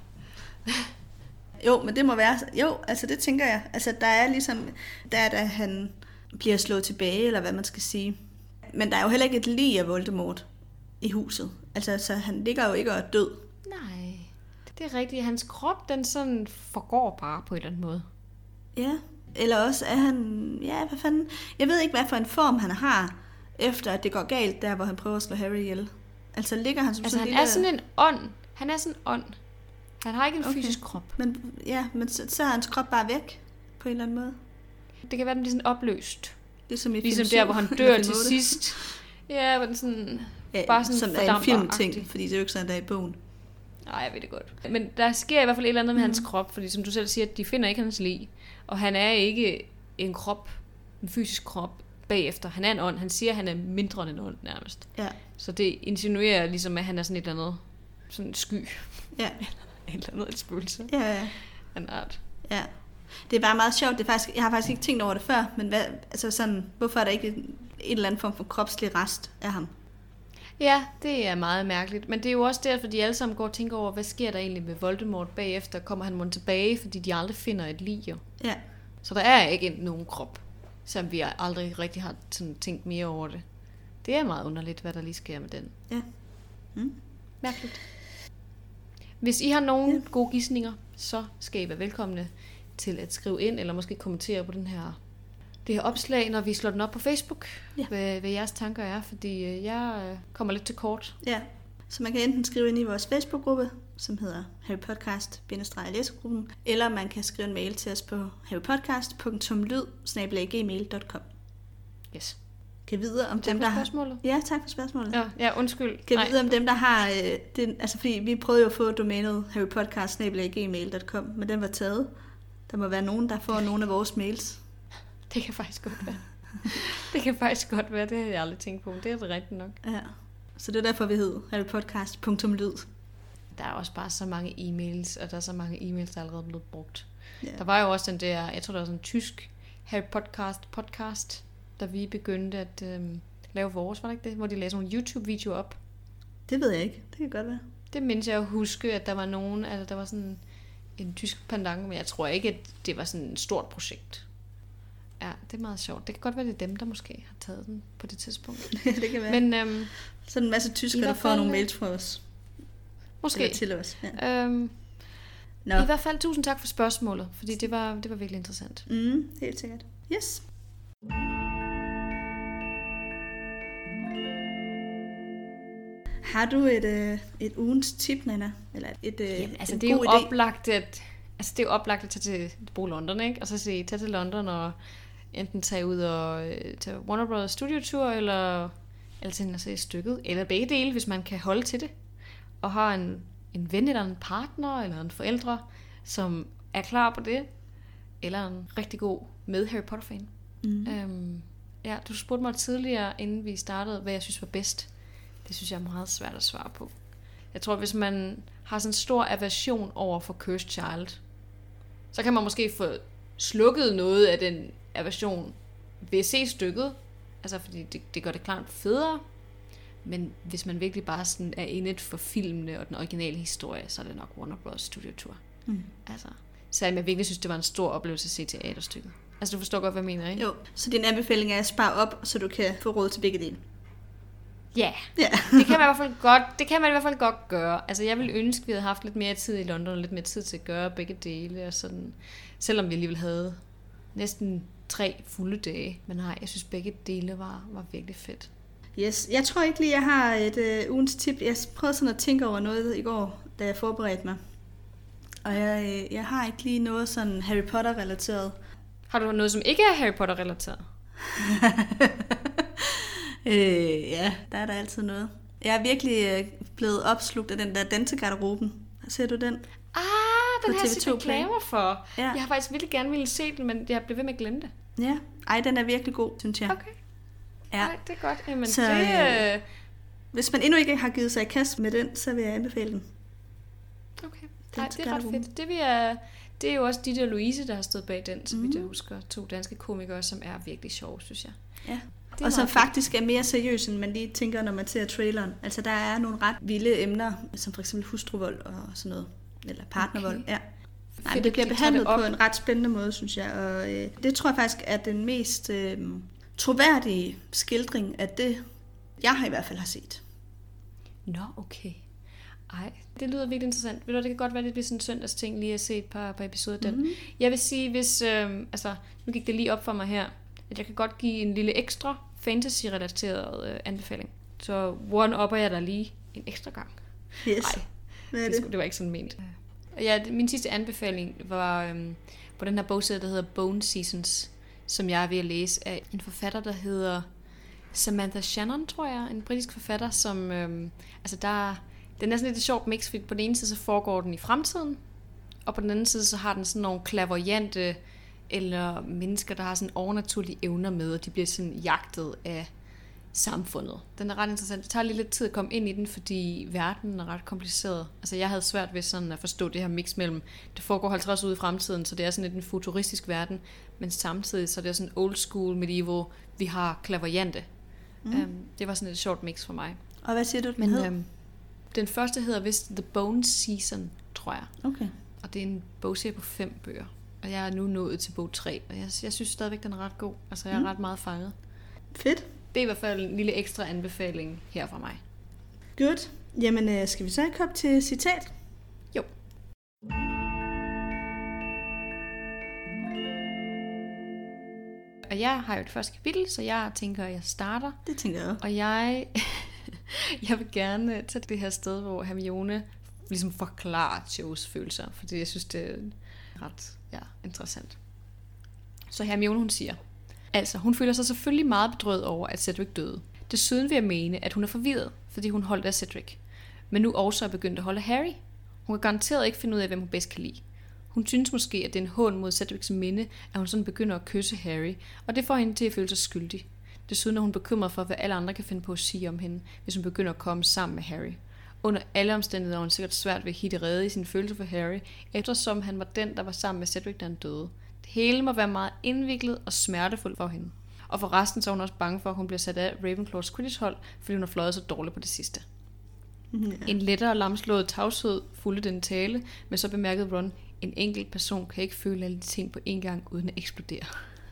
Jo, men det må være... Jo, altså det tænker jeg. Altså der er ligesom... Der er da han bliver slået tilbage, eller hvad man skal sige. Men der er jo heller ikke et lig af Voldemort i huset. Altså så han ligger jo ikke og er død. Nej, det er rigtigt. Hans krop, den sådan forgår bare på en eller anden måde. Ja, eller også er han... Ja, hvad fanden... Jeg ved ikke, hvad for en form han har, efter at det går galt, der hvor han prøver at slå Harry ihjel. Altså ligger han som altså, sådan han lille... er sådan en ånd. Han er sådan en ånd. Han har ikke en okay. fysisk krop. Men, ja, men så, så er hans krop bare væk, på en eller anden måde. Det kan være, den bliver sådan opløst. Ligesom, i ligesom film der, hvor han dør til sidst. Ja, hvor den sådan... Ja, bare sådan som er en filmting, fordi det er jo ikke sådan, der er i bogen. Nej, jeg ved det godt. Men der sker i hvert fald et eller andet med mm. hans krop, fordi som du selv siger, de finder ikke hans lig. Og han er ikke en krop, en fysisk krop bagefter. Han er en ånd. Han siger, at han er mindre end en ånd nærmest. Ja. Så det insinuerer ligesom, at han er sådan et eller andet sådan en sky. Ja. et eller andet, et spøgelse. Ja, ja. En art. Ja. Det er bare meget sjovt. Det er faktisk, jeg har faktisk ikke tænkt over det før, men hvad, altså sådan, hvorfor er der ikke en, en eller anden form for kropslig rest af ham? Ja, det er meget mærkeligt. Men det er jo også derfor, de alle sammen går og tænker over, hvad sker der egentlig med Voldemort bagefter? Kommer han mon tilbage, fordi de aldrig finder et lig, jo? Ja. Så der er ikke nogen krop, som vi aldrig rigtig har sådan tænkt mere over det. Det er meget underligt, hvad der lige sker med den. Ja. Mm. Mærkeligt. Hvis I har nogle ja. gode gidsninger, så skal I være velkomne til at skrive ind, eller måske kommentere på den her, det her opslag, når vi slår den op på Facebook, ja. hvad, hvad jeres tanker er, fordi jeg kommer lidt til kort. Ja, så man kan enten skrive ind i vores Facebook-gruppe, som hedder Harry Podcast-læsergruppen, eller man kan skrive en mail til os på harrypodcast punktum lyd snabel-a gmail punktum com. Yes. Kan vide om tak dem, for der spørgsmålet. Har... Ja, tak for spørgsmålet. Ja, ja undskyld. Kan Nej. vide om dem, der har... Øh, den, altså fordi vi prøvede jo at få domænet harrypodcast snabel-a gmail punktum com, men den var taget. Der må være nogen, der får nogle af vores mails. Det kan faktisk godt være. Det kan faktisk godt være, det har jeg aldrig tænkt på, men det er det rigtigt nok. Ja, så det er derfor, vi hed harrypodcast punktum lyd. Der er også bare så mange e-mails, og der er så mange e-mails, der er allerede blevet brugt. Ja. Der var jo også den der, jeg tror der var sådan en tysk Harry Podcast podcast, da vi begyndte at øhm, lave vores, var det ikke det? Hvor de lagde sådan nogle YouTube-videoer op. Det ved jeg ikke, det kan godt være. Det mindes jeg at huske, at der var nogen, altså der var sådan en tysk pendant, men jeg tror ikke, at det var sådan et stort projekt. Ja, det er meget sjovt. Det kan godt være, det er dem, der måske har taget den på det tidspunkt. Det kan være. Men, øhm, så er en masse tyskere, der får nogle mails fra os. Måske. Eller til os. Ja. Øhm, I hvert fald tusind tak for spørgsmålet, fordi det var, det var virkelig interessant. Mm, helt sikkert. Yes. Har du et, øh, et ugens tip, Nana? Eller et, øh, Jamen, altså, en det er god jo idé? oplagt at, altså, det er jo oplagt at tage til bo London, ikke? Og så sige, tage til London og enten tage ud og øh, tage Warner Brothers Studio Tour, eller, eller til at se stykket, eller begge dele, hvis man kan holde til det. Og har en, en ven eller en partner, eller en forældre, som er klar på det, eller en rigtig god med Harry Potter-fan. Mm. Øhm, ja, du spurgte mig tidligere, inden vi startede, hvad jeg synes var bedst. Det synes jeg er meget svært at svare på. Jeg tror, hvis man har sådan en stor aversion over for Cursed Child, så kan man måske få slukket noget af den aversion ved at se stykket, Altså, fordi det, det gør det klart federe. Men hvis man virkelig bare sådan er inde for filmene og den originale historie, så er det nok Warner Bros. Studio Tour. Mm. Altså, så jeg virkelig synes, det var en stor oplevelse at se teaterstykket. Altså, du forstår godt, hvad jeg mener, ikke? Jo, så din anbefaling er at spare op, så du kan få råd til begge dele. Ja, yeah. det kan man i hvert fald godt, det kan man i hvert fald godt gøre. Altså, jeg ville ønske, at vi havde haft lidt mere tid i London, og lidt mere tid til at gøre begge dele, og sådan, selvom vi alligevel havde næsten tre fulde dage. Men nej, jeg synes, begge dele var, var virkelig fedt. Yes, jeg tror ikke lige, jeg har et øh, ugens tip. Jeg prøvede sådan at tænke over noget i går, da jeg forberedte mig. Og jeg, øh, jeg har ikke lige noget sådan Harry Potter-relateret. Har du noget, som ikke er Harry Potter-relateret? øh, ja, der er der altid noget. Jeg er virkelig øh, blevet opslugt af den der dansegarderoben. Ser du den? Ah, den har jeg set reklamer for. Ja. Jeg har faktisk virkelig gerne ville se den, men jeg blev ved med at glemme det. Ja, ej, den er virkelig god, synes jeg. Okay. Ja. Ej, det er godt. Jamen, så, det, øh... hvis man endnu ikke har givet sig i kast med den, så vil jeg anbefale den. Okay, ej, det er ret fedt. Det, vil jeg, det er jo også Ditte og Louise, der har stået bag den, som mm. jeg husker. To danske komikere, som er virkelig sjove, synes jeg. Ja. Og som faktisk er mere seriøs, end man lige tænker, når man ser traileren. Altså, der er nogle ret vilde emner, som for eksempel hustruvold og sådan noget. Eller partnervold, okay. Ja. Nej, det bliver behandlet på en ret spændende måde, synes jeg. Og øh, det tror jeg faktisk er den mest øh, troværdige skildring af det, jeg har i hvert fald har set. Nå, okay. Ej, det lyder virkelig interessant. Ved du, det kan godt være, det bliver sådan en søndags ting, lige at se et par, par episoder af den. Mm-hmm. Jeg vil sige, hvis, øh, altså, nu gik det lige op for mig her, at jeg kan godt give en lille ekstra fantasy-relateret øh, anbefaling. Så one-upper jeg der lige en ekstra gang. Yes. Ej, det? Det, det var ikke sådan ment. Ja, min sidste anbefaling var øhm, på den her bogsæde, der hedder Bone Seasons, som jeg er ved at læse af en forfatter, der hedder Samantha Shannon, tror jeg. En britisk forfatter, som... Øhm, altså, der, den er sådan lidt et sjovt mix, fordi på den ene side, så foregår den i fremtiden, og på den anden side, så har den sådan nogle clairvoyante eller mennesker, der har sådan overnaturlige evner med, og de bliver sådan jagtet af samfundet. Den er ret interessant. Det tager lige lidt tid at komme ind i den, fordi verden er ret kompliceret. Altså, jeg havde svært ved sådan at forstå det her mix mellem, det foregår halvtreds ude i fremtiden, så det er sådan lidt en futuristisk verden, men samtidig så er det sådan old school, medieval, vi har clairvoyante. Mm. Um, det var sådan et sjovt mix for mig. Og hvad siger du, den men, hed? Um, den første hedder vist The Bone Season, tror jeg. Okay. Og det er en bogserie på fem bøger. Og jeg er nu nået til bog tre, og jeg, jeg synes stadigvæk, den er ret god. Altså, jeg er mm. ret meget fanget. Fedt. Det er i hvert fald en lille ekstra anbefaling her fra mig. Good. Jamen, skal vi så ikke komme til citat? Jo. Og jeg har jo et første kapitel, så jeg tænker, at jeg starter. Det tænker jeg. Og jeg, jeg vil gerne tage det her sted, hvor Hermione ligesom forklarer Joes følelser, fordi jeg synes, det er ret ja, interessant. Så Hermione, hun siger, altså, hun føler sig selvfølgelig meget bedrøvet over, at Cedric døde. Desuden vil jeg mene, at hun er forvirret, fordi hun holdt af Cedric. Men nu også er begyndt at holde af Harry. Hun kan garanteret ikke finde ud af, hvem hun bedst kan lide. Hun synes måske, at det er en hån mod Cedrics minde, at hun sådan begynder at kysse Harry, og det får hende til at føle sig skyldig. Desuden er hun bekymret for, hvad alle andre kan finde på at sige om hende, hvis hun begynder at komme sammen med Harry. Under alle omstændigheder er hun sikkert svært ved at hitte rede i sin følelse for Harry, eftersom han var den, der var sammen med Cedric, da han døde. Det hele må være meget indviklet og smertefuldt for hende. Og for resten så er hun også bange for, at hun bliver sat af Ravenclaws Quidditch-hold, fordi hun har fløjet så dårligt på det sidste. Ja. En lettere lamslået tavshed fulgte den tale, men så bemærkede Ron, en enkelt person kan ikke føle alle de ting på en gang, uden at eksplodere.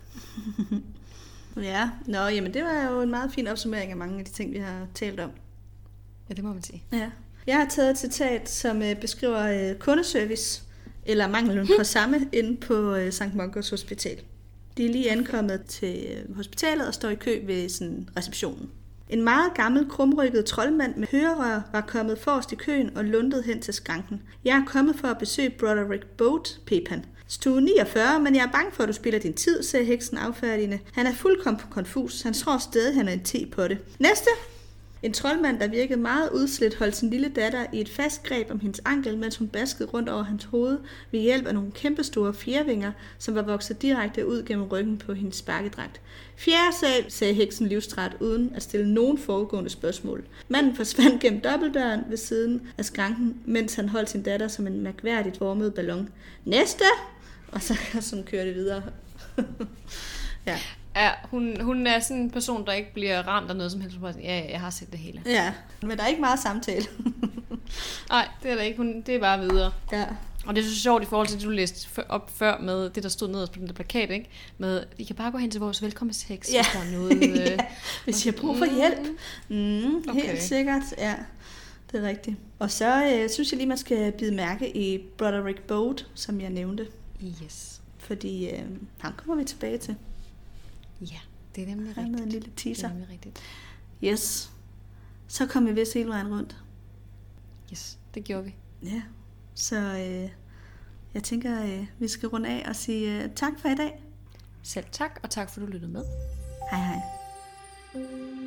Ja, nå, jamen det var jo en meget fin opsummering af mange af de ting, vi har talt om. Ja, det må man sige. Ja. Jeg har taget et citat, som øh, beskriver øh, kundeservice, eller manglen på samme, inde på øh, Sankt Mungos Hospital. De er lige ankommet til øh, hospitalet og står i kø ved sådan, receptionen. En meget gammel, krumrykket troldmand med hørerør var kommet forrest i køen og lundet hen til skranken. Jeg er kommet for at besøge Broderick Boat, pep han. Stue niogfyrre, men jeg er bange for, at du spiller din tid, sagde heksen affærdigende. Han er fuldkommen konfus. Han tror stadig, han er en te på det. Næste! En troldmand, der virkede meget udslidt, holdt sin lille datter i et fast greb om hendes ankel, mens hun baskede rundt over hans hoved ved hjælp af nogle kæmpestore fjervinger, som var vokset direkte ud gennem ryggen på hendes sparkedragt. Fjerde sal, sagde heksen livstræt, uden at stille nogen foregående spørgsmål. Manden forsvandt gennem dobbeltdøren ved siden af skranken, mens han holdt sin datter som en mærkværdigt formet ballon. Næste! Og så sådan kører det videre. Ja. Ja, hun, hun er sådan en person, der ikke bliver ramt af noget som helst. Ja, ja, jeg har set det hele. Ja, men der er ikke meget samtale. Nej, det er der ikke. Hun, det er bare videre. Ja. Og det er så sjovt i forhold til det, du læste op før med det, der stod nederst på den der plakat, ikke? Med, I kan bare gå hen til vores velkomstheks, ja. hvis der er noget. ja. Hvis I har brug for hjælp. Mm, okay. Helt sikkert, ja. Det er rigtigt. Og så øh, synes jeg lige, man skal bide mærke i Broderick Bode, som jeg nævnte. Yes. Fordi øh, ham kommer vi tilbage til. Ja, det er nemlig han rigtigt. En lille teaser. Det er nemlig rigtigt. Yes. Så kom vi vist hele vejen rundt. Yes, det gjorde vi. Ja, så øh, jeg tænker, øh, vi skal runde af og sige øh, tak for i dag. Selv tak, og tak for, at du lyttede med. Hej hej.